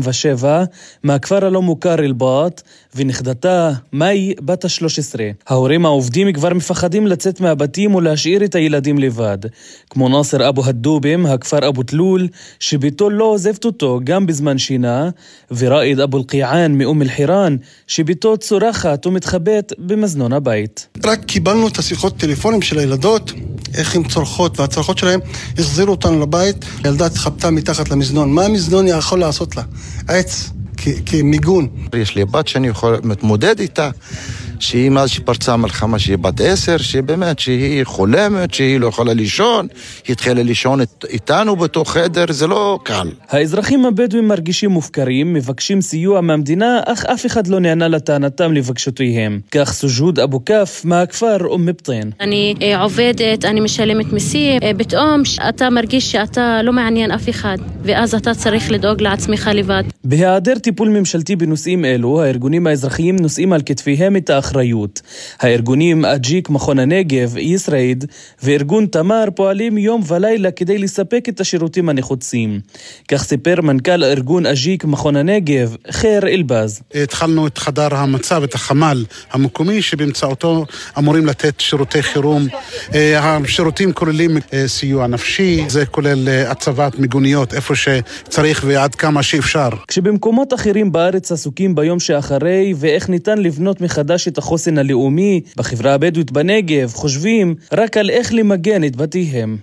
S8: 57, מהכפר הלא מוכר אל-בט, ונכדתה מאי, בת 13. ההורים העובדים כבר מפחדים לצאת מהבתים ולהשאיר את הילדים לבד. כמו נאסר אבו הדובים, הכפר אבו תלול, שביתו לא עוזבת אותו גם בזמן שינה, וראיד אבו אל-קיען מאום אל-חיראן, שביתו צורחת ומתחבאת במזנון הבית.
S14: רק קיבלנו את השיחות טלפונים של הילדות, איך הן צורכות, והצורכות שלהם החזירו אותנו לבית. הילדה התחבטה מתחת למזנון. מה המזנון יכול לעשות לה? עץ, כמיגון.
S17: יש לי בת שאני יכול מתמודד איתה, שהיא מאז שפרצה המלחמה, שהיא בת 10, שבאמת שהיא חולמת, שהיא לא יכולה לישון, היא התחילה לישון איתנו בתוך חדר, זה לא קל.
S8: האזרחים הבדואים מרגישים מופקרים, מבקשים סיוע מהמדינה, אך אף אחד לא נענה לטענתם לבקשותיהם. כך סוג'וד אבו כף מהכפר אום מבטין.
S11: אני עובדת, אני משלמת מיסים, פתאום אתה מרגיש שאתה לא מעניין אף אחד, ואז אתה צריך לדאוג לעצמך לבד.
S8: בהיעדר טיפול ממשלתי בנושאים אלו, הארגונים האזרחיים נושאים על כתפיהם את האחריות. הארגונים אג'יק מכון הנגב, ישראיד וארגון תמר פועלים יום ולילה כדי לספק את השירותים הנחוצים. כך סיפר מנכ"ל ארגון אג'יק מכון הנגב, חיר אלבאז.
S14: התחלנו את חדר המצב, את החמ"ל המקומי, שבאמצעותו אמורים לתת שירותי חירום. השירותים כוללים סיוע נפשי, זה כולל הצבת מיגוניות איפה שצריך ועד כמה שאפשר.
S8: כשבמקומות אחרים בארץ עסוקים ביום שאחרי ואיך ניתן לבנות מחדש את החוסן הלאומי, בחברה הבדואית בנגב חושבים רק על איך למגן את בתיהם.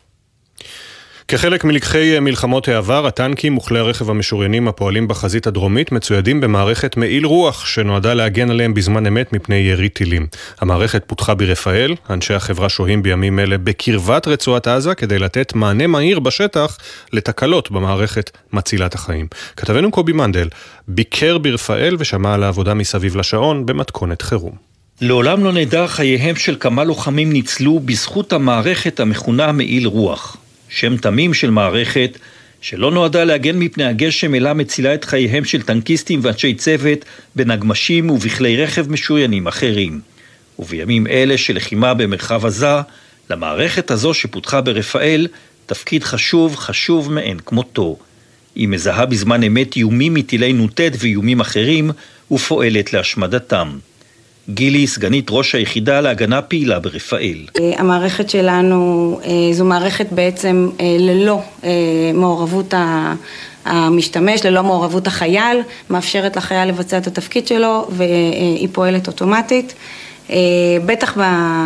S1: כחלק מלקחי מלחמות העבר, הטנקים וכלי הרכב המשוריינים הפועלים בחזית הדרומית מצוידים במערכת מעיל רוח שנועדה להגן עליהם בזמן אמת מפני ירי טילים. המערכת פותחה ברפאל, אנשי החברה שוהים בימים אלה בקרבת רצועת עזה כדי לתת מענה מהיר בשטח לתקלות במערכת מצילת החיים. כתבנו קובי מנדל ביקר ברפאל ושמע על העבודה מסביב לשעון במתכונת חירום.
S21: לעולם לא נדע, חייהם של כמה לוחמים ניצלו בזכות המערכת המכונה מעיל רוח. שם תמים של מערכת שלא נועדה להגן מפני הגשם, אלא מצילה את חייהם של טנקיסטים ואנשי צוות בנגמשים ובכלי רכב משוריינים אחרים. ובימים אלה של לחימה במרחב עזה, למערכת הזו שפותחה ברפאל תפקיד חשוב מאין כמותו. היא מזהה בזמן אמת איומים מטילי נוטט ואיומים אחרים ופועלת להשמדתם. גילי, סגנית ראש היחידה להגנה פעילה ברפאל.
S22: המערכת שלנו זו מערכת בעצם ללא מעורבות המשתמש, ללא מעורבות החייל, מאפשרת לחייל לבצע את התפקיד שלו והיא פועלת אוטומטית. בטח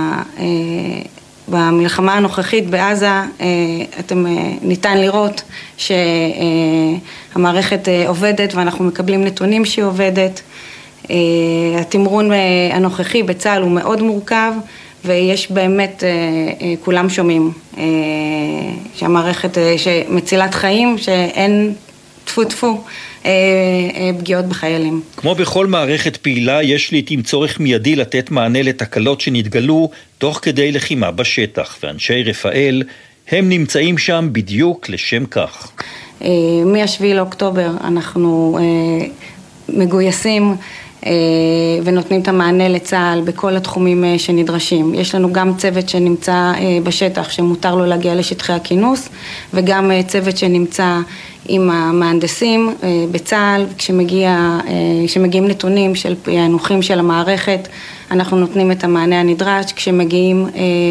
S22: במלחמה הנוכחית בעזה ניתן לראות שהמערכת עובדת ואנחנו מקבלים נתונים שהיא עובדת. התמרון הנוכחי בצה"ל הוא מאוד מורכב, ויש באמת, כולם שומעים שהמערכת שמצילת חיים, שאין טפו טפו, פגיעות בחיילים.
S21: כמו בכל מערכת פעילה, יש לעתים צורך מיידי לתת מענה לתקלות שנתגלו תוך כדי לחימה בשטח, ואנשי רפאל הם נמצאים שם בדיוק לשם כך.
S22: מ-7 לאוקטובר אנחנו מגויסים ונותנים את המענה לצה"ל בכל התחומים שנדרשים. יש לנו גם צוות שנמצא בשטח שמותר לו להגיע לשטחי הכינוס, וגם צוות שנמצא עם המהנדסים בצה"ל. כשמגיעים נתונים של פענוחים של המערכת, אנחנו נותנים את המענה הנדרש. כשמגיעים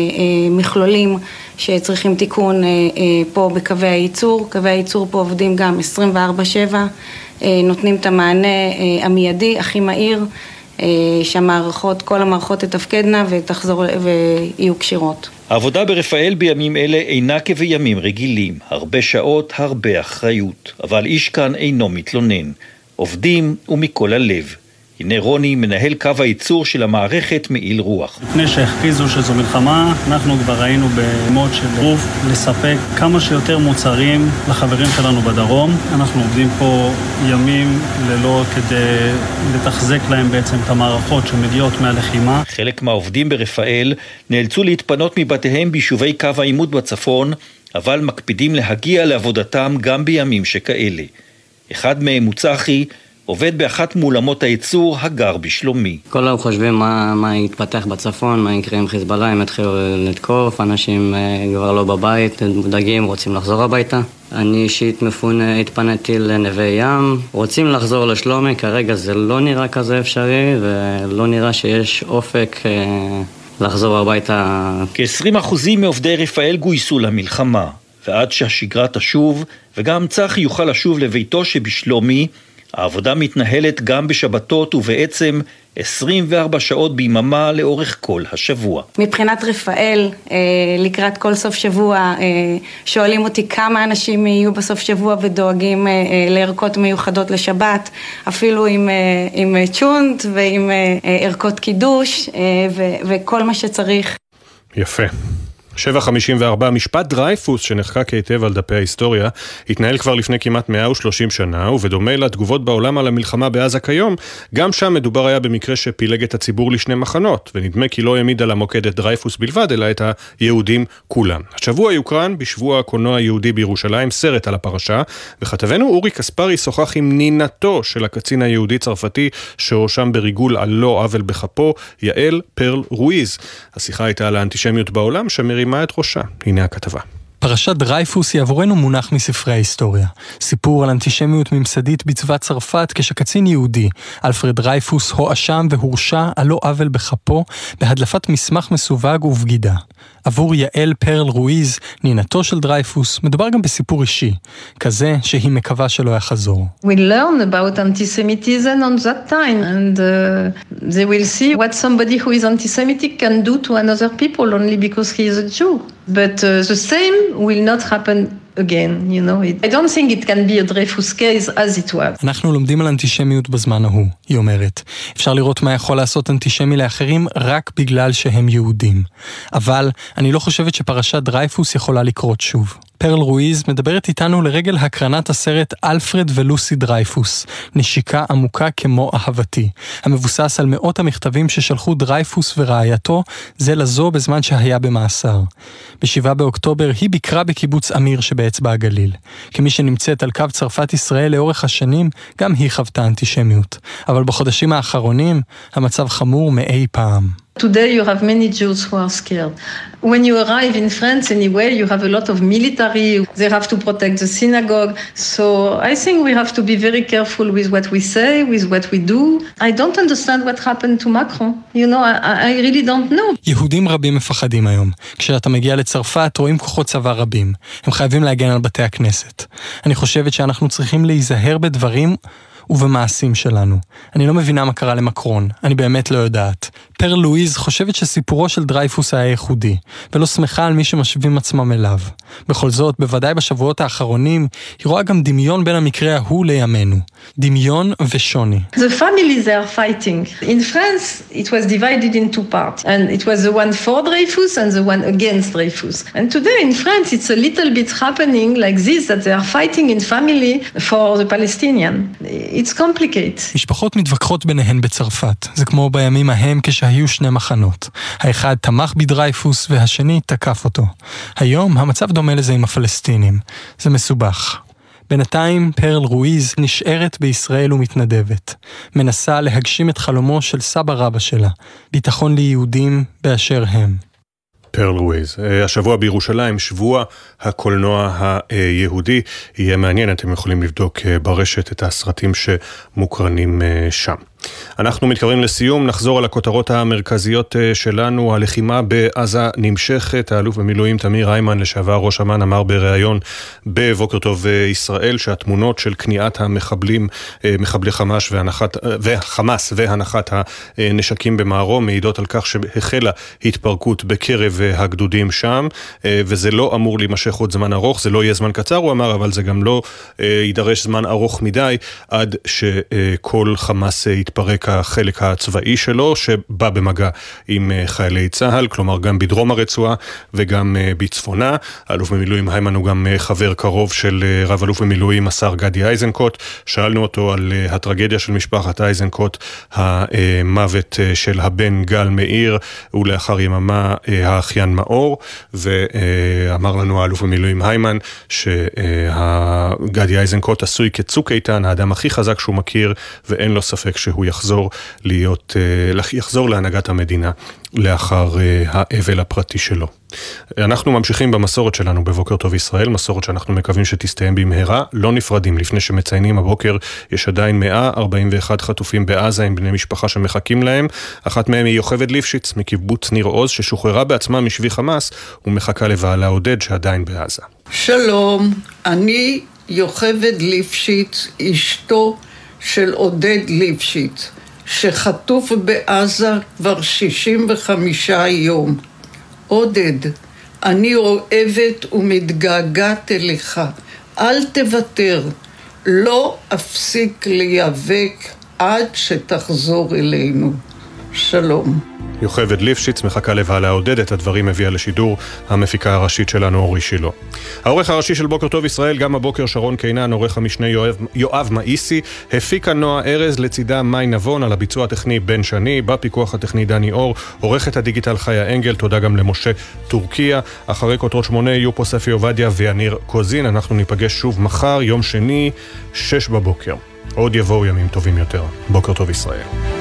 S22: מכלולים שצריכים תיקון פה בקווי הייצור, קווי הייצור פה עובדים גם 24/7, נותנים את המענה המיידי, הכי מהיר, שהמערכות, כל המערכות תתפקדנה ויהיו קשירות.
S21: העבודה ברפאל בימים אלה אינה כבימים רגילים, הרבה שעות, הרבה אחריות, אבל איש כאן אינו מתלונן, עובדים ומכל הלב. הנה רוני, מנהל קו הייצור של המערכת מעיל רוח.
S2: לפני שהכריזו שזו מלחמה, אנחנו כבר היינו במוד של רוב לספק כמה שיותר מוצרים לחברים שלנו בדרום. אנחנו עובדים פה ימים לילות כדי לתחזק להם בעצם את המערכות שמגיעות מהלחימה.
S21: חלק מהעובדים ברפאל נאלצו להתפנות מבתיהם ביישובי קו העימות בצפון, אבל מקפידים להגיע לעבודתם גם בימים שכאלה. אחד מהם הוא צחי, עובד באחת מאולמות הייצור הגר בשלומי.
S5: כל היום חושבים מה יתפתח בצפון, מה יקרה עם חיזבאללה, הם יתחילו לתקוף, אנשים כבר לא בבית, מודאגים, רוצים לחזור הביתה. אני אישית התפניתי לנווה ים, רוצים לחזור לשלומי, כרגע זה לא נראה כזה אפשרי, ולא נראה שיש אופק לחזור הביתה.
S21: כ-20% מעובדי רפאל גויסו למלחמה, ועד שהשגרה תשוב, וגם צחי יוכל לשוב לביתו שבשלומי, העבודה מתנהלת גם בשבתות ובעצם 24 שעות ביממה לאורך כל השבוע.
S22: מבחינת רפאל, לקראת כל סוף שבוע, שואלים אותי כמה אנשים יהיו בסוף שבוע ודואגים לערכות מיוחדות לשבת, אפילו עם צ'ונט ועם ערכות קידוש וכל מה שצריך.
S1: יפה. 754, משפט דרייפוס שנחקק היטב על דפי ההיסטוריה, התנהל כבר לפני כמעט 130 שנה, ובדומה לתגובות בעולם על המלחמה בעזה כיום, גם שם מדובר היה במקרה שפילג את הציבור לשני מחנות, ונדמה כי לא העמיד על המוקד את דרייפוס בלבד, אלא את היהודים כולם. השבוע יוקרן בשבוע הקולנוע היהודי בירושלים סרט על הפרשה, וכתבנו אורי קספרי שוחח עם נינתו של הקצין היהודי צרפתי שהואשם בריגול על לא עוול בכפו, יעל פרל רואיז. השיחה הייתה על האנטישמיות בעולם שמרימה את ראשה. הנה הכתבה.
S6: פרשת דרייפוס היא עבורנו מונח מספרי ההיסטוריה. סיפור על אנטישמיות ממסדית בצבא צרפת כשקצין יהודי, אלפרד דרייפוס, הואשם והורשע על לא עוול בכפו בהדלפת מסמך מסווג ובגידה. עבור יעל פרל רואיז, נינתו של דרייפוס, מדובר גם בסיפור אישי, כזה שהיא מקווה שלא יחזור.
S7: We learn about antisemitism on that time, and they will see what somebody who is antisemitic can do to another people only because he is a Jew. But the same will not happen again, you know. I don't think it can be a Dreyfus case as it was.
S6: אנחנו לומדים על אנטישמיות בזמן ההוא, היא אומרת. אפשר לראות מה יכול לעשות אנטישמי לאחרים רק בגלל שהם יהודים. אבל אני לא חושבת שפרשת דרייפוס יכולה לקרות שוב. פרל רואיז מדברת איתנו לרגל הקרנת הסרט אלפרד ולוסי דרייפוס, נשיקה עמוקה כמו אהבתי, המבוסס על מאות המכתבים ששלחו דרייפוס ורעייתו זה לזו בזמן שהיה במאסר. ב7 באוקטובר היא ביקרה בקיבוץ אמיר שבאצבע הגליל. כמי שנמצאת על קו צרפת ישראל לאורך השנים, גם היא חוותה אנטישמיות. אבל בחודשים האחרונים המצב חמור מאי פעם.
S7: Today you have many Jews who are scared. When you arrive in France anyway, you have a lot of military. They have to protect the synagogue. So I think we have to be very careful with what we say, with what we do. I don't understand what happened to Macron. You know, I really don't know.
S6: יהודים רבים מפחדים היום. כשאתה מגיע לצרפת, רואים כוחות צבא רבים. הם חייבים להגן על בתי הכנסת. אני חושבת שאנחנו צריכים להיזהר בדברים ובמעשים שלנו. אני לא מבינה מה קרה למקרון, אני באמת לא יודעת. פרל לואיז חושבת שסיפורו של דרייפוס היה ייחודי, ולא שמחה על מי שמשווים עצמם אליו. בכל זאת, בוודאי בשבועות האחרונים, היא רואה גם דמיון בין המקרה ההוא לימינו. דמיון ושוני.
S7: The families they are fighting. In France, it was divided in two parts. And it was the one for Dreyfus and the one against Dreyfus. And today in France, it's a little bit happening like this, that they are fighting in family for the Palestinian. It's complicated.
S6: משפחות מתווכחות ביניהן בצרפת. זה כמו בימים ההם כשהיו שני מחנות. האחד תמך בדרייפוס והשני תקף אותו. היום המצב דומה לזה עם הפלסטינים. זה מסובך. בינתיים פרל לואיז נשארת בישראל ומתנדבת. מנסה להגשים את חלומו של סבא רבא שלה. ביטחון ליהודים באשר הם.
S1: פרל לואיז. השבוע בירושלים, שבוע הקולנוע היהודי. יהיה מעניין, אתם יכולים לבדוק ברשת את הסרטים שמוקרנים שם. אנחנו מתקרבים לסיום, נחזור על הכותרות המרכזיות שלנו. הלחימה בעזה נמשכת. האלוף במילואים תמיר היימן, לשעבר ראש אמ"ן, אמר בריאיון בבוקר טוב ישראל שהתמונות של כניעת המחבלים, מחבלי חמאס והנחת הנשקים במערום מעידות על כך שהחלה התפרקות בקרב הגדודים שם, וזה לא אמור להימשך עוד זמן ארוך. זה לא יהיה זמן קצר, הוא אמר, אבל זה גם לא יידרש זמן ארוך מדי עד שכל חמאס התפרק החלק הצבאי שלו, שבא במגע עם חיילי צה"ל, כלומר גם בדרום הרצועה וגם בצפונה. האלוף במילואים היימן הוא גם חבר קרוב של רב אלוף במילואים השר גדי איזנקוט. שאלנו אותו על הטרגדיה של משפחת איזנקוט, המוות של הבן גל מאיר, ולאחר יממה האחיין מאור, ואמר לנו האלוף במילואים היימן שגדי איזנקוט עשוי כצוק איתן, האדם הכי חזק שהוא מכיר, ואין לו ספק שהוא יחזור להנהגת המדינה לאחר האבל הפרטי שלו. אנחנו ממשיכים במסורת שלנו בבוקר טוב ישראל, מסורת שאנחנו מקווים שתסתיים במהרה. לא נפרדים לפני שמציינים הבוקר, יש עדיין 141 חטופים בעזה עם בני משפחה שמחכים להם. אחת מהם היא יוכבד ליפשיץ מקיבוץ ניר עוז, ששוחררה בעצמה משבי חמאס ומחכה לבעלה עודד שעדיין בעזה.
S9: שלום, אני יוכבד ליפשיץ, אשתו של עודד ליפשיץ, שחטוף בעזה כבר 65 יום. עודד, אני אוהבת ומתגעגעת אליך. אל תוותר, לא אפסיק להיאבק עד שתחזור אלינו. שלום.
S1: יוכבד ליפשיץ מחכה לבעלה עודד. את הדברים הביאה לשידור המפיקה הראשית שלנו אורי שילו. העורך הראשי של בוקר טוב ישראל גם הבוקר שרון קינן, עורך המשנה יואב מאיסי, הפיקה נועה ארז, לצידה מי נבון, על הביצוע הטכני בן שני, בפיקוח הטכני דני אור, עורכת הדיגיטל חיה אנגל. תודה גם למשה טורקיה. אחרי כותרות 8 יהיו פה ספי עובדיה ויניר קוזין. אנחנו ניפגש שוב מחר, יום שני, 6 בבוקר. עוד יבואו ימים טובים יותר. בוקר טוב ישראל.